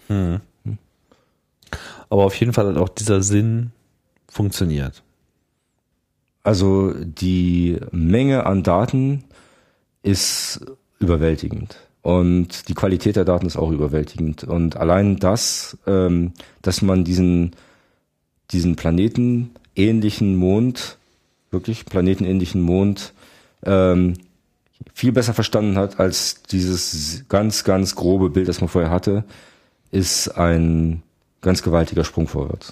Aber auf jeden Fall hat auch dieser Sinn funktioniert. Also die Menge an Daten ist überwältigend. Und die Qualität der Daten ist auch überwältigend. Und allein das, dass man diesen planetenähnlichen Mond, viel besser verstanden hat als dieses ganz, ganz grobe Bild, das man vorher hatte, ist ein ganz gewaltiger Sprung vorwärts.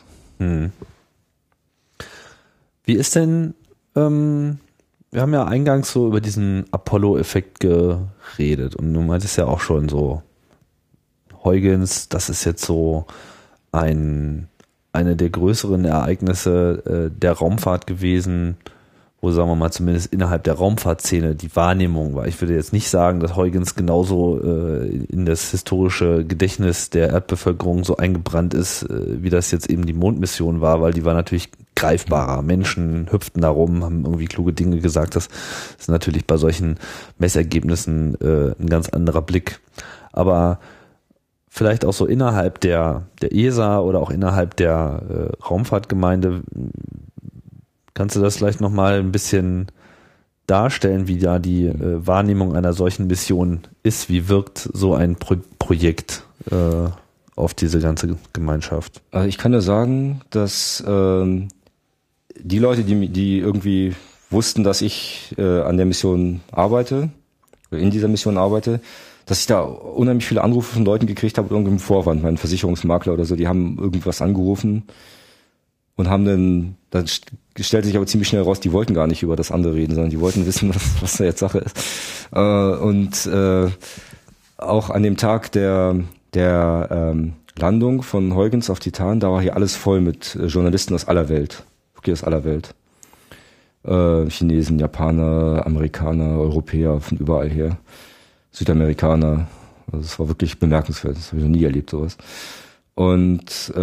Wie ist denn, wir haben ja eingangs so über diesen Apollo-Effekt geredet und du meintest ja auch schon so, Huygens, das ist jetzt so eine der größeren Ereignisse der Raumfahrt gewesen, wo, sagen wir mal, zumindest innerhalb der Raumfahrtszene die Wahrnehmung war. Ich würde jetzt nicht sagen, dass Huygens genauso in das historische Gedächtnis der Erdbevölkerung so eingebrannt ist, wie das jetzt eben die Mondmission war, weil die war natürlich greifbarer. Menschen hüpften da rum, haben irgendwie kluge Dinge gesagt. Das ist natürlich bei solchen Messergebnissen ein ganz anderer Blick. Aber vielleicht auch so innerhalb der ESA oder auch innerhalb der Raumfahrtgemeinde, kannst du das vielleicht nochmal ein bisschen darstellen, wie da die Wahrnehmung einer solchen Mission ist? Wie wirkt so ein Projekt auf diese ganze Gemeinschaft? Also ich kann nur sagen, dass die Leute, die irgendwie wussten, dass ich an der Mission arbeite, in dieser Mission arbeite, dass ich da unheimlich viele Anrufe von Leuten gekriegt habe, irgendeinem Vorwand, mein Versicherungsmakler oder so, die haben irgendwas angerufen und haben dann stellte sich aber ziemlich schnell raus, die wollten gar nicht über das andere reden, sondern die wollten wissen, was da jetzt Sache ist. Und auch an dem Tag der Landung von Huygens auf Titan, da war hier alles voll mit Journalisten aus aller Welt, wirklich aus aller Welt. Chinesen, Japaner, Amerikaner, Europäer, von überall her, Südamerikaner. Also es war wirklich bemerkenswert, das habe ich noch nie erlebt, sowas. Und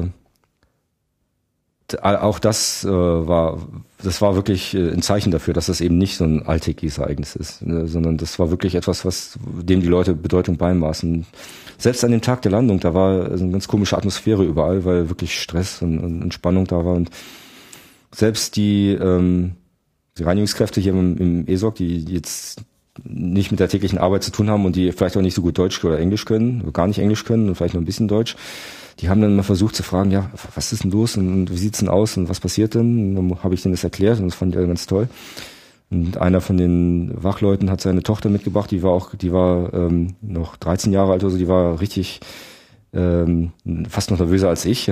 auch das war wirklich ein Zeichen dafür, dass das eben nicht so ein alltägliches Ereignis ist, sondern das war wirklich etwas, dem die Leute Bedeutung beimaßen. Selbst an dem Tag der Landung, da war eine ganz komische Atmosphäre überall, weil wirklich Stress und Spannung da war. Und selbst die Reinigungskräfte hier im ESOC, die jetzt nicht mit der täglichen Arbeit zu tun haben und die vielleicht auch nicht so gut Deutsch oder Englisch können, oder gar nicht Englisch können und vielleicht nur ein bisschen Deutsch, die haben dann mal versucht zu fragen, ja, was ist denn los und wie sieht's denn aus und was passiert denn? Und dann habe ich denen das erklärt und das fand ich alle ganz toll. Und einer von den Wachleuten hat seine Tochter mitgebracht, die war noch 13 Jahre alt oder so, die war richtig fast noch nervöser als ich.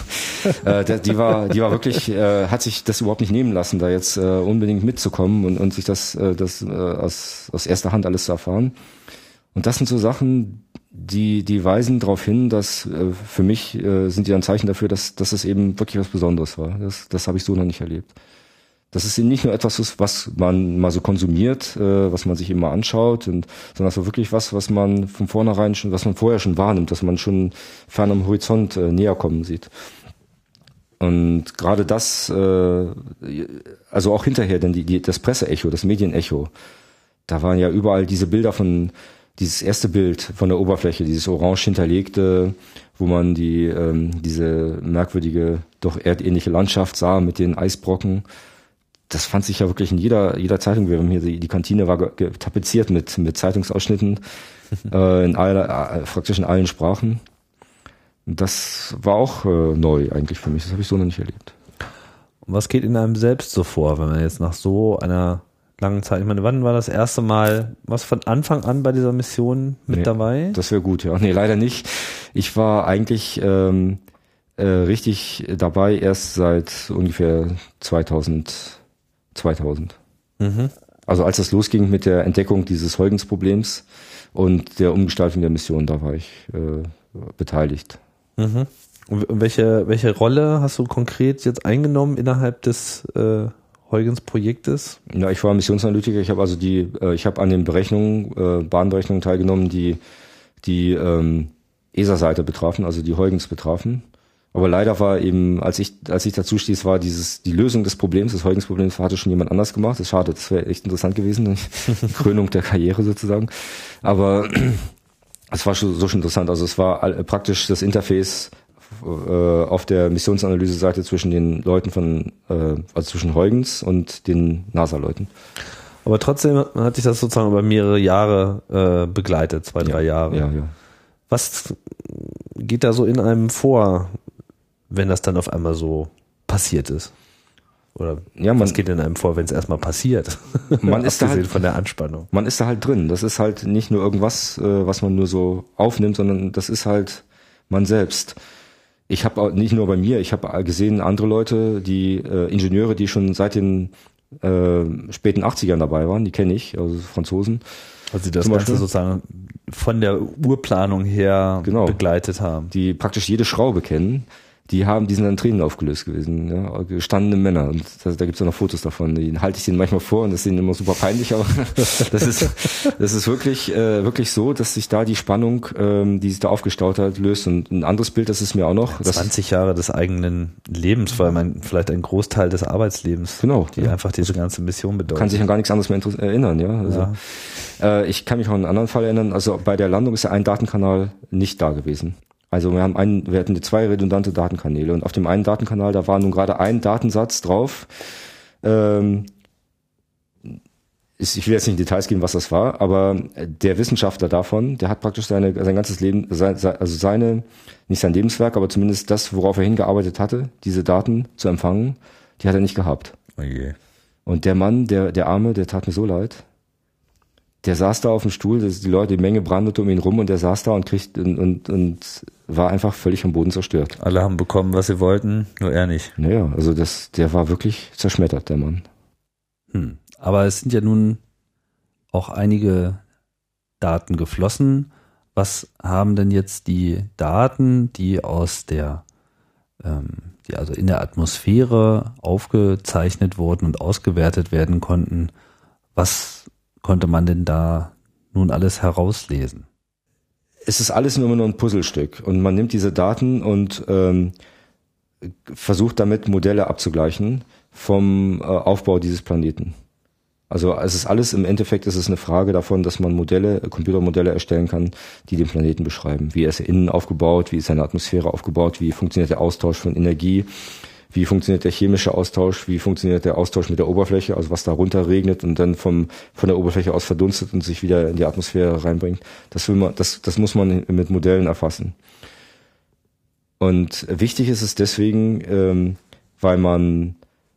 Die war wirklich, hat sich das überhaupt nicht nehmen lassen, da jetzt unbedingt mitzukommen und sich das aus erster Hand alles zu erfahren. Und das sind so Sachen, die weisen darauf hin, dass für mich sind die ein Zeichen dafür, dass es eben wirklich was Besonderes war. Das habe ich so noch nicht erlebt. Das ist eben nicht nur etwas, was man mal so konsumiert, was man sich immer anschaut, sondern es war wirklich was man von vornherein schon, was man vorher schon wahrnimmt, dass man schon fern am Horizont näher kommen sieht. Und gerade das, also auch hinterher, denn das Presseecho, das Medienecho, da waren ja überall diese Bilder dieses erste Bild von der Oberfläche, dieses orange hinterlegte, wo man diese merkwürdige, doch erdähnliche Landschaft sah mit den Eisbrocken. Das fand sich ja wirklich in jeder Zeitung. Wir haben hier die Kantine war tapeziert mit Zeitungsausschnitten praktisch in allen Sprachen. Und das war auch neu eigentlich für mich. Das habe ich so noch nicht erlebt. Und was geht in einem selbst so vor, wenn man jetzt nach so einer langen Zeit, ich meine, wann war das erste Mal, was von Anfang an bei dieser Mission mit dabei? Das wäre gut, ja. Nee, leider nicht. Ich war eigentlich richtig dabei erst seit ungefähr 2000. Mhm. Also als es losging mit der Entdeckung dieses Huygens-Problems und der Umgestaltung der Mission, da war ich beteiligt. Mhm. Und welche Rolle hast du konkret jetzt eingenommen innerhalb des Huygens-Projektes? Ja, ich war Missionsanalytiker. Ich habe an den Bahnberechnungen teilgenommen, die ESA-Seite betrafen, also die Huygens betrafen. Aber leider war eben, als ich dazu stieß, war die Lösung des Problems, des Huygens-Problems, hatte schon jemand anders gemacht. Das ist schade, das wäre echt interessant gewesen. Krönung der Karriere sozusagen. Aber es war schon interessant. Also es war praktisch das Interface auf der Missionsanalyse-Seite zwischen den Leuten also zwischen Huygens und den NASA-Leuten. Aber trotzdem hat sich das sozusagen über mehrere Jahre begleitet, 2-3 Jahre. Ja. Was geht da so in einem vor, wenn das dann auf einmal so passiert ist? Oder was geht in einem vor, wenn es erstmal passiert? Man ist da halt von der Anspannung. Man ist da halt drin. Das ist halt nicht nur irgendwas, was man nur so aufnimmt, sondern das ist halt man selbst. Ich habe nicht nur bei mir, ich habe gesehen andere Leute, die Ingenieure, die schon seit den späten 80ern dabei waren, die kenne ich, also Franzosen. Also die das Ganze sozusagen von der Urplanung her begleitet haben. Die praktisch jede Schraube kennen. Die sind dann Tränen aufgelöst gewesen, ja, gestandene Männer. Und da gibt's ja noch Fotos davon. Die halte ich denen manchmal vor und das ist denen immer super peinlich, aber das ist wirklich so, dass sich da die Spannung, die sich da aufgestaut hat, löst. Und ein anderes Bild, das ist mir auch noch. 20 Jahre des eigenen Lebens, weil man vielleicht ein Großteil des Arbeitslebens, die einfach diese ganze Mission bedeutet. Kann sich an gar nichts anderes mehr erinnern, ja. Also, ich kann mich auch an einen anderen Fall erinnern. Also bei der Landung ist ja ein Datenkanal nicht da gewesen. Also wir hatten 2 redundante Datenkanäle und auf dem einen Datenkanal, da war nun gerade ein Datensatz drauf, ich will jetzt nicht in Details gehen, was das war, aber der Wissenschaftler davon, der hat praktisch sein ganzes Leben, nicht sein Lebenswerk, aber zumindest das, worauf er hingearbeitet hatte, diese Daten zu empfangen, die hat er nicht gehabt. Oh je. Und der Mann, der Arme, der tat mir so leid. Der saß da auf dem Stuhl, die Menge brandete um ihn rum und der saß da und war einfach völlig am Boden zerstört. Alle haben bekommen, was sie wollten, nur er nicht. Naja, also der war wirklich zerschmettert, der Mann. Aber es sind ja nun auch einige Daten geflossen. Was haben denn jetzt die Daten, die aus die also in der Atmosphäre aufgezeichnet wurden und ausgewertet werden konnten, was konnte man denn da nun alles herauslesen? Es ist alles immer nur ein Puzzlestück und man nimmt diese Daten und versucht damit Modelle abzugleichen vom Aufbau dieses Planeten. Also es ist alles, im Endeffekt ist es eine Frage davon, dass man Computermodelle erstellen kann, die den Planeten beschreiben. Wie ist er innen aufgebaut, wie ist seine Atmosphäre aufgebaut, wie funktioniert der Austausch von Energie, wie funktioniert der chemische Austausch, wie funktioniert der Austausch mit der Oberfläche, also was da runter regnet und dann von der Oberfläche aus verdunstet und sich wieder in die Atmosphäre reinbringt. Das muss man mit Modellen erfassen. Und wichtig ist es deswegen, wenn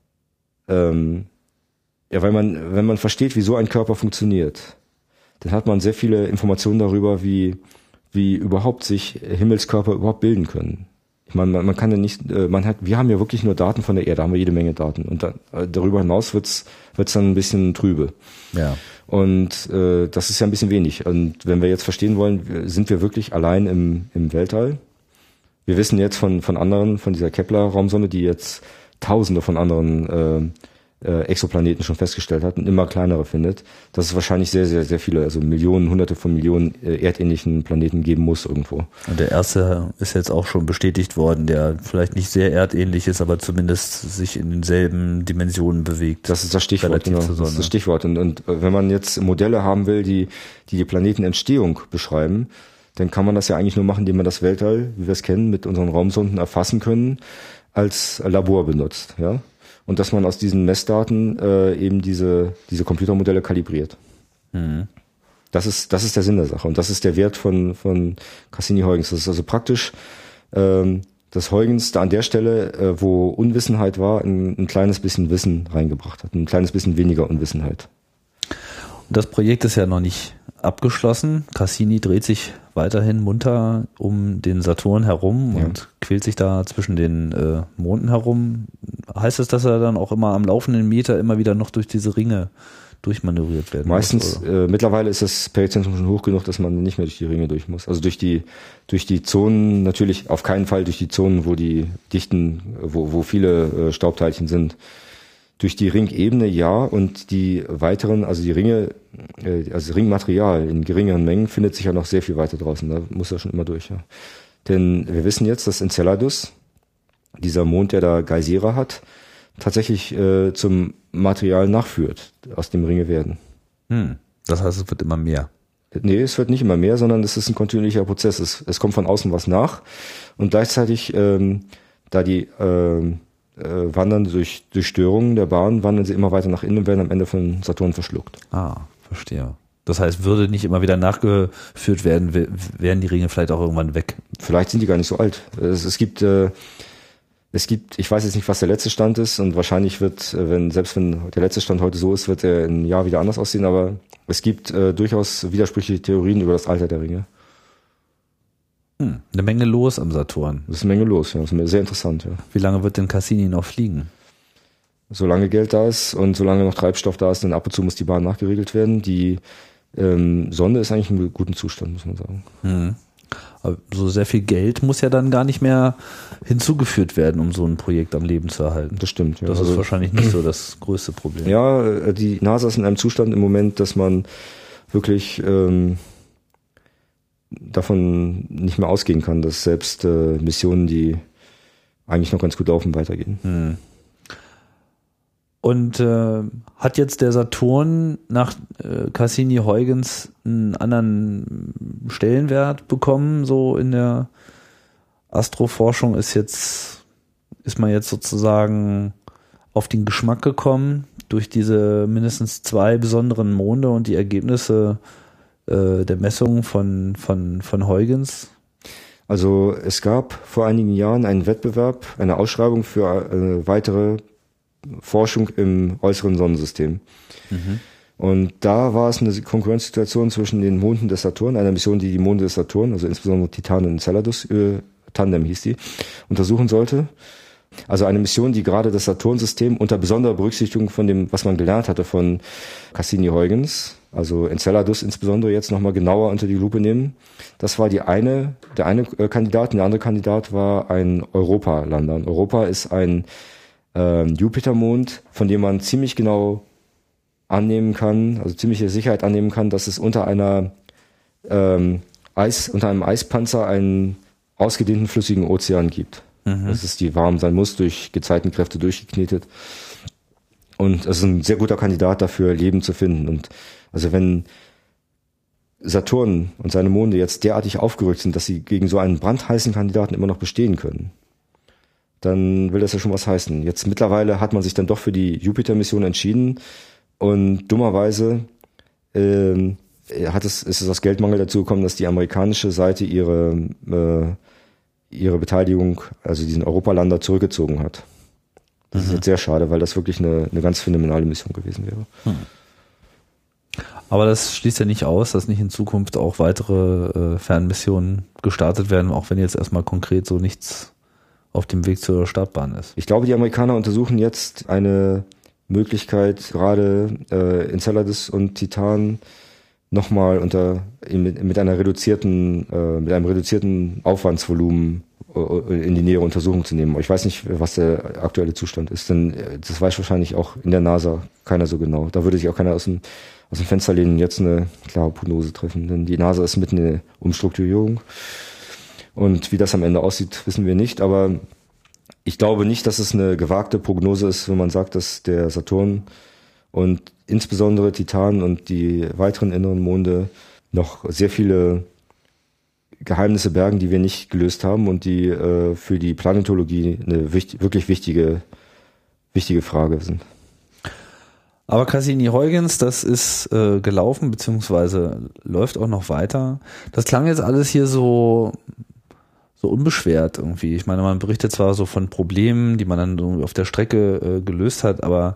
man versteht, wie so ein Körper funktioniert, dann hat man sehr viele Informationen darüber, wie überhaupt sich Himmelskörper überhaupt bilden können. Ich meine, man kann ja nicht, wir haben ja wirklich nur Daten von der Erde, haben wir jede Menge Daten und darüber hinaus wird's dann ein bisschen trübe. Ja. Und das ist ja ein bisschen wenig. Und wenn wir jetzt verstehen wollen, sind wir wirklich allein im Weltall? Wir wissen jetzt von dieser Kepler-Raumsonde, die jetzt Tausende von anderen Exoplaneten schon festgestellt hat und immer kleinere findet, dass es wahrscheinlich sehr, sehr, sehr viele, also Millionen, Hunderte von Millionen erdähnlichen Planeten geben muss irgendwo. Und der erste ist jetzt auch schon bestätigt worden, der vielleicht nicht sehr erdähnlich ist, aber zumindest sich in denselben Dimensionen bewegt. Das ist das Stichwort, genau. Das ist das Stichwort. Und wenn man jetzt Modelle haben will, die Planetenentstehung beschreiben, dann kann man das ja eigentlich nur machen, indem man das Weltall, wie wir es kennen, mit unseren Raumsonden erfassen können, als Labor benutzt, ja. Und dass man aus diesen Messdaten eben diese Computermodelle kalibriert. Mhm. Das ist der Sinn der Sache. Und das ist der Wert von Cassini-Huygens. Das ist also praktisch, dass Huygens da an der Stelle, wo Unwissenheit war, ein kleines bisschen Wissen reingebracht hat. Ein kleines bisschen weniger Unwissenheit. Und das Projekt ist ja noch nicht abgeschlossen. Cassini dreht sich weiterhin munter um den Saturn herum und quält sich da zwischen den Monden herum. Heißt es, dass er dann auch immer am laufenden Meter immer wieder noch durch diese Ringe durchmanövriert werden Meistens, mittlerweile ist das Perizentrum schon hoch genug, dass man nicht mehr durch die Ringe durch muss. Also durch die Zonen, natürlich auf keinen Fall durch die Zonen, wo die dichten, wo viele Staubteilchen sind. Durch die Ringebene ja, und die weiteren, also die Ringe, also Ringmaterial in geringeren Mengen findet sich ja noch sehr viel weiter draußen. Da muss er schon immer durch. Ja. Denn wir wissen jetzt, dass Enceladus, dieser Mond, der da Geysire hat, tatsächlich zum Material nachführt, aus dem Ringe werden. Das heißt, es wird immer mehr. Nee, es wird nicht immer mehr, sondern es ist ein kontinuierlicher Prozess. Es kommt von außen was nach und gleichzeitig, da die wandern durch Störungen der Bahn, wandern sie immer weiter nach innen und werden am Ende von Saturn verschluckt. Ah, verstehe. Das heißt, würde nicht immer wieder nachgeführt werden, wären die Ringe vielleicht auch irgendwann weg. Vielleicht sind die gar nicht so alt. Es gibt, ich weiß jetzt nicht, was der letzte Stand ist und wahrscheinlich selbst wenn der letzte Stand heute so ist, wird er in einem Jahr wieder anders aussehen, aber es gibt durchaus widersprüchliche Theorien über das Alter der Ringe. Eine Menge los am Saturn. Das ist eine Menge los, ja. Das ist sehr interessant, ja. Wie lange wird denn Cassini noch fliegen? Solange Geld da ist und solange noch Treibstoff da ist, dann ab und zu muss die Bahn nachgeregelt werden. Die Sonde ist eigentlich in gutem Zustand, muss man sagen. Aber so sehr viel Geld muss ja dann gar nicht mehr hinzugeführt werden, um so ein Projekt am Leben zu erhalten. Das stimmt, ja. Das ist wahrscheinlich nicht so das größte Problem. Ja, die NASA ist in einem Zustand im Moment, dass man wirklich davon nicht mehr ausgehen kann, dass selbst Missionen, die eigentlich noch ganz gut laufen, weitergehen. Und hat jetzt der Saturn nach Cassini-Huygens einen anderen Stellenwert bekommen, so in der Astroforschung? Ist man jetzt sozusagen auf den Geschmack gekommen durch diese mindestens 2 besonderen Monde und die Ergebnisse der Messungen von Huygens? Also es gab vor einigen Jahren einen Wettbewerb, eine Ausschreibung für weitere Forschung im äußeren Sonnensystem. Mhm. Und da war es eine Konkurrenzsituation zwischen den Monden des Saturn, einer Mission, die Monde des Saturn, also insbesondere Titan und Enceladus, Tandem hieß die, untersuchen sollte. Also eine Mission, die gerade das Saturnsystem unter besonderer Berücksichtigung von dem, was man gelernt hatte von Cassini-Huygens, also Enceladus insbesondere, jetzt nochmal genauer unter die Lupe nehmen. Das war der eine Kandidat. Der andere Kandidat war ein Europa-Lander. Und Europa ist ein Jupitermond, von dem man ziemlich genau annehmen kann, also ziemliche Sicherheit annehmen kann, dass es unter einem Eispanzer einen ausgedehnten flüssigen Ozean gibt. Mhm. Dass es die warm sein muss, durch Gezeitenkräfte durchgeknetet. Und es ist ein sehr guter Kandidat dafür, Leben zu finden. Und also wenn Saturn und seine Monde jetzt derartig aufgerückt sind, dass sie gegen so einen brandheißen Kandidaten immer noch bestehen können, dann will das ja schon was heißen. Jetzt mittlerweile hat man sich dann doch für die Jupiter-Mission entschieden und dummerweise ist es aus Geldmangel dazu gekommen, dass die amerikanische Seite ihre Beteiligung, also diesen Europalander, zurückgezogen hat. Das ist jetzt sehr schade, weil das wirklich eine ganz phänomenale Mission gewesen wäre. Aber das schließt ja nicht aus, dass nicht in Zukunft auch weitere Fernmissionen gestartet werden, auch wenn jetzt erstmal konkret so nichts auf dem Weg zur Startbahn ist. Ich glaube, die Amerikaner untersuchen jetzt eine Möglichkeit, gerade Enceladus und Titan nochmal mit einem reduzierten Aufwandsvolumen in die nähere Untersuchung zu nehmen. Ich weiß nicht, was der aktuelle Zustand ist, denn das weiß wahrscheinlich auch in der NASA keiner so genau. Da würde sich auch keiner aus dem Fenster lehnen und jetzt eine klare Prognose treffen, denn die NASA ist mitten in der Umstrukturierung und wie das am Ende aussieht, wissen wir nicht, aber ich glaube nicht, dass es eine gewagte Prognose ist, wenn man sagt, dass der Saturn und insbesondere Titan und die weiteren inneren Monde noch sehr viele Geheimnisse bergen, die wir nicht gelöst haben und die für die Planetologie eine wirklich wichtige Frage sind. Aber Cassini-Huygens, das ist gelaufen, beziehungsweise läuft auch noch weiter. Das klang jetzt alles hier so unbeschwert irgendwie. Ich meine, man berichtet zwar so von Problemen, die man dann irgendwie auf der Strecke gelöst hat, aber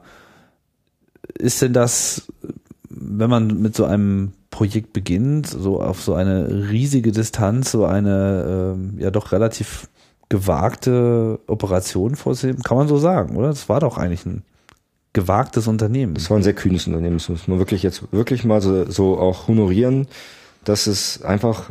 ist denn das, wenn man mit so einem Projekt beginnt, so auf so eine riesige Distanz, so eine ja doch relativ gewagte Operation vorsehen, kann man so sagen, oder? Das war doch eigentlich ein gewagtes Unternehmen. Das war ein sehr kühnes Unternehmen, das muss man wirklich mal so auch honorieren, dass es einfach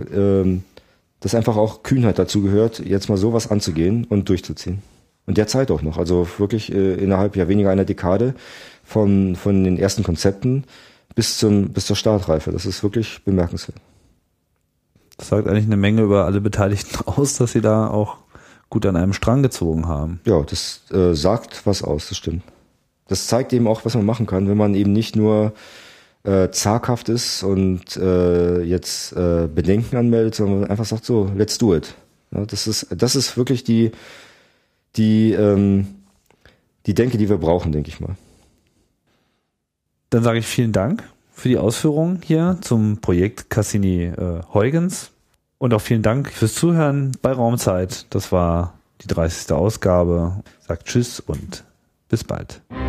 auch Kühnheit dazu gehört, jetzt mal sowas anzugehen und durchzuziehen. Und derzeit auch noch, also wirklich innerhalb ja weniger einer Dekade von den ersten Konzepten bis zur Startreife. Das ist wirklich bemerkenswert. Das sagt eigentlich eine Menge über alle Beteiligten aus, dass sie da auch gut an einem Strang gezogen haben. Ja, das sagt was aus, das stimmt. Das zeigt eben auch, was man machen kann, wenn man eben nicht nur zaghaft ist und jetzt Bedenken anmeldet, sondern einfach sagt so, let's do it. Ja, das ist wirklich die Denke, die wir brauchen, denke ich mal. Dann sage ich vielen Dank für die Ausführungen hier zum Projekt Cassini-Huygens und auch vielen Dank fürs Zuhören bei Raumzeit. Das war die 30. Ausgabe. Sagt Tschüss und bis bald.